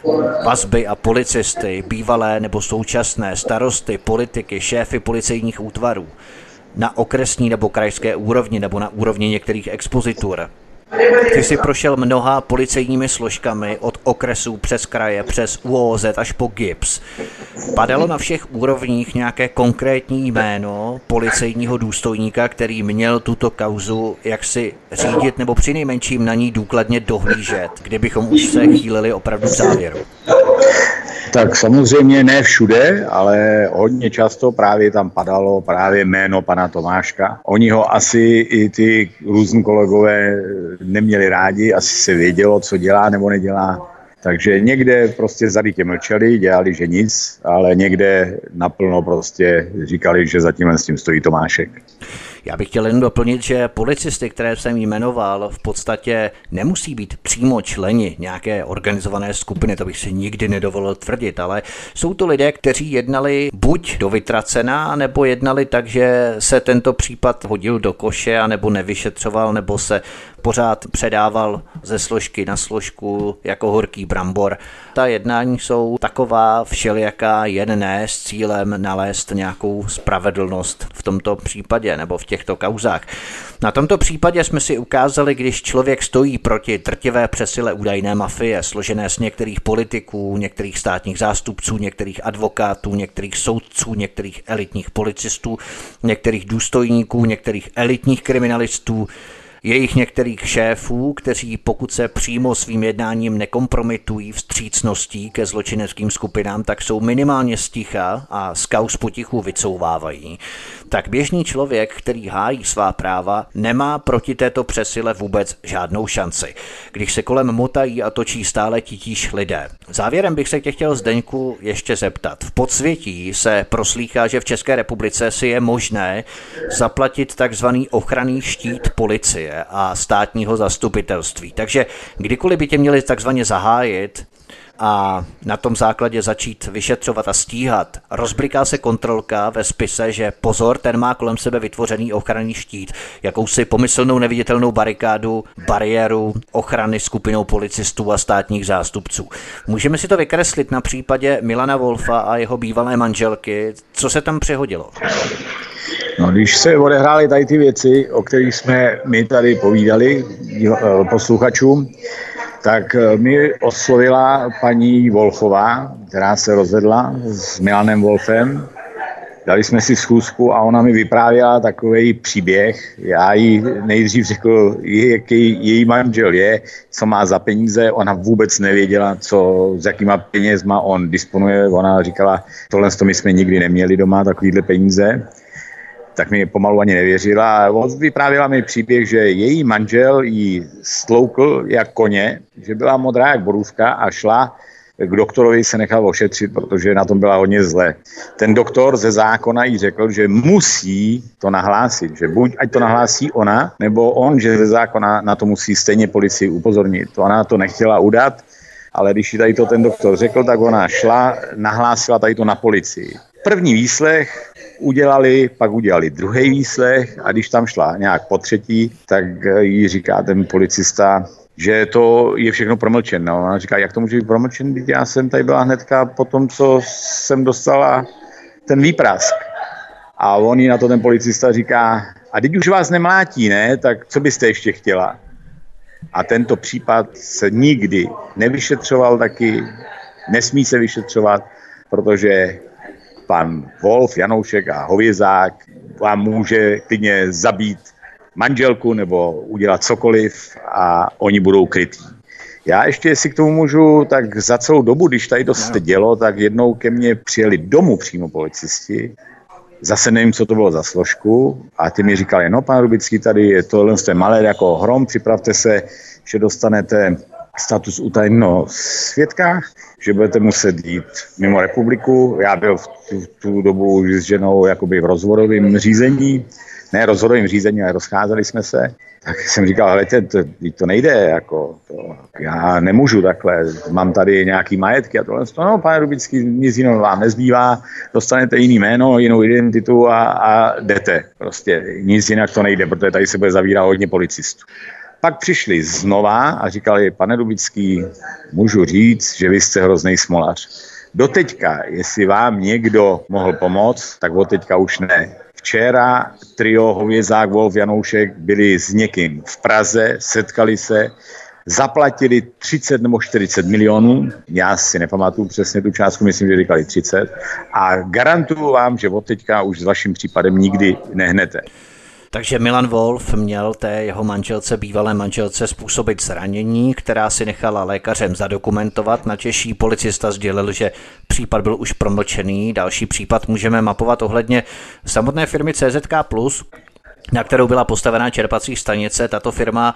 vazby a policisty, bývalé nebo současné starosty, politiky, šéfy policejních útvarů, na okresní nebo krajské úrovni nebo na úrovni některých expozitur. Ty jsi prošel mnoha policejními složkami od okresů přes kraje, přes ÚOOZ až po GIBS. Padalo na všech úrovních nějaké konkrétní jméno policejního důstojníka, který měl tuto kauzu jaksi řídit nebo přinejmenším na ní důkladně dohlížet, kdybychom už se chýlili opravdu k závěru? Tak samozřejmě ne všude, ale hodně často právě tam padalo právě jméno pana Tomáška. Oni ho asi i ty různí kolegové neměli rádi, asi se vědělo, co dělá nebo nedělá. Takže někde prostě zarytě mlčeli, dělali, že nic, ale někde naplno prostě říkali, že zatím s tím stojí Tomášek. Já bych chtěl jen doplnit, že policisty, které jsem jmenoval, v podstatě nemusí být přímo členi nějaké organizované skupiny, to bych si nikdy nedovolil tvrdit, ale jsou to lidé, kteří jednali buď do vytracena, nebo jednali tak, že se tento případ hodil do koše, anebo nevyšetřoval, nebo se pořád předával ze složky na složku jako horký brambor. Ta jednání jsou taková všelijaká, jen ne s cílem nalézt nějakou spravedlnost v tomto případě nebo v těchto kauzách. Na tomto případě jsme si ukázali, když člověk stojí proti drtivé přesile údajné mafie, složené z některých politiků, některých státních zástupců, některých advokátů, některých soudců, některých elitních policistů, některých důstojníků, některých elitních kriminalistů, jejich některých šéfů, kteří pokud se přímo svým jednáním nekompromitují vstřícností ke zločineckým skupinám, tak jsou minimálně sticha a z kauz potichu vycouvávají, tak běžný člověk, který hájí svá práva, nemá proti této přesile vůbec žádnou šanci, když se kolem motají a točí stále titíž lidé. Závěrem bych se tě chtěl, Zdeňku, ještě zeptat. V podsvětí se proslýchá, že v České republice si je možné zaplatit takzvaný ochranný štít policie a státního zastupitelství. Takže kdykoliv by tě měli takzvaně zahájit a na tom základě začít vyšetřovat a stíhat, rozbliká se kontrolka ve spise, že pozor, ten má kolem sebe vytvořený ochranný štít, jakousi pomyslnou neviditelnou barikádu, bariéru ochrany skupinou policistů a státních zástupců. Můžeme si to vykreslit na případě Milana Wolfa a jeho bývalé manželky. Co se tam přihodilo? No, když se odehrály tady ty věci, o kterých jsme my tady povídali posluchačům, tak mi oslovila paní Wolfová, která se rozvedla s Milanem Wolfem. Dali jsme si schůzku a ona mi vyprávěla takový příběh. Já jí nejdřív řekl, jaký její manžel je, co má za peníze. Ona vůbec nevěděla, s jakýma penězma on disponuje. Ona říkala, tohle my jsme nikdy neměli doma, takovýhle peníze. Tak mi pomalu ani nevěřila. Vyprávěla mi příběh, že její manžel jí stloukl jak koně, že byla modrá jak borůvka a šla k doktorovi se nechal ošetřit, protože na tom byla hodně zle. Ten doktor ze zákona jí řekl, že musí to nahlásit, že buď ať to nahlásí ona, nebo on, že ze zákona na to musí stejně policii upozornit. Ona to nechtěla udat, ale když jí tady to ten doktor řekl, tak ona šla, nahlásila tady to na policii. První výslech pak udělali druhý výslech a když tam šla nějak po třetí, tak jí říká ten policista, že to je všechno promlčené. No, ona říká, jak to může být promlčené? Já jsem tady byla hnedka po tom, co jsem dostala ten výprask. A on jí na to ten policista říká, a teď už vás nemlátí, ne? Tak co byste ještě chtěla? A tento případ se nikdy nevyšetřoval taky, nesmí se vyšetřovat, protože pan Wolf, Janoušek a Hovězák vám může klidně zabít manželku nebo udělat cokoliv a oni budou krytí. Já ještě, jestli k tomu můžu, tak za celou dobu, když tady to se dělo, tak jednou ke mně přijeli domů přímo policisti. Zase nevím, co to bylo za složku a ty mi říkali, no pan Rubický, tady je tohle malé jako hrom, připravte se, že dostanete status utajeného svědka, že budete muset jít mimo republiku. Já byl v tu dobu s ženou jakoby v rozvodovém řízení, ne rozhodovým řízení, ale rozcházeli jsme se. Tak jsem říkal, hledajte, to nejde, jako, já nemůžu takhle, mám tady nějaký majetky a tohle. No, pane Rubický, nic jiného vám nezbývá, dostanete jiný jméno, jinou identitu a jdete. Prostě nic jinak to nejde, protože tady se bude zavírat hodně policistů. Pak přišli znova a říkali, pane Rubický, můžu říct, že vy jste hrozný smolař. Doteďka, jestli vám někdo mohl pomoct, tak od teďka už ne. Včera trio Hovězák, Wolf, Janoušek byli s někým v Praze, setkali se, zaplatili 30 nebo 40 milionů, já si nepamatuju přesně tu částku, myslím, že říkali 30, a garantuju vám, že od teďka už s vaším případem nikdy nehnete. Takže Milan Wolf měl té jeho manželce, bývalé manželce, způsobit zranění, která si nechala lékařem zadokumentovat. Načeší policista sdělil, že případ byl už promlčený. Další případ můžeme mapovat ohledně samotné firmy CZK+, na kterou byla postavená čerpací stanice. Tato firma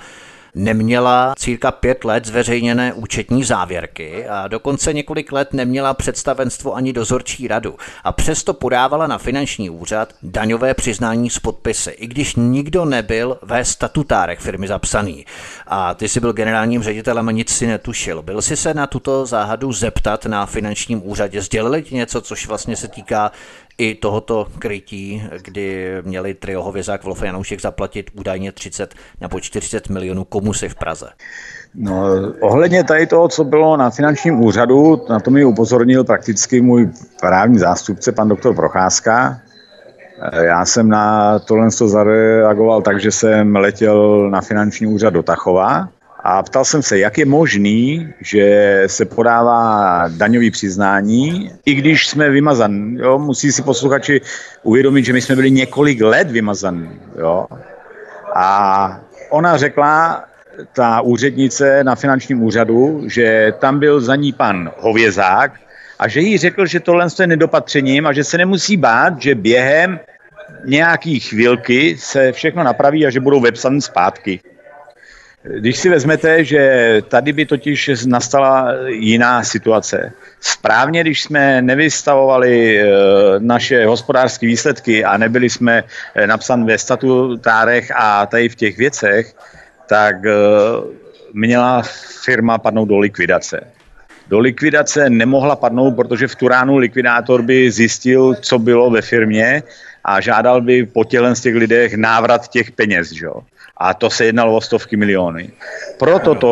neměla cirka 5 let zveřejněné účetní závěrky a dokonce několik let neměla představenstvo ani dozorčí radu a přesto podávala na finanční úřad daňové přiznání s podpisy, i když nikdo nebyl ve statutárech firmy zapsaný. A ty jsi byl generálním ředitelem a nic si netušil. Byl jsi se na tuto záhadu zeptat na finančním úřadě? Sdělili ti něco, což vlastně se týká i tohoto krytí, kdy měli trio Hovězák, Wolf a Janoušek zaplatit údajně 30 nebo 40 milionů komusi v Praze? No, ohledně tady toho, co bylo na finančním úřadu, na to mi upozornil prakticky můj právní zástupce, pan doktor Procházka. Já jsem na tohle zareagoval tak, že jsem letěl na finanční úřad do Tachova a ptal jsem se, jak je možný, že se podává daňový přiznání, i když jsme vymazaní. Jo? Musí si posluchači uvědomit, že my jsme byli několik let vymazaní. Jo? A ona řekla, ta úřednice na finančním úřadu, že tam byl za ní pan Hovězák a že jí řekl, že tohle je nedopatřením a že se nemusí bát, že během nějaký chvilky se všechno napraví a že budou vepsaný zpátky. Když si vezmete, že tady by totiž nastala jiná situace. Správně, když jsme nevystavovali naše hospodářské výsledky a nebyli jsme napsaní ve statutárech a tady v těch věcech, tak měla firma padnout do likvidace. Do likvidace nemohla padnout, protože v tu ránu likvidátor by zjistil, co bylo ve firmě a žádal by po z těch lidech návrat těch peněz. Že? A to se jednalo o stovky miliony. Proto to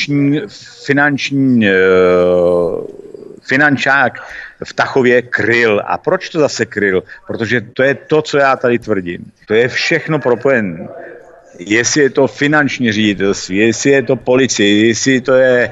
finančák v Tachově kryl. A proč to zase kryl? Protože to je to, co já tady tvrdím. To je všechno propojené. Jestli je to finanční ředitelství, jestli je to policie, jestli to je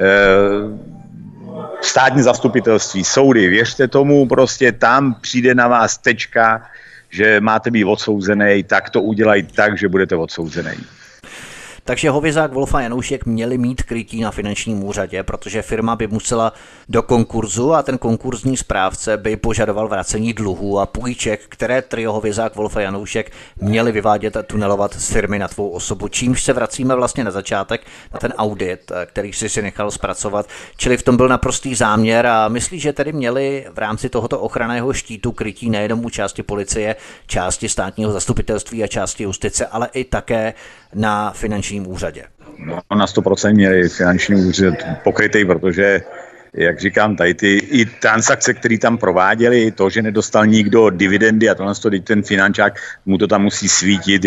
státní zastupitelství, soudy, věřte tomu, prostě tam přijde na vás tečka, že máte být odsouzený, tak to udělají tak, že budete odsouzený. Takže Hovězák, Wolf a Janoušek měli mít krytí na finančním úřadě, protože firma by musela do konkurzu a ten konkurzní správce by požadoval vracení dluhů a půjček, které trio Hovězák, Wolf a Janoušek měli vyvádět a tunelovat z firmy na tvou osobu. Čímž se vracíme vlastně na začátek, na ten audit, který si nechal zpracovat. Čili v tom byl naprostý záměr a myslíš, že tedy měli v rámci tohoto ochranného štítu krytí nejenom u části policie, části státního zastupitelství a části justice, ale i také na finančním úřadě? No, na 100% měli finanční úřad pokrytý, protože, jak říkám, tady ty i transakce, které tam prováděli, to, že nedostal nikdo dividendy a tohle ten finančák, mu to tam musí svítit,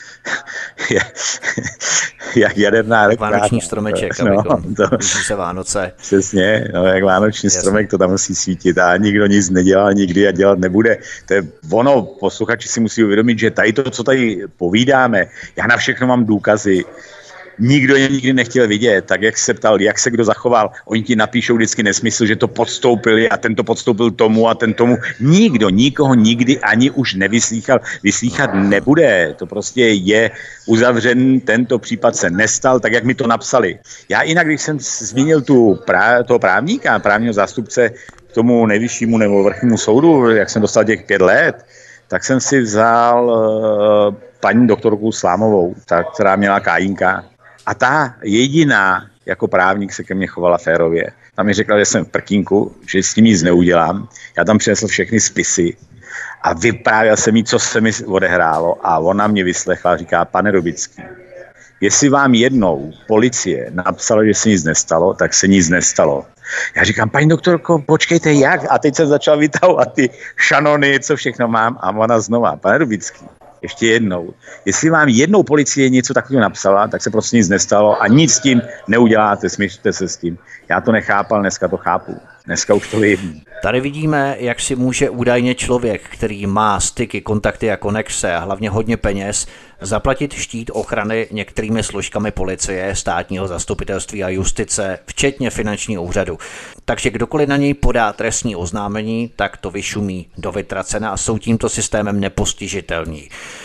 jak jaderná elektrárna. Vánoční stromeček, se Vánoce. Přesně, no, jak vánoční stromek, to tam musí svítit a nikdo nic nedělal nikdy a dělat nebude. To je ono, posluchači si musí uvědomit, že tady to, co tady povídáme, já na všechno mám důkazy. Nikdo je nikdy nechtěl vidět, tak jak se ptal, jak se kdo zachoval, oni ti napíšou vždycky nesmysl, že to podstoupili a ten to podstoupil tomu a ten tomu. Nikdo, nikoho nikdy ani už vyslýchat nebude. To prostě je uzavřen, tento případ se nestal, tak jak mi to napsali. Já jinak, když jsem zmínil toho právníka, právního zástupce k tomu nejvyššímu nebo vrchnímu soudu, jak jsem dostal těch 5 let, tak jsem si vzal paní doktorku Slámovou, která měla Kajínka. A ta jediná jako právník se ke mně chovala férově. Tam mi řekla, že jsem v prkínku, že s tím nic neudělám. Já tam přinesl všechny spisy a vyprávěl jsem jí, co se mi odehrálo. A ona mě vyslechla a říká, pane Robický, jestli vám jednou policie napsala, že se nic nestalo, tak se nic nestalo. Já říkám, paní doktorko, počkejte, jak? A teď jsem začal vytahovat ty šanony, co všechno mám. A ona znova, pane Robický, ještě jednou. Jestli vám jednou policie něco takového napsala, tak se prostě nic nestalo a nic s tím neuděláte, smířte se s tím. Já to nechápal, dneska to chápu. Dneska už to vím. Tady vidíme, jak si může údajně člověk, který má styky, kontakty a konexe a hlavně hodně peněz, zaplatit štít ochrany některými složkami policie, státního zastupitelství a justice, včetně finančního úřadu. Takže kdokoliv na něj podá trestní oznámení, tak to vyšumí do vytracena a jsou tímto systémem nepostižitelní.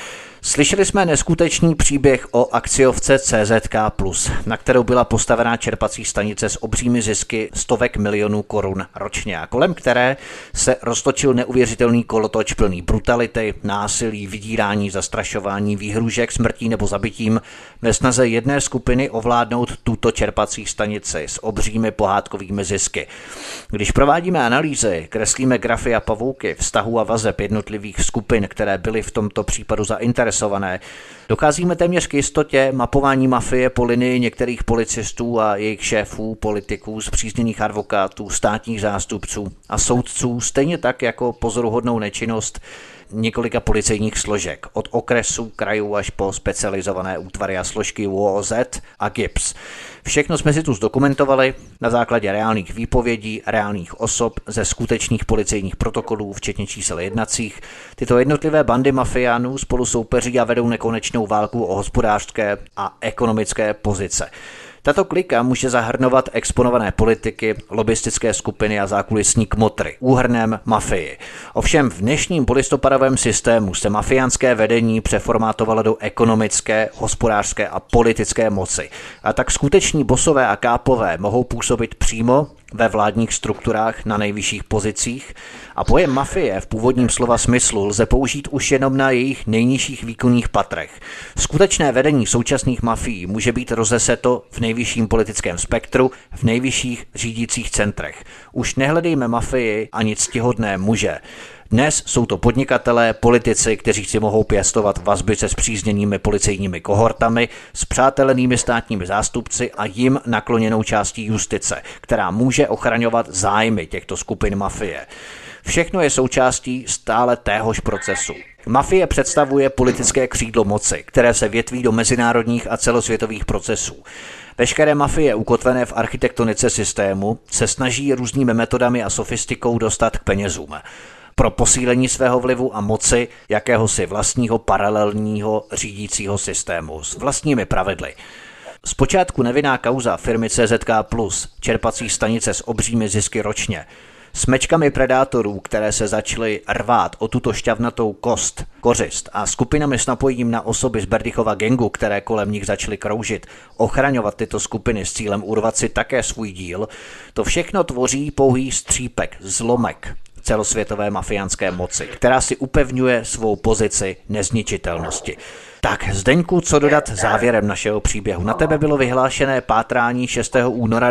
Slyšeli jsme neskutečný příběh o akciovce CZK+, na kterou byla postavená čerpací stanice s obřími zisky stovek milionů korun ročně a kolem které se roztočil neuvěřitelný kolotoč plný brutality, násilí, vydírání, zastrašování, výhružek, smrtí nebo zabitím ve snaze jedné skupiny ovládnout tuto čerpací stanici s obřími pohádkovými zisky. Když provádíme analýzy, kreslíme grafy a pavouky vztahů a vazeb jednotlivých skupin, které byly v tomto případu zainteresované, docházíme téměř k jistotě mapování mafie po linii některých policistů a jejich šéfů, politiků, spřízněných advokátů, státních zástupců a soudců, stejně tak jako pozoruhodnou nečinnost několika policejních složek, od okresů, krajů až po specializované útvary a složky ÚOOZ a GIBS. Všechno jsme si tu zdokumentovali na základě reálných výpovědí, reálných osob ze skutečných policejních protokolů, včetně čísel jednacích. Tyto jednotlivé bandy mafiánů spolu soupeří a vedou nekonečnou válku o hospodářské a ekonomické pozice. Tato klika může zahrnovat exponované politiky, lobistické skupiny a zákulisní kmotry, úhrnem mafii. Ovšem v dnešním polistopadovém systému se mafiánské vedení přeformátovalo do ekonomické, hospodářské a politické moci. A tak skuteční bosové a kápové mohou působit přímo ve vládních strukturách na nejvyšších pozicích a pojem mafie v původním slova smyslu lze použít už jenom na jejich nejnižších výkonných patrech. Skutečné vedení současných mafií může být rozeseto v nejvyšším politickém spektru, v nejvyšších řídících centrech. Už nehledejme mafii ani ctihodné muže. Dnes jsou to podnikatelé, politici, kteří si mohou pěstovat vazby se spřízněnými policejními kohortami, spřátelenými státními zástupci a jim nakloněnou částí justice, která může ochraňovat zájmy těchto skupin mafie. Všechno je součástí stále téhož procesu. Mafie představuje politické křídlo moci, které se větví do mezinárodních a celosvětových procesů. Veškeré mafie ukotvené v architektonice systému se snaží různými metodami a sofistikou dostat k penězům pro posílení svého vlivu a moci jakéhosi vlastního paralelního řídícího systému s vlastními pravidly. Zpočátku nevinná kauza firmy CZK+, čerpací stanice s obřími zisky ročně, s mečkami predátorů, které se začaly rvát o tuto šťavnatou kořist a skupinami s napojením na osoby z Berdychova gangu, které kolem nich začaly kroužit, ochraňovat tyto skupiny s cílem urvat si také svůj díl, to všechno tvoří pouhý střípek, zlomek celosvětové mafiánské moci, která si upevňuje svou pozici nezničitelnosti. Tak, Zdeňku, co dodat závěrem našeho příběhu? Na tebe bylo vyhlášené pátrání 6. února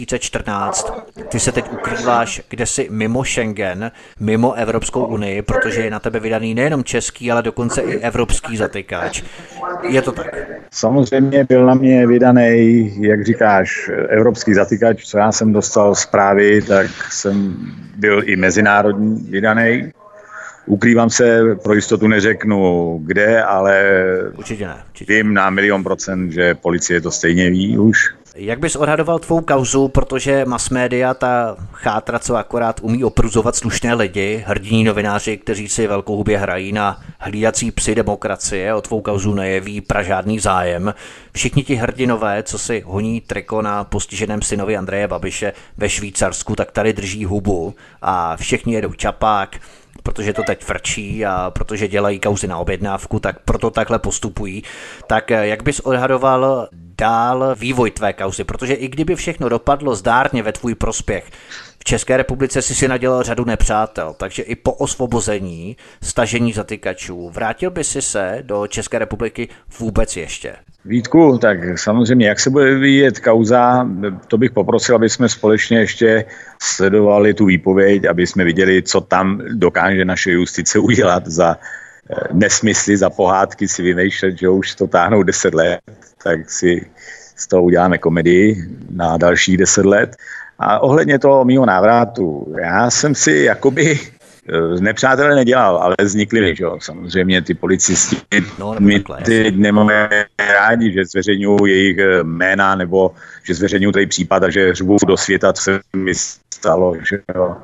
2014. Ty se teď ukrýváš kdesi mimo Schengen, mimo Evropskou unii, protože je na tebe vydaný nejenom český, ale dokonce i evropský zatykač. Je to tak? Samozřejmě byl na mě vydaný, jak říkáš, evropský zatykač, co já jsem dostal zprávy, tak jsem byl i mezinárodní vydaný. Ukrývám se, pro jistotu neřeknu kde, ale určitě ne. Vím na 100%, že policie to stejně ví už. Jak bys odhadoval tvou kauzu, protože masmédia ta chátra, co akorát umí opruzovat slušné lidi, hrdiní novináři, kteří si velkohubě hrají na hlídací psy demokracie, o tvou kauzu nejeví žádný zájem. Všichni ti hrdinové, co si honí triko na postiženém synovi Andreje Babiše ve Švýcarsku, tak tady drží hubu a všichni jedou čapák, protože to teď frčí a protože dělají kauzy na objednávku, tak proto takhle postupují. Tak jak bys odhadoval dál vývoj tvé kauzy? Protože i kdyby všechno dopadlo zdárně ve tvůj prospěch, v České republice si nadělal řadu nepřátel, takže i po osvobození, stažení zatykačů, vrátil by si se do České republiky vůbec ještě? Vítku, tak samozřejmě, jak se bude vyvíjet kauza, to bych poprosil, aby jsme společně ještě sledovali tu výpověď, aby jsme viděli, co tam dokáže naše justice udělat za nesmysly, za pohádky si vymýšlet, že už to táhnou 10 let, tak si z toho uděláme komedii na dalších 10 let. A ohledně toho mýho návratu, já jsem si jakoby nepřátelé nedělal, ale vznikli, že jo, samozřejmě ty policisti, my ty nemáme rádi, že zveřejňují jejich jména, nebo že zveřejňují tady případ a že řvou do světa, co se mi stalo, že jo.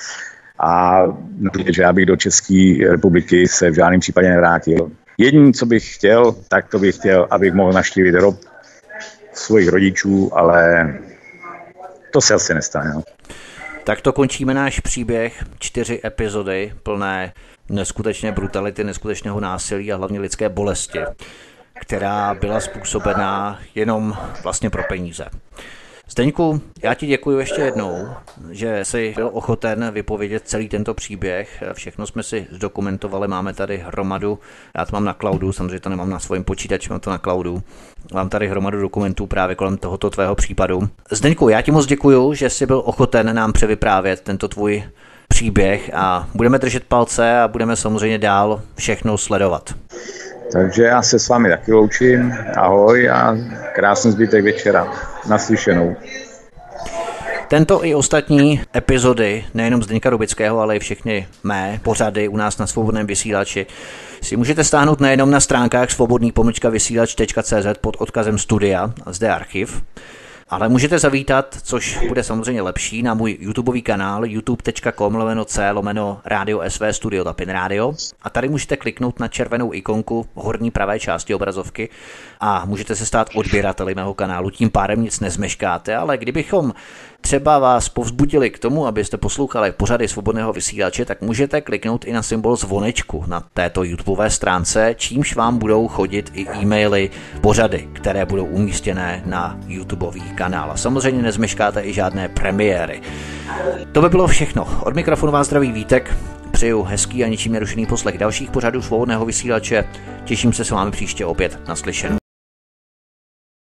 A že já bych do České republiky se v žádném případě nevrátil. Jediné, co bych chtěl, tak to bych chtěl, abych mohl navštívit hrob svých rodičů, ale to se asi nestane. No. Tak to končíme náš příběh, 4 epizody plné neskutečné brutality, neskutečného násilí a hlavně lidské bolesti, která byla způsobená jenom vlastně pro peníze. Zdeňku, já ti děkuji ještě jednou, že jsi byl ochoten vypovědět celý tento příběh. Všechno jsme si zdokumentovali, máme tady hromadu, já to mám na cloudu, samozřejmě to nemám na svém počítači, mám to na cloudu. Mám tady hromadu dokumentů právě kolem tohoto tvého případu. Zdeňku, já ti moc děkuji, že jsi byl ochoten nám převyprávět tento tvůj příběh a budeme držet palce a budeme samozřejmě dál všechno sledovat. Takže já se s vámi taky loučím. Ahoj a krásný zbytek večera. Naslyšenou. Tento i ostatní epizody, nejenom Zdeňka Rubického, ale i všechny mé pořady u nás na Svobodném vysílači, si můžete stáhnout nejenom na stránkách svobodný-vysílač.cz pod odkazem studia, zde archiv, ale můžete zavítat, což bude samozřejmě lepší, na můj YouTubeový kanál youtube.com/c/Radio SV Studio Tapin Radio a tady můžete kliknout na červenou ikonku v horní pravé části obrazovky a můžete se stát odběrateli mého kanálu, tím pádem nic nezmeškáte, ale kdybychom třeba vás povzbudili k tomu, abyste poslouchali pořady Svobodného vysílače, tak můžete kliknout i na symbol zvonečku na této YouTubeové stránce, čímž vám budou chodit i e-maily, pořady, které budou umístěné na YouTubeový kanál. A samozřejmě nezmeškáte i žádné premiéry. To by bylo všechno. Od mikrofonu vás zdraví Vítek. Přeju hezký a ničím nerušený poslech dalších pořadů Svobodného vysílače. Těším se s vámi příště opět naslyšenou.